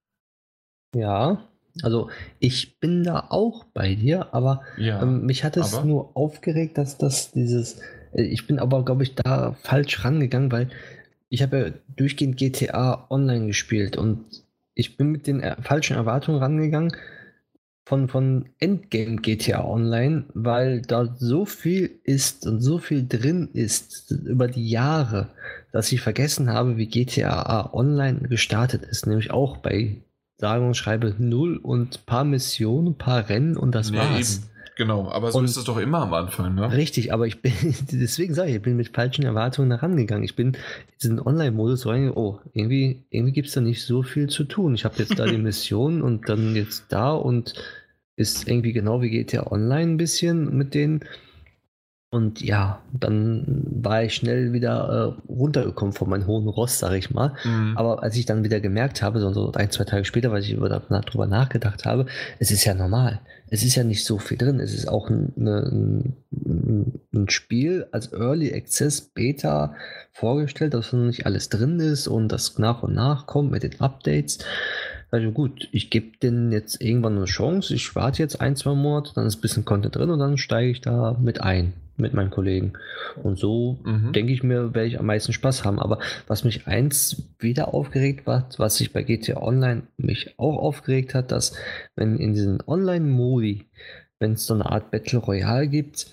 Speaker 2: Ja, also ich bin da auch bei dir, aber mich hat es nur aufgeregt, dass ich bin aber, glaube ich, da falsch rangegangen, weil ich habe ja durchgehend GTA Online gespielt und ich bin mit den falschen Erwartungen rangegangen von Endgame GTA Online, weil da so viel ist und so viel drin ist über die Jahre, dass ich vergessen habe, wie GTA Online gestartet ist, nämlich auch bei sagen und schreibe 0 und paar Missionen, paar Rennen und das war's.
Speaker 1: Eben. Genau, aber so ist es doch immer am Anfang, ne?
Speaker 2: Richtig, aber deswegen sage ich bin mit falschen Erwartungen da rangegangen. Ich bin in diesen Online-Modus reingegangen, irgendwie gibt es da nicht so viel zu tun. Ich habe jetzt da die Mission und dann jetzt da und ist irgendwie genau wie GTA Online ein bisschen mit denen. Und ja, dann war ich schnell wieder runtergekommen von meinem hohen Ross, sag ich mal. Aber als ich dann wieder gemerkt habe, so 1-2 Tage später, weil ich darüber nachgedacht habe, es ist ja normal. Es ist ja nicht so viel drin. Es ist auch ein Spiel als Early Access Beta vorgestellt, dass noch nicht alles drin ist und das nach und nach kommt mit den Updates. Also gut, ich gebe denen jetzt irgendwann eine Chance. Ich warte jetzt 1-2 Monate, dann ist ein bisschen Content drin und dann steige ich da mit ein mit meinen Kollegen. Und so denke ich mir, werde ich am meisten Spaß haben. Aber was mich wieder aufgeregt hat, was sich bei GTA Online mich auch aufgeregt hat, dass wenn in diesen Online-Modi, wenn es so eine Art Battle Royale gibt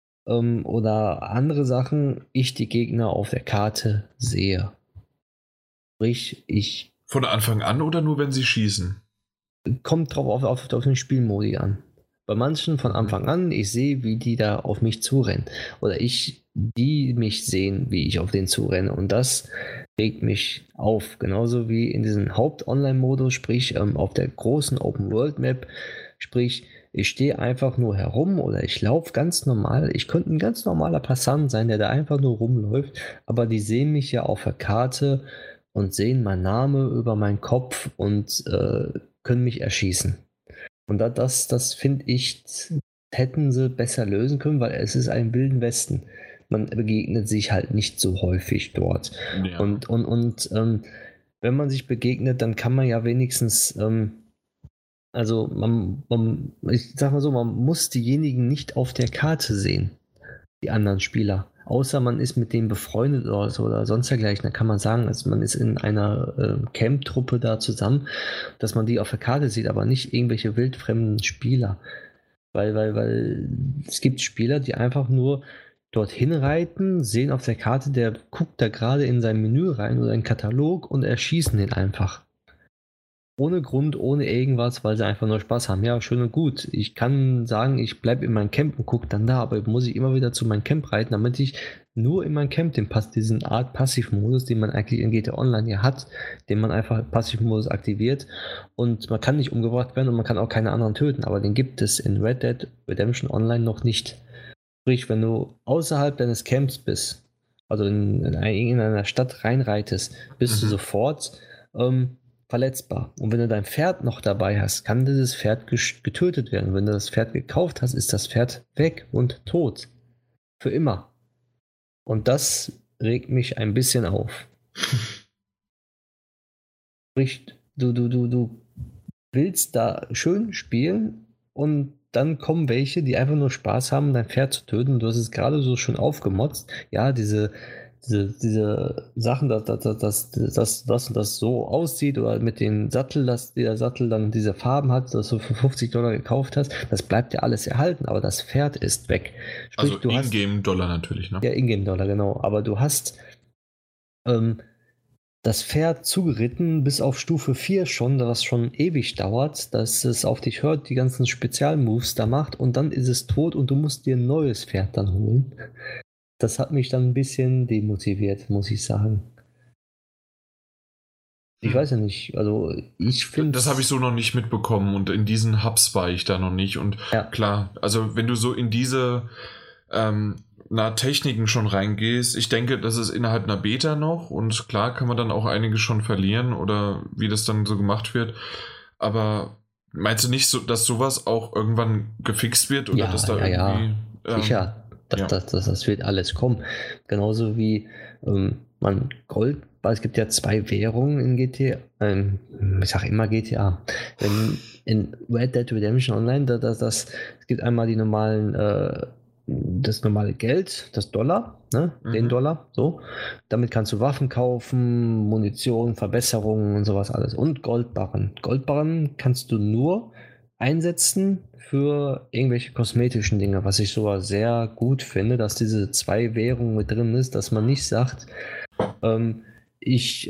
Speaker 2: oder andere Sachen, ich die Gegner auf der Karte sehe. Sprich,
Speaker 1: Von Anfang an oder nur, wenn sie schießen?
Speaker 2: kommt drauf auf den Spielmodi an. Bei manchen von Anfang an, ich sehe, wie die da auf mich zurennen. Oder die mich sehen, wie ich auf den zurenne. Und das regt mich auf. Genauso wie in diesem Haupt-Online-Modus, sprich auf der großen Open-World-Map, sprich, ich stehe einfach nur herum oder ich laufe ganz normal. Ich könnte ein ganz normaler Passant sein, der da einfach nur rumläuft. Aber die sehen mich ja auf der Karte und sehen meinen Namen über meinen Kopf und können mich erschießen. Und das finde ich, hätten sie besser lösen können, weil es ist ein Wilden Westen. Man begegnet sich halt nicht so häufig dort.
Speaker 1: Ja.
Speaker 2: Und wenn man sich begegnet, dann kann man ja wenigstens, also ich sag mal so, man muss diejenigen nicht auf der Karte sehen, die anderen Spieler. Außer man ist mit denen befreundet oder so oder sonst dergleichen. Dann kann man sagen, also man ist in einer Camp-Truppe da zusammen, dass man die auf der Karte sieht, aber nicht irgendwelche wildfremden Spieler. Weil es gibt Spieler, die einfach nur dorthin reiten, sehen auf der Karte, der guckt da gerade in sein Menü rein oder in den Katalog und erschießen den einfach. Ohne Grund, ohne irgendwas, weil sie einfach nur Spaß haben. Ja, schön und gut. Ich kann sagen, ich bleibe in meinem Camp und gucke dann da, aber muss ich immer wieder zu meinem Camp reiten, damit ich nur in meinem Camp diesen Art Passivmodus, den man eigentlich in GTA Online ja hat, den man einfach Passivmodus aktiviert und man kann nicht umgebracht werden und man kann auch keine anderen töten, aber den gibt es in Red Dead Redemption Online noch nicht. Sprich, wenn du außerhalb deines Camps bist, also in einer Stadt reinreitest, bist du sofort verletzbar. Und wenn du dein Pferd noch dabei hast, kann dieses Pferd getötet werden. Wenn du das Pferd gekauft hast, ist das Pferd weg und tot. Für immer. Und das regt mich ein bisschen auf. Sprich, du willst da schön spielen und dann kommen welche, die einfach nur Spaß haben, dein Pferd zu töten. Du hast es gerade so schon aufgemotzt. Ja, diese Sachen, dass das so aussieht oder mit dem Sattel, dass der Sattel dann diese Farben hat, dass du für $50 gekauft hast, das bleibt ja alles erhalten, aber das Pferd ist weg.
Speaker 1: Sprich, also Ingame-Dollar natürlich, ne?
Speaker 2: Ja, Ingame-Dollar, genau. Aber du hast das Pferd zugeritten bis auf Stufe 4 schon, was schon ewig dauert, dass es auf dich hört, die ganzen Spezialmoves da macht und dann ist es tot und du musst dir ein neues Pferd dann holen. Das hat mich dann ein bisschen demotiviert, muss ich sagen. Ich weiß ja nicht, also ich finde...
Speaker 1: Das habe ich so noch nicht mitbekommen und in diesen Hubs war ich da noch nicht und ja. Klar, also wenn du so in diese Techniken schon reingehst, ich denke, das ist innerhalb einer Beta noch und klar kann man dann auch einige schon verlieren oder wie das dann so gemacht wird, aber meinst du nicht, so, dass sowas auch irgendwann gefixt wird oder dass da irgendwie...
Speaker 2: Sicher. Das wird alles kommen. Genauso wie es gibt ja 2 Währungen in GTA. Ich sage immer GTA. In Red Dead Redemption Online, es gibt einmal die normalen, das normale Geld, das Dollar, ne? Den Dollar, so. Damit kannst du Waffen kaufen, Munition, Verbesserungen und sowas alles. Und Goldbarren. Goldbarren kannst du nur einsetzen für irgendwelche kosmetischen Dinge, was ich sogar sehr gut finde, dass diese 2 Währungen mit drin ist, dass man nicht sagt, ich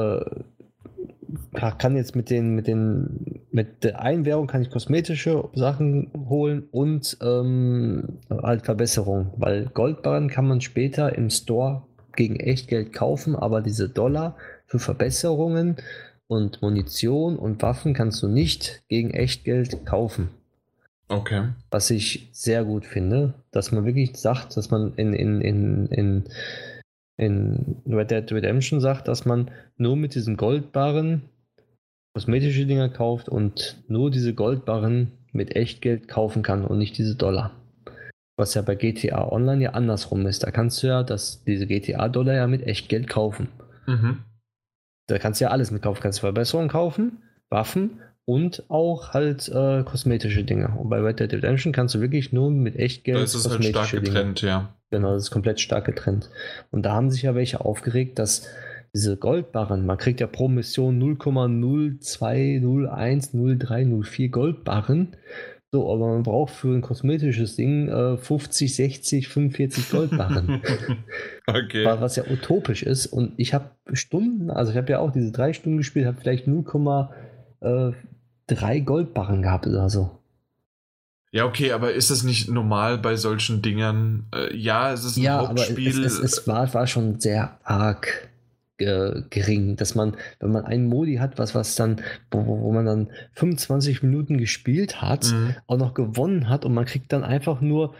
Speaker 2: kann jetzt mit der einen Währung kann ich kosmetische Sachen holen und halt Verbesserungen, weil Goldbarren kann man später im Store gegen Echtgeld kaufen, aber diese Dollar für Verbesserungen und Munition und Waffen kannst du nicht gegen Echtgeld kaufen.
Speaker 1: Okay.
Speaker 2: Was ich sehr gut finde, dass man wirklich sagt, dass man in Red Dead Redemption sagt, dass man nur mit diesen Goldbarren kosmetische Dinger kauft und nur diese Goldbarren mit Echtgeld kaufen kann und nicht diese Dollar. Was ja bei GTA Online ja andersrum ist. Da kannst du ja diese GTA-Dollar ja mit Echtgeld kaufen. Da kannst du ja alles mit kaufen. Kannst du Verbesserungen kaufen, Waffen und auch halt kosmetische Dinge. Und bei Red Dead Redemption kannst du wirklich nur mit Echtgeld
Speaker 1: kosmetische Dinge. Das ist halt stark getrennt, ja.
Speaker 2: Genau, das ist komplett stark getrennt. Und da haben sich ja welche aufgeregt, dass diese Goldbarren, man kriegt ja pro Mission 0,02, 01, 03, 04 Goldbarren. So, aber man braucht für ein kosmetisches Ding 50, 60, 45 Goldbarren.
Speaker 1: Okay.
Speaker 2: Was ja utopisch ist. Und ich habe Stunden, also ich habe ja auch diese 3 Stunden gespielt, habe vielleicht 0,4 3 Goldbarren gehabt oder so.
Speaker 1: Ja, okay, aber ist das nicht normal bei solchen Dingern? Ja, es ist ein Hauptspiel.
Speaker 2: Aber es war schon sehr arg gering, dass man, wenn man einen Modi hat, was dann, wo man dann 25 Minuten gespielt hat, auch noch gewonnen hat und man kriegt dann einfach nur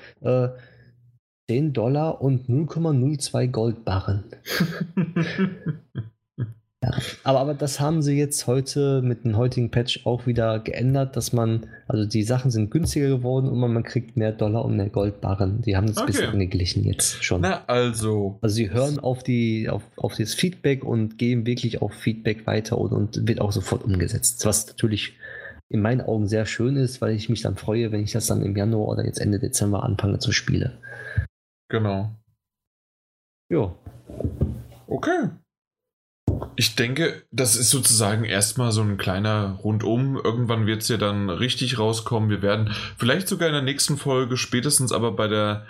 Speaker 2: $10 und 0,02 Goldbarren. Ja, aber das haben sie jetzt heute mit dem heutigen Patch auch wieder geändert, dass also die Sachen sind günstiger geworden und man kriegt mehr Dollar und mehr Goldbarren. Die haben das ein bisschen angeglichen jetzt schon.
Speaker 1: Na, also
Speaker 2: sie hören auf das Feedback und gehen wirklich auf Feedback weiter und wird auch sofort umgesetzt. Was natürlich in meinen Augen sehr schön ist, weil ich mich dann freue, wenn ich das dann im Januar oder jetzt Ende Dezember anfange zu spielen.
Speaker 1: Genau.
Speaker 2: Ja.
Speaker 1: Okay. Ich denke, das ist sozusagen erstmal so ein kleiner Rundum. Irgendwann wird es ja dann richtig rauskommen. Wir werden vielleicht sogar in der nächsten Folge, spätestens aber bei der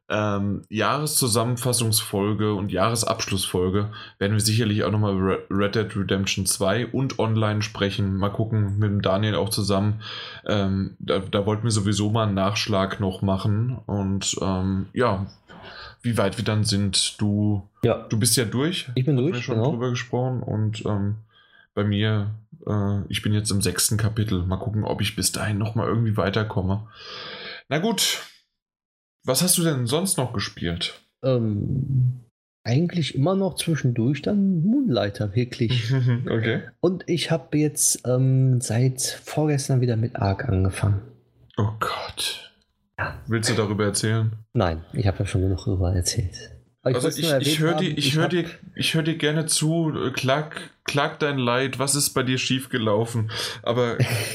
Speaker 1: Jahreszusammenfassungsfolge und Jahresabschlussfolge, werden wir sicherlich auch nochmal über Red Dead Redemption 2 und online sprechen. Mal gucken, mit dem Daniel auch zusammen. Da wollten wir sowieso mal einen Nachschlag noch machen. Und ja, wie weit wir dann sind. Du bist ja durch.
Speaker 2: Ich bin durch,
Speaker 1: haben wir schon drüber gesprochen. Und bei mir, ich bin jetzt im 6. Kapitel. Mal gucken, ob ich bis dahin nochmal irgendwie weiterkomme. Na gut. Was hast du denn sonst noch gespielt?
Speaker 2: Eigentlich immer noch zwischendurch dann Moonlighter, wirklich.
Speaker 1: Okay.
Speaker 2: Und ich habe jetzt seit vorgestern wieder mit Ark angefangen.
Speaker 1: Oh Gott.
Speaker 2: Ja.
Speaker 1: Willst du darüber erzählen?
Speaker 2: Nein, ich habe ja schon genug darüber erzählt.
Speaker 1: Also ich höre dir gerne zu, klag dein Leid, was ist bei dir schiefgelaufen? Aber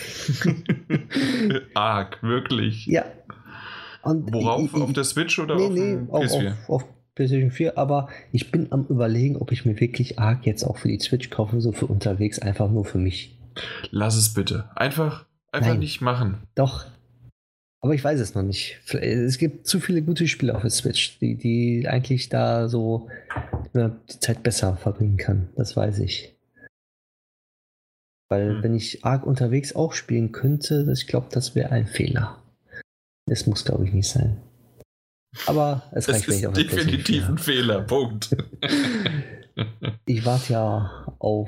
Speaker 1: Ark, wirklich.
Speaker 2: Ja. Und
Speaker 1: worauf? Auf der Switch oder auf PS4?
Speaker 2: Auf PlayStation 4, aber ich bin am Überlegen, ob ich mir wirklich Ark jetzt auch für die Switch kaufe, so für unterwegs, einfach nur für mich.
Speaker 1: Lass es bitte. Einfach nicht machen.
Speaker 2: Doch. Aber ich weiß es noch nicht. Es gibt zu viele gute Spiele auf der Switch, die eigentlich da so die Zeit besser verbringen kann. Das weiß ich. Weil wenn ich Ark unterwegs auch spielen könnte, ich glaube, das wäre ein Fehler. Das muss, glaube ich, nicht sein. Aber es reicht, wenn ich auf der PlayStation 4
Speaker 1: definitiv ein Fehler, Punkt.
Speaker 2: Ich warte ja auf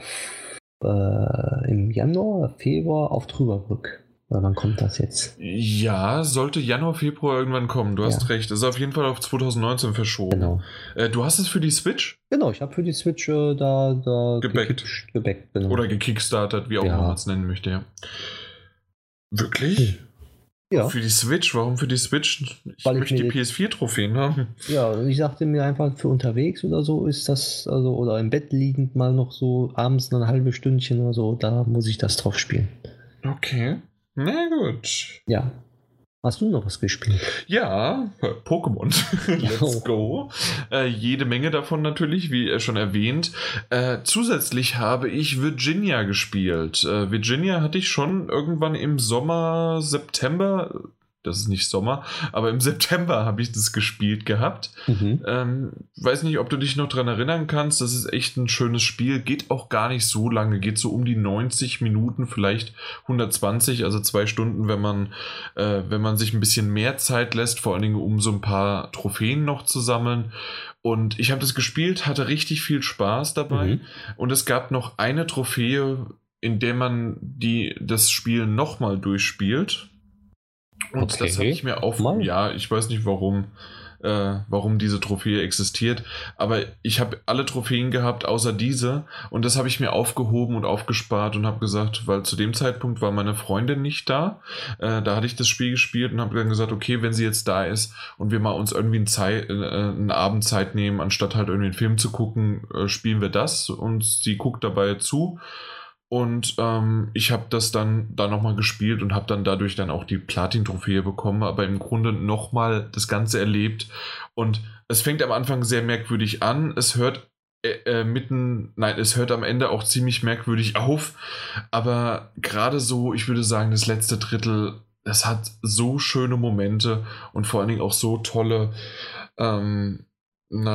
Speaker 2: im Januar, Februar auf Trüberbrück. Oder wann kommt das jetzt?
Speaker 1: Ja, sollte Januar, Februar irgendwann kommen. Du hast recht. Das ist auf jeden Fall auf 2019 verschoben.
Speaker 2: Genau.
Speaker 1: Du hast es für die Switch?
Speaker 2: Genau, ich habe für die Switch da
Speaker 1: gebackt.
Speaker 2: Genau.
Speaker 1: Oder gekickstartet, wie auch immer man es nennen möchte. Ja. Wirklich?
Speaker 2: Ja.
Speaker 1: Für die Switch? Warum für die Switch? Ich möchte die PS4-Trophäen haben.
Speaker 2: Ja, ich dachte mir einfach, für unterwegs oder so ist das, also oder im Bett liegend mal noch so abends noch ein halbes Stündchen oder so, da muss ich das drauf spielen.
Speaker 1: Okay. Na gut.
Speaker 2: Ja. Hast du noch was gespielt?
Speaker 1: Ja, Pokémon. Let's go. Jede Menge davon natürlich, wie schon erwähnt. Zusätzlich habe ich Virginia gespielt. Virginia hatte ich schon irgendwann im Sommer, September. Das ist nicht Sommer, aber im September habe ich das gespielt gehabt. Weiß nicht, ob du dich noch dran erinnern kannst. Das ist echt ein schönes Spiel. Geht auch gar nicht so lange. Geht so um die 90 Minuten, vielleicht 120, also 2 Stunden, wenn man sich ein bisschen mehr Zeit lässt, vor allen Dingen um so ein paar Trophäen noch zu sammeln. Und ich habe das gespielt, hatte richtig viel Spaß dabei. Und es gab noch eine Trophäe, in der man das Spiel nochmal durchspielt. Und das habe ich mir ja, ich weiß nicht, warum diese Trophäe existiert, aber ich habe alle Trophäen gehabt, außer diese, und das habe ich mir aufgehoben und aufgespart und habe gesagt, weil zu dem Zeitpunkt war meine Freundin nicht da, da hatte ich das Spiel gespielt und habe dann gesagt, okay, wenn sie jetzt da ist und wir mal uns irgendwie einen Abend Zeit nehmen, anstatt halt irgendwie einen Film zu gucken, spielen wir das, und sie guckt dabei zu. Und ich habe das dann nochmal gespielt und habe dann dadurch dann auch die Platin-Trophäe bekommen, aber im Grunde nochmal das Ganze erlebt. Und es fängt am Anfang sehr merkwürdig an. Es hört es hört am Ende auch ziemlich merkwürdig auf. Aber gerade so, ich würde sagen, das letzte Drittel, es hat so schöne Momente und vor allen Dingen auch so tolle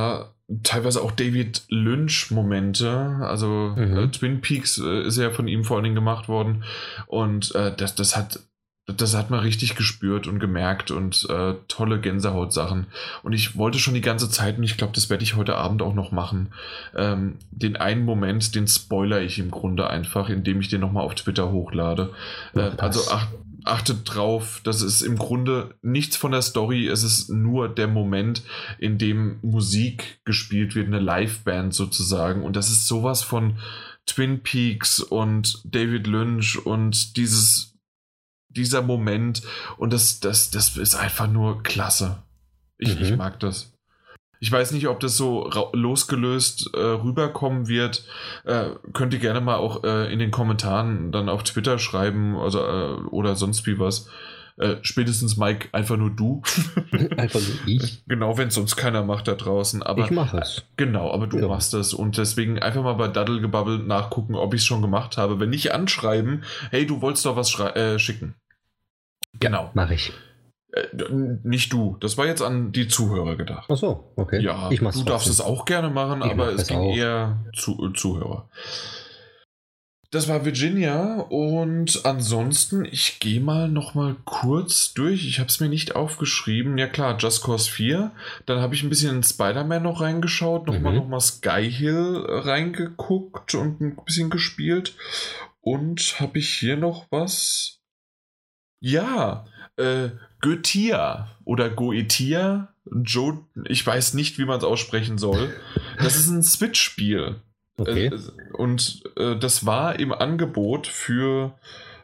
Speaker 1: teilweise auch David Lynch-Momente. Also Twin Peaks ist ja von ihm vor allen Dingen gemacht worden. Und das hat man richtig gespürt und gemerkt und tolle Gänsehautsachen. Und ich wollte schon die ganze Zeit, und ich glaube, das werde ich heute Abend auch noch machen, den einen Moment, den spoilere ich im Grunde einfach, indem ich den nochmal auf Twitter hochlade. Also achtet drauf, das ist im Grunde nichts von der Story, es ist nur der Moment, in dem Musik gespielt wird, eine Liveband sozusagen. Und das ist sowas von Twin Peaks und David Lynch und dieser Moment, und das ist einfach nur klasse. Ich mag das. Ich weiß nicht, ob das so losgelöst rüberkommen wird. Könnt ihr gerne mal auch in den Kommentaren dann auf Twitter schreiben oder sonst wie was. Spätestens Mike, einfach nur du.
Speaker 2: Einfach nur ich.
Speaker 1: Genau, wenn es sonst keiner macht da draußen. Aber,
Speaker 2: ich mache es.
Speaker 1: Genau, aber du machst das. Und deswegen einfach mal bei Daddelgebabbel nachgucken, ob ich es schon gemacht habe. Wenn nicht, anschreiben, hey, du wolltest doch was schicken. Genau.
Speaker 2: Mache ich.
Speaker 1: Nicht du, das war jetzt an die Zuhörer gedacht.
Speaker 2: Ach so, okay.
Speaker 1: Ja, du darfst es auch gerne machen, aber es ging eher Zuhörer. Das war Virginia, und ansonsten, ich gehe noch mal kurz durch. Ich habe es mir nicht aufgeschrieben. Ja klar, Just Cause 4. Dann habe ich ein bisschen in Spider-Man noch reingeschaut, nochmal Sky Hill reingeguckt und ein bisschen gespielt. Und habe ich hier noch was? Ja, Goetia oder Goetia, ich weiß nicht, wie man es aussprechen soll. Das ist ein Switch-Spiel.
Speaker 2: Okay.
Speaker 1: Und das war im Angebot für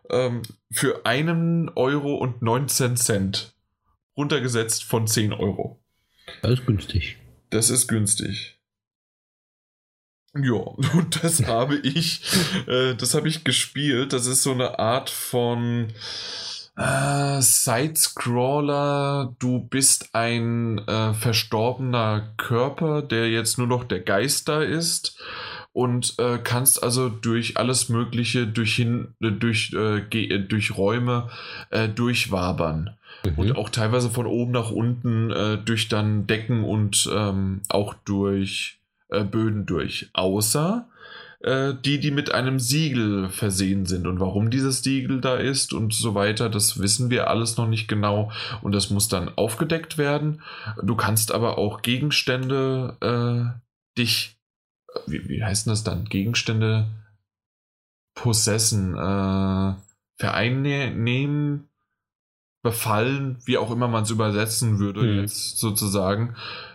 Speaker 1: 1,19 €. Runtergesetzt von 10 €.
Speaker 2: Das ist günstig.
Speaker 1: Das ist günstig. Ja, und das habe ich gespielt. Das ist so eine Art von Side-Scroller. Du bist ein verstorbener Körper, der jetzt nur noch der Geist da ist, und kannst also durch alles Mögliche, durch Räume durchwabern. Und auch teilweise von oben nach unten durch dann Decken und auch durch Böden durch. Außer die mit einem Siegel versehen sind. Und warum dieses Siegel da ist und so weiter, das wissen wir alles noch nicht genau. Und das muss dann aufgedeckt werden. Du kannst aber auch Gegenstände wie heißt denn das dann? Gegenstände possessen, vereinnehmen, befallen, wie auch immer man es übersetzen würde, jetzt sozusagen.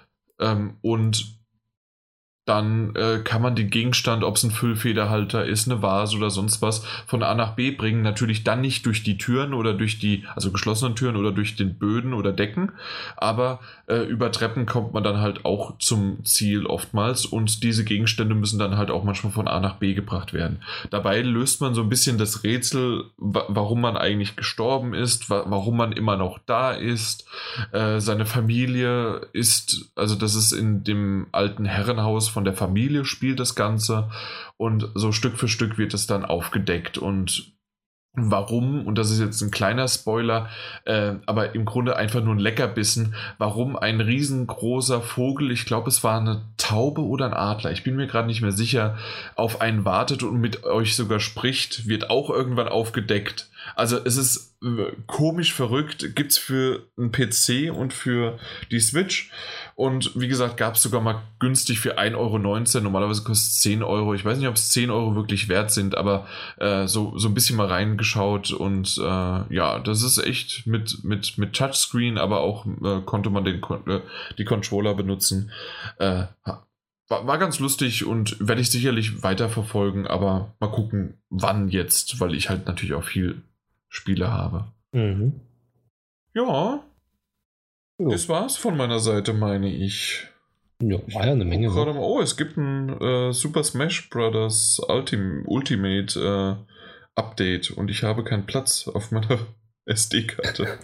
Speaker 1: Und dann kann man den Gegenstand, ob es ein Füllfederhalter ist, eine Vase oder sonst was, von A nach B bringen. Natürlich dann nicht durch die Türen oder durch die, also geschlossenen Türen oder durch den Böden oder Decken, aber über Treppen kommt man dann halt auch zum Ziel oftmals, und diese Gegenstände müssen dann halt auch manchmal von A nach B gebracht werden. Dabei löst man so ein bisschen das Rätsel, warum man eigentlich gestorben ist, warum man immer noch da ist. Seine Familie ist, also das ist in dem alten Herrenhaus von der Familie spielt das Ganze, und so Stück für Stück wird es dann aufgedeckt. Und warum, und das ist jetzt ein kleiner Spoiler, aber im Grunde einfach nur ein Leckerbissen, warum ein riesengroßer Vogel, ich glaube es war eine Taube oder ein Adler, ich bin mir gerade nicht mehr sicher, auf einen wartet und mit euch sogar spricht, wird auch irgendwann aufgedeckt. Also es ist komisch verrückt, gibt es für einen PC und für die Switch, und wie gesagt, gab es sogar mal günstig für 1,19 €, normalerweise kostet es 10 €, ich weiß nicht, ob es 10 € wirklich wert sind, aber so ein bisschen mal reingeschaut, und ja, das ist echt mit Touchscreen, aber auch konnte man die Controller benutzen. War ganz lustig und werde ich sicherlich weiterverfolgen, aber mal gucken, wann jetzt, weil ich halt natürlich auch viel Spiele habe. Ja, das war's von meiner Seite, meine ich.
Speaker 2: Ja, war ja eine Menge.
Speaker 1: Es gibt ein Super Smash Bros. Ultimate Update, und ich habe keinen Platz auf meiner SD-Karte.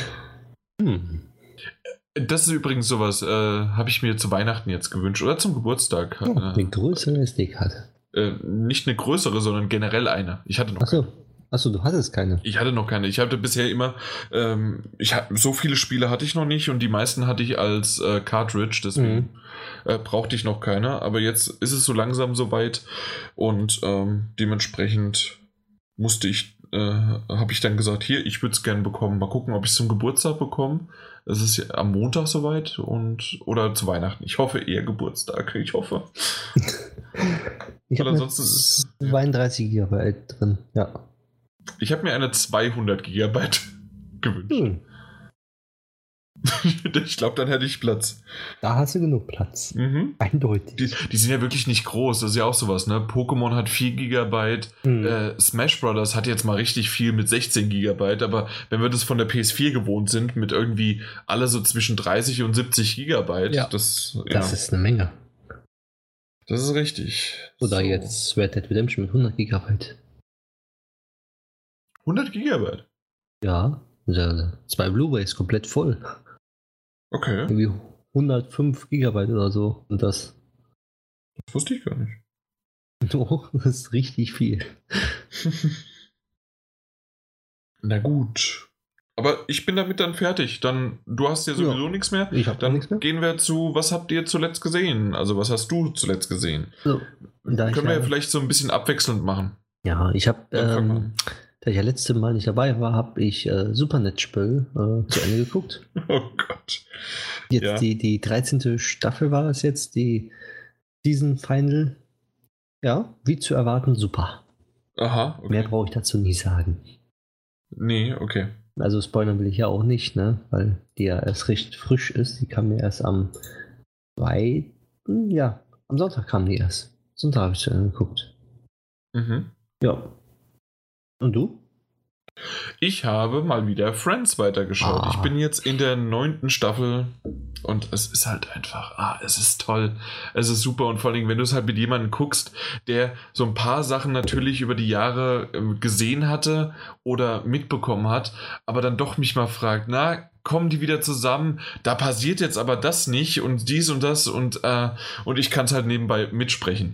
Speaker 1: Das ist übrigens sowas, habe ich mir zu Weihnachten jetzt gewünscht oder zum Geburtstag.
Speaker 2: Eine größere SD-Karte.
Speaker 1: Nicht eine größere, sondern generell eine. Ich hatte noch.
Speaker 2: Ach so. Achso, du hattest keine.
Speaker 1: Ich hatte noch keine. Ich hatte bisher immer, so viele Spiele hatte ich noch nicht und die meisten hatte ich als Cartridge, deswegen brauchte ich noch keine. Aber jetzt ist es so langsam soweit und dementsprechend habe ich dann gesagt, hier, ich würde es gerne bekommen. Mal gucken, ob ich es zum Geburtstag bekomme. Es ist ja am Montag soweit oder zu Weihnachten. Ich hoffe eher Geburtstag. Ich hoffe.
Speaker 2: Ich habe ansonsten 32 GB drin, ja.
Speaker 1: Ich habe mir eine 200 Gigabyte gewünscht. Ich glaube, dann hätte ich Platz.
Speaker 2: Da hast du genug Platz. Eindeutig.
Speaker 1: Die sind ja wirklich nicht groß. Das ist ja auch sowas, ne? Pokémon hat 4 Gigabyte. Smash Brothers hat jetzt mal richtig viel mit 16 Gigabyte. Aber wenn wir das von der PS4 gewohnt sind, mit irgendwie alle so zwischen 30 und 70 Gigabyte, das
Speaker 2: ist eine Menge.
Speaker 1: Das ist richtig.
Speaker 2: Oder jetzt Red Dead Redemption mit 100 Gigabyte.
Speaker 1: 100 Gigabyte?
Speaker 2: Ja, 2 Blu-rays komplett voll.
Speaker 1: Okay.
Speaker 2: Irgendwie 105 Gigabyte oder so. Und das
Speaker 1: wusste ich gar nicht.
Speaker 2: Doch, das ist richtig viel.
Speaker 1: Na gut. Aber ich bin damit dann fertig. Du hast ja sowieso nichts mehr.
Speaker 2: Ich habe nichts mehr.
Speaker 1: Gehen wir zu, was habt ihr zuletzt gesehen? Also was hast du zuletzt gesehen?
Speaker 2: So,
Speaker 1: können wir ja vielleicht so ein bisschen abwechselnd machen.
Speaker 2: Ja, ich habe, da ich ja letzte Mal nicht dabei war, habe ich Supernatural zu Ende geguckt.
Speaker 1: Oh Gott.
Speaker 2: Jetzt die 13. Staffel war es jetzt, die Season Final. Ja, wie zu erwarten, super.
Speaker 1: Aha, okay.
Speaker 2: Mehr brauche ich dazu nie sagen.
Speaker 1: Nee, okay.
Speaker 2: Also spoilern will ich ja auch nicht, ne? Weil die ja erst recht frisch ist. Die kam mir erst am Sonntag kam die erst. Sonntag habe ich zu Ende geguckt. Ja. Und du?
Speaker 1: Ich habe mal wieder Friends weitergeschaut. Ich bin jetzt in der 9. Staffel und es ist halt einfach, es ist toll. Es ist super und vor allem, wenn du es halt mit jemandem guckst, der so ein paar Sachen natürlich über die Jahre gesehen hatte oder mitbekommen hat, aber dann doch mich mal fragt, kommen die wieder zusammen? Da passiert jetzt aber das nicht und dies und das und ich kann es halt nebenbei mitsprechen.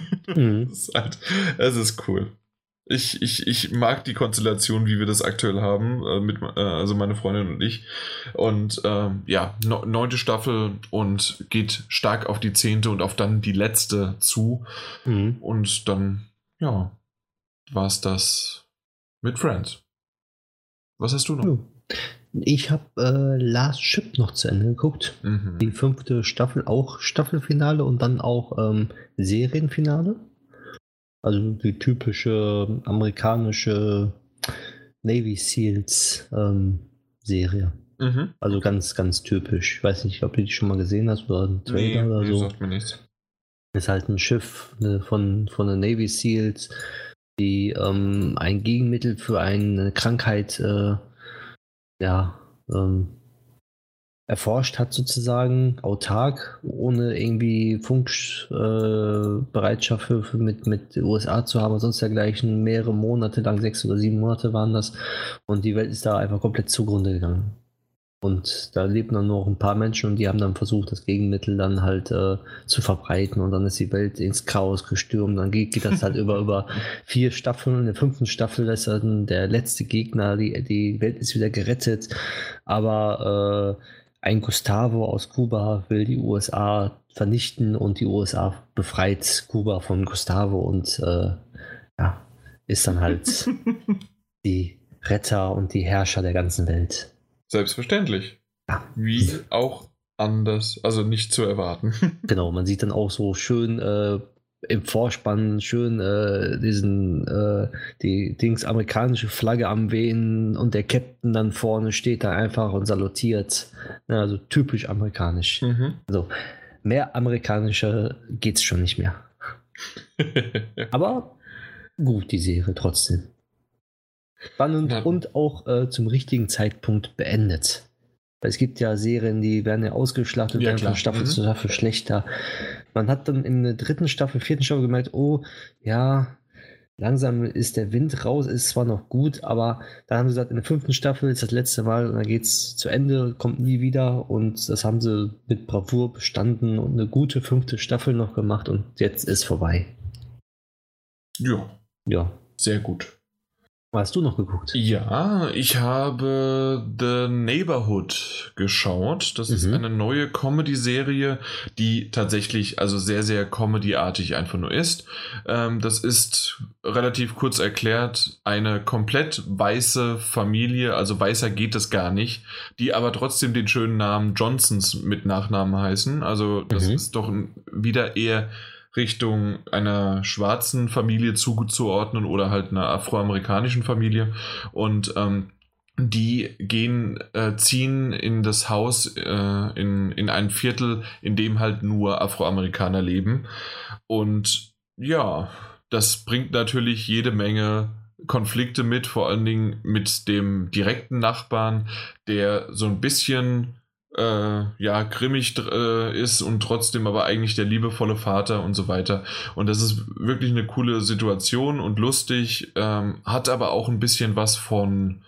Speaker 1: Es ist cool. Ich mag die Konstellation, wie wir das aktuell haben, also meine Freundin und ich. Und 9. Staffel und geht stark auf die 10. und auf dann die letzte zu. Und dann, war es das mit Friends. Was hast du noch?
Speaker 2: Ich habe Last Ship noch zu Ende geguckt. Die 5. Staffel, auch Staffelfinale und dann auch Serienfinale. Also die typische amerikanische Navy Seals Serie. Also ganz, ganz typisch. Ich weiß nicht, ob du die schon mal gesehen hast oder einen Trailer oder so.
Speaker 1: Sagt mir nichts.
Speaker 2: Ist halt ein Schiff von den Navy Seals, die ein Gegenmittel für eine Krankheit erforscht hat, sozusagen autark, ohne irgendwie Funkbereitschaft mit den USA zu haben, sonst dergleichen, mehrere Monate lang, 6 oder 7 Monate waren das, und die Welt ist da einfach komplett zugrunde gegangen. Und da leben dann nur noch ein paar Menschen und die haben dann versucht, das Gegenmittel dann halt zu verbreiten, und dann ist die Welt ins Chaos gestürmt. Dann geht das halt über 4 Staffeln. In der 5. Staffel ist dann der letzte Gegner, die Welt ist wieder gerettet, aber ein Gustavo aus Kuba will die USA vernichten und die USA befreit Kuba von Gustavo und ist dann halt die Retter und die Herrscher der ganzen Welt.
Speaker 1: Selbstverständlich.
Speaker 2: Ja.
Speaker 1: Wie auch anders, also nicht zu erwarten.
Speaker 2: Genau, man sieht dann auch so schön im Vorspann schön die amerikanische Flagge am Wehen, und der Captain dann vorne steht da einfach und salutiert. Also typisch amerikanisch. Also mehr amerikanischer geht's schon nicht mehr. Aber gut, die Serie trotzdem. Spannend und auch zum richtigen Zeitpunkt beendet. Weil es gibt ja Serien, die werden ja ausgeschlachtet, werden von Staffel zu Staffel schlechter. Man hat dann in der 3. Staffel, 4. Staffel gemerkt, langsam ist der Wind raus, ist zwar noch gut, aber dann haben sie gesagt, in der 5. Staffel ist das letzte Mal und dann geht es zu Ende, kommt nie wieder, und das haben sie mit Bravour bestanden und eine gute 5. Staffel noch gemacht, und jetzt ist vorbei.
Speaker 1: Ja. Sehr gut.
Speaker 2: Was hast du noch geguckt?
Speaker 1: Ja, ich habe The Neighborhood geschaut. Das ist eine neue Comedy-Serie, die tatsächlich also sehr, sehr Comedy-artig einfach nur ist. Das ist relativ kurz erklärt eine komplett weiße Familie, also weißer geht es gar nicht, die aber trotzdem den schönen Namen Johnsons mit Nachnamen heißen. Also das ist doch wieder eher Richtung einer schwarzen Familie zuzuordnen oder halt einer afroamerikanischen Familie. Und die ziehen in das Haus, in ein Viertel, in dem halt nur Afroamerikaner leben. Und ja, das bringt natürlich jede Menge Konflikte mit, vor allen Dingen mit dem direkten Nachbarn, der so ein bisschen grimmig ist und trotzdem aber eigentlich der liebevolle Vater und so weiter. Und das ist wirklich eine coole Situation und lustig, hat aber auch ein bisschen was von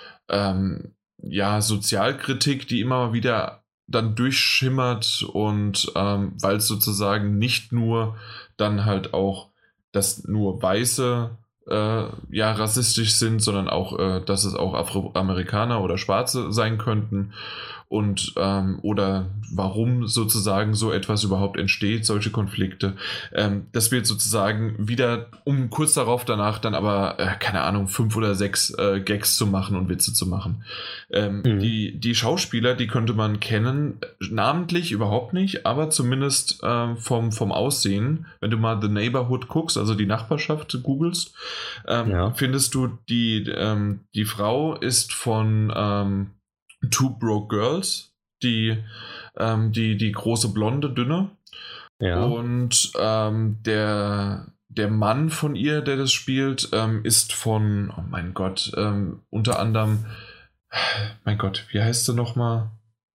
Speaker 1: Sozialkritik, die immer mal wieder dann durchschimmert und weil es sozusagen nicht nur dann halt auch, dass nur Weiße rassistisch sind, sondern auch, dass es auch Afroamerikaner oder Schwarze sein könnten und oder warum sozusagen so etwas überhaupt entsteht, solche Konflikte. Das wird sozusagen wieder, um kurz darauf danach dann aber, keine Ahnung, 5 oder 6 Gags zu machen und Witze zu machen. Die Schauspieler, die könnte man kennen, namentlich überhaupt nicht, aber zumindest vom Aussehen. Wenn du mal The Neighborhood guckst, also die Nachbarschaft googelst, findest du, die Frau ist von Two Broke Girls, die große blonde, dünne. Ja. Und der Mann von ihr, der das spielt, ist von, oh mein Gott, unter anderem, mein Gott, wie heißt sie nochmal?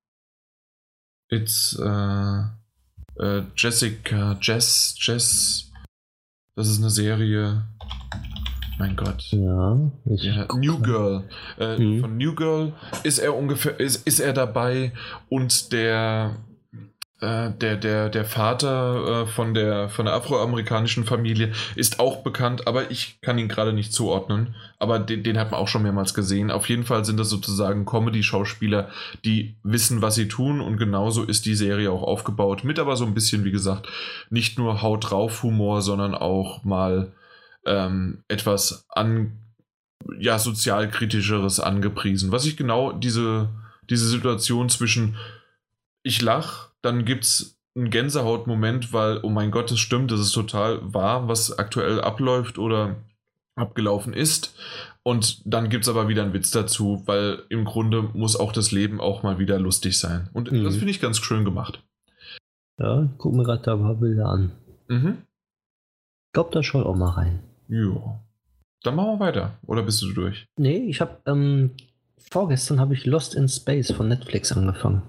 Speaker 1: Jessica, Jess, das ist eine Serie. Mein Gott. Ja, New Girl. Von New Girl ist er dabei und der Vater von der afroamerikanischen Familie ist auch bekannt, aber ich kann ihn gerade nicht zuordnen. Aber den hat man auch schon mehrmals gesehen. Auf jeden Fall sind das sozusagen Comedy-Schauspieler, die wissen, was sie tun, und genauso ist die Serie auch aufgebaut. Mit aber so ein bisschen, wie gesagt, nicht nur Haut drauf Humor, sondern auch mal etwas sozialkritischeres angepriesen. Was ich genau diese Situation zwischen ich lach, dann gibt's einen Gänsehautmoment, weil, oh mein Gott, das stimmt, das ist total wahr, was aktuell abläuft oder abgelaufen ist. Und dann gibt es aber wieder einen Witz dazu, weil im Grunde muss auch das Leben auch mal wieder lustig sein. Und das finde ich ganz schön gemacht.
Speaker 2: Ja, guck mir gerade da ein paar Bilder an. Ich glaube, da schaut auch mal rein.
Speaker 1: Ja. Dann machen wir weiter. Oder bist du durch?
Speaker 2: Nee, ich habe vorgestern habe ich Lost in Space von Netflix angefangen.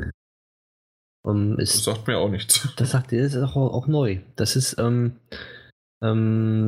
Speaker 1: Das sagt mir auch nichts.
Speaker 2: Das sagt dir, das ist auch neu. Das ist eine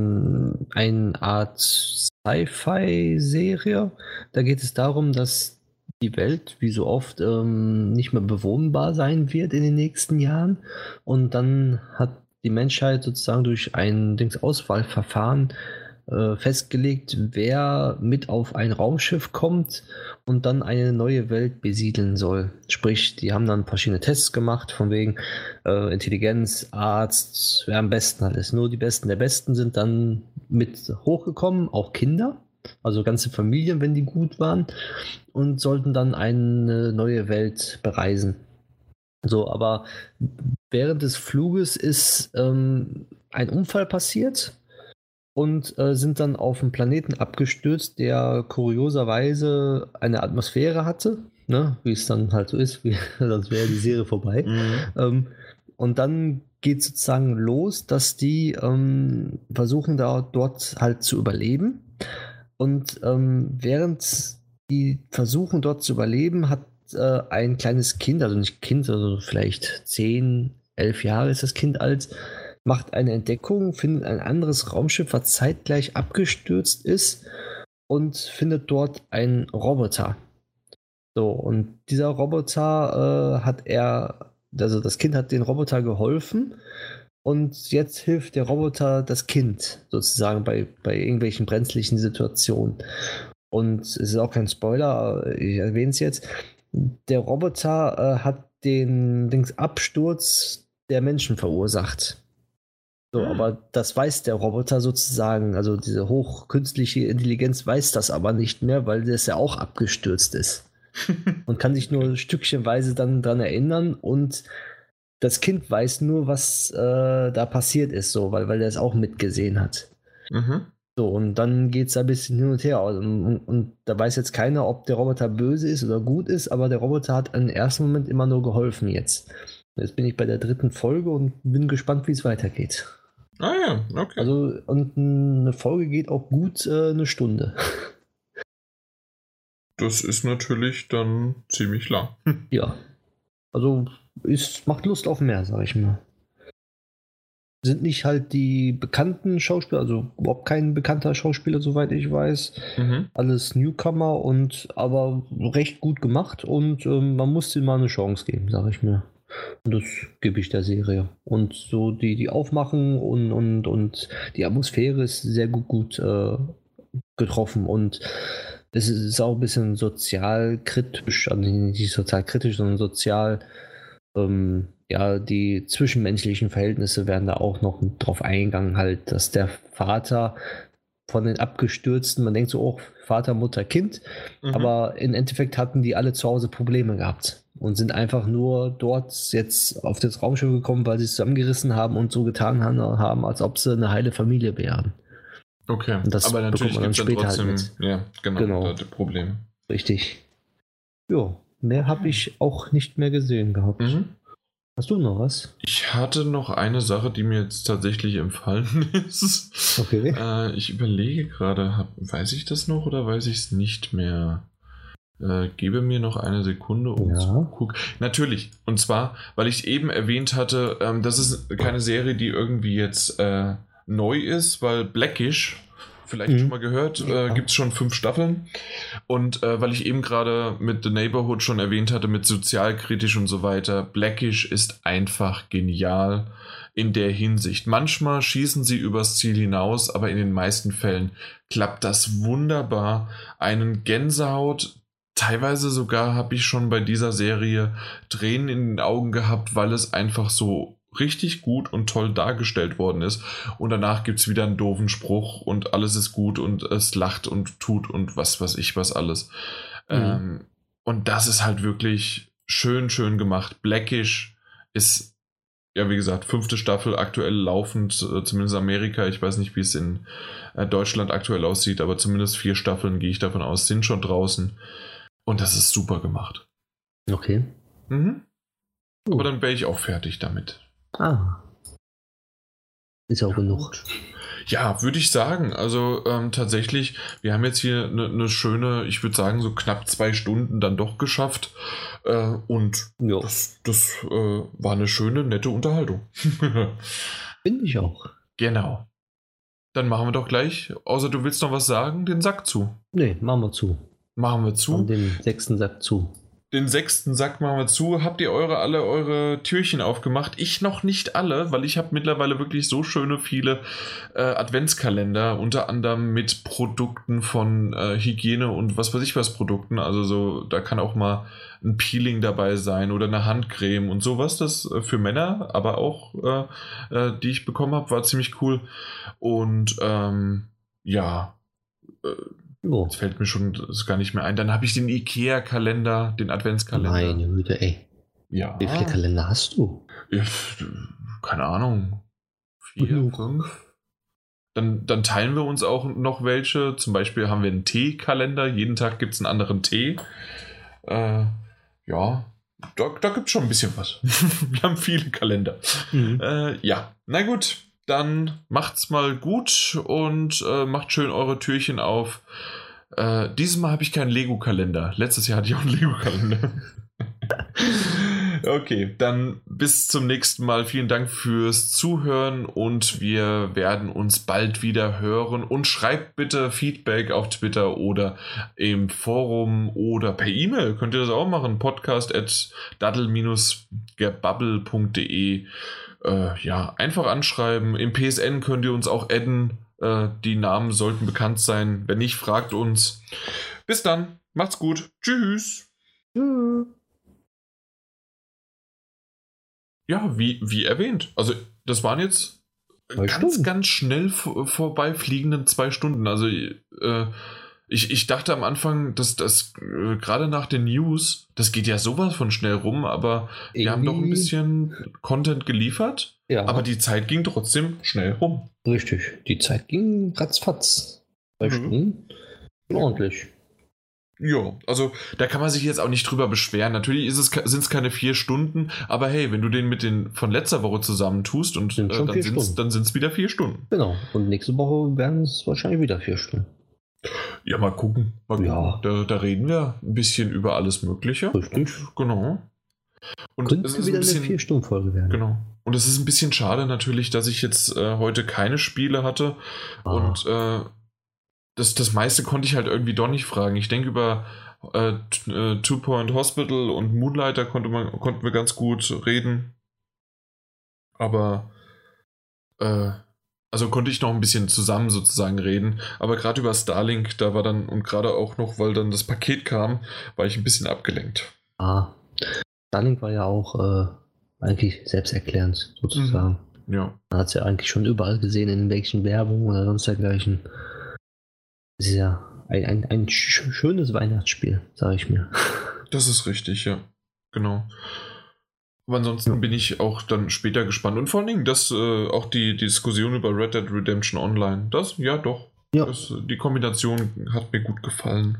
Speaker 2: Art Sci-Fi-Serie. Da geht es darum, dass die Welt, wie so oft, nicht mehr bewohnbar sein wird in den nächsten Jahren. Und dann hat die Menschheit sozusagen durch ein Auswahlverfahren festgelegt, wer mit auf ein Raumschiff kommt und dann eine neue Welt besiedeln soll. Sprich, die haben dann verschiedene Tests gemacht, von wegen Intelligenz, Arzt, wer am besten alles. Nur die Besten der Besten sind dann mit hochgekommen, auch Kinder, also ganze Familien, wenn die gut waren, und sollten dann eine neue Welt bereisen. So, aber während des Fluges ist ein Unfall passiert und sind dann auf einen Planeten abgestürzt, der kurioserweise eine Atmosphäre hatte, ne? Wie es dann halt so ist, sonst wäre die Serie vorbei. Und dann geht sozusagen los, dass die versuchen dort halt zu überleben. Und während die versuchen dort zu überleben, hat ein kleines Kind, also nicht Kind, also vielleicht 10, 11 Jahre ist das Kind alt, macht eine Entdeckung, findet ein anderes Raumschiff, was zeitgleich abgestürzt ist, und findet dort einen Roboter. So, und dieser Roboter also das Kind hat den Roboter geholfen, und jetzt hilft der Roboter das Kind sozusagen bei irgendwelchen brenzlichen Situationen. Und es ist auch kein Spoiler, ich erwähne es jetzt. Der Roboter hat den Absturz der Menschen verursacht. So, aber das weiß der Roboter sozusagen, also diese hochkünstliche Intelligenz weiß das aber nicht mehr, weil das ja auch abgestürzt ist. Und kann sich nur stückchenweise dann dran erinnern und das Kind weiß nur, was da passiert ist, so, weil er es auch mitgesehen hat. So, und dann geht es ein bisschen hin und her. Und da weiß jetzt keiner, ob der Roboter böse ist oder gut ist, aber der Roboter hat im ersten Moment immer nur geholfen jetzt. Jetzt bin ich bei der 3. Folge und bin gespannt, wie es weitergeht.
Speaker 1: Ah ja, okay.
Speaker 2: Also, und eine Folge geht auch gut eine Stunde.
Speaker 1: Das ist natürlich dann ziemlich lang.
Speaker 2: Ja. Also, macht Lust auf mehr, sag ich mal. Sind nicht halt die bekannten Schauspieler, also überhaupt kein bekannter Schauspieler, soweit ich weiß. Alles Newcomer aber recht gut gemacht und man muss ihnen mal eine Chance geben, sag ich mir. Und das gebe ich der Serie. Und so die Aufmachen und die Atmosphäre ist sehr gut getroffen und es ist auch ein bisschen sozialkritisch, also nicht sozialkritisch, sondern sozial. Die zwischenmenschlichen Verhältnisse werden da auch noch drauf eingegangen, halt, dass der Vater von den Abgestürzten, man denkt so, oh, Vater, Mutter, Kind, aber im Endeffekt hatten die alle zu Hause Probleme gehabt und sind einfach nur dort jetzt auf das Raumschiff gekommen, weil sie es zusammengerissen haben und so getan haben, als ob sie eine heile Familie wären.
Speaker 1: Okay,
Speaker 2: und das
Speaker 1: aber natürlich gibt es dann trotzdem, halt ja, genau. Probleme.
Speaker 2: Richtig. Jo. Mehr habe ich auch nicht mehr gesehen gehabt. Hast du noch was?
Speaker 1: Ich hatte noch eine Sache, die mir jetzt tatsächlich entfallen ist.
Speaker 2: Okay.
Speaker 1: Ich überlege gerade, weiß ich das noch oder weiß ich es nicht mehr? Gebe mir noch eine Sekunde, um zu gucken. Natürlich, und zwar, weil ich eben erwähnt hatte, das ist keine Serie, die irgendwie jetzt neu ist, weil Blackish, vielleicht schon mal gehört, gibt es schon 5 Staffeln. Und weil ich eben gerade mit The Neighborhood schon erwähnt hatte, mit sozialkritisch und so weiter, Blackish ist einfach genial in der Hinsicht. Manchmal schießen sie übers Ziel hinaus, aber in den meisten Fällen klappt das wunderbar. Einen Gänsehaut, teilweise sogar habe ich schon bei dieser Serie Tränen in den Augen gehabt, weil es einfach so richtig gut und toll dargestellt worden ist und danach gibt es wieder einen doofen Spruch und alles ist gut und es lacht und tut und was weiß ich was alles. Und das ist halt wirklich schön gemacht. Blackish ist, ja wie gesagt, 5. Staffel aktuell laufend, zumindest in Amerika, ich weiß nicht wie es in Deutschland aktuell aussieht, aber zumindest 4 Staffeln, gehe ich davon aus, sind schon draußen und das ist super gemacht.
Speaker 2: Okay.
Speaker 1: Aber dann wäre ich auch fertig damit.
Speaker 2: Ist auch genug.
Speaker 1: Ja, würde ich sagen. Also tatsächlich, wir haben jetzt hier eine schöne, ich würde sagen, so knapp 2 Stunden dann doch geschafft. Und das war eine schöne, nette Unterhaltung.
Speaker 2: Finde ich auch.
Speaker 1: Genau. Dann machen wir doch gleich, außer du willst noch was sagen, den Sack zu.
Speaker 2: Nee, machen wir zu.
Speaker 1: Machen wir zu.
Speaker 2: Und den 6. Sack zu.
Speaker 1: Den 6. Sack machen wir zu. Habt ihr alle eure Türchen aufgemacht? Ich noch nicht alle, weil ich habe mittlerweile wirklich so schöne viele Adventskalender, unter anderem mit Produkten von Hygiene und was weiß ich was Produkten. Also so, da kann auch mal ein Peeling dabei sein oder eine Handcreme und sowas. Das für Männer, aber auch die ich bekommen habe, war ziemlich cool. Und jetzt fällt mir schon das gar nicht mehr ein. Dann habe ich den IKEA-Kalender, den Adventskalender.
Speaker 2: Meine Güte, ey.
Speaker 1: Ja.
Speaker 2: Wie viele Kalender hast du?
Speaker 1: Keine Ahnung. 4, 5. Dann teilen wir uns auch noch welche. Zum Beispiel haben wir einen Tee-Kalender. Jeden Tag gibt es einen anderen Tee. Da gibt es schon ein bisschen was. Wir haben viele Kalender. Na gut. Dann macht's mal gut und macht schön eure Türchen auf. Dieses Mal habe ich keinen Lego-Kalender. Letztes Jahr hatte ich auch einen Lego-Kalender. Okay, dann bis zum nächsten Mal. Vielen Dank fürs Zuhören und wir werden uns bald wieder hören. Und schreibt bitte Feedback auf Twitter oder im Forum oder per E-Mail. Könnt ihr das auch machen. podcast@daddel-gebubble.de ja, einfach anschreiben. Im PSN könnt ihr uns auch adden. Die Namen sollten bekannt sein. Wenn nicht, fragt uns. Bis dann. Macht's gut. Tschüss. Ja, wie erwähnt. Also, das waren jetzt ganz schnell vorbeifliegenden 2 Stunden. Also, ich dachte am Anfang, dass das gerade nach den News, das geht ja sowas von schnell rum, aber wir haben doch ein bisschen Content geliefert, aber die Zeit ging trotzdem schnell rum.
Speaker 2: Richtig, die Zeit ging ratzfatz. 2 Stunden. Ordentlich.
Speaker 1: Ja, also da kann man sich jetzt auch nicht drüber beschweren. Natürlich sind es keine 4 Stunden, aber hey, wenn du den mit den von letzter Woche zusammentust und dann sind es wieder 4 Stunden.
Speaker 2: Genau, und nächste Woche werden es wahrscheinlich wieder 4 Stunden.
Speaker 1: Ja, mal gucken.
Speaker 2: Ja.
Speaker 1: Da reden wir ein bisschen über alles Mögliche.
Speaker 2: Richtig.
Speaker 1: Genau. Und
Speaker 2: könnte es ist wieder eine 4-Stunden-Folge werden.
Speaker 1: Genau. Und es ist ein bisschen schade natürlich, dass ich jetzt heute keine Spiele hatte. Und das meiste konnte ich halt irgendwie doch nicht fragen. Ich denke, über Two Point Hospital und Moonlighter konnten wir ganz gut reden. Aber also konnte ich noch ein bisschen zusammen sozusagen reden. Aber gerade über Starlink, da war dann, und gerade auch noch, weil dann das Paket kam, war ich ein bisschen abgelenkt.
Speaker 2: Starlink war ja auch eigentlich selbsterklärend sozusagen.
Speaker 1: Ja.
Speaker 2: Man hat es ja eigentlich schon überall gesehen, in welchen Werbungen oder sonst dergleichen. Das ist ja ein schönes Weihnachtsspiel, sage ich mir.
Speaker 1: Das ist richtig, ja. Genau. Aber ansonsten bin ich auch dann später gespannt. Und vor allen Dingen, auch die Diskussion über Red Dead Redemption Online. Ja doch.
Speaker 2: Ja.
Speaker 1: Die Kombination hat mir gut gefallen.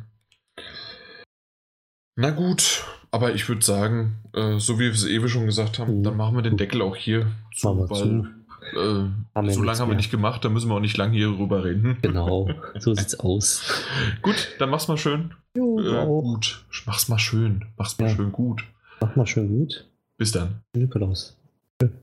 Speaker 1: Na gut, aber ich würde sagen, so wie wir es eben schon gesagt haben, dann machen wir den Deckel auch hier zu, weil so lange haben wir nicht gemacht, da müssen wir auch nicht lange hier drüber reden.
Speaker 2: Genau, so sieht's aus.
Speaker 1: Gut, dann mach's mal schön. Gut, mach's mal schön. Mach's mal schön gut.
Speaker 2: Mach mal schön gut.
Speaker 1: Bis dann.
Speaker 2: Nikolaus.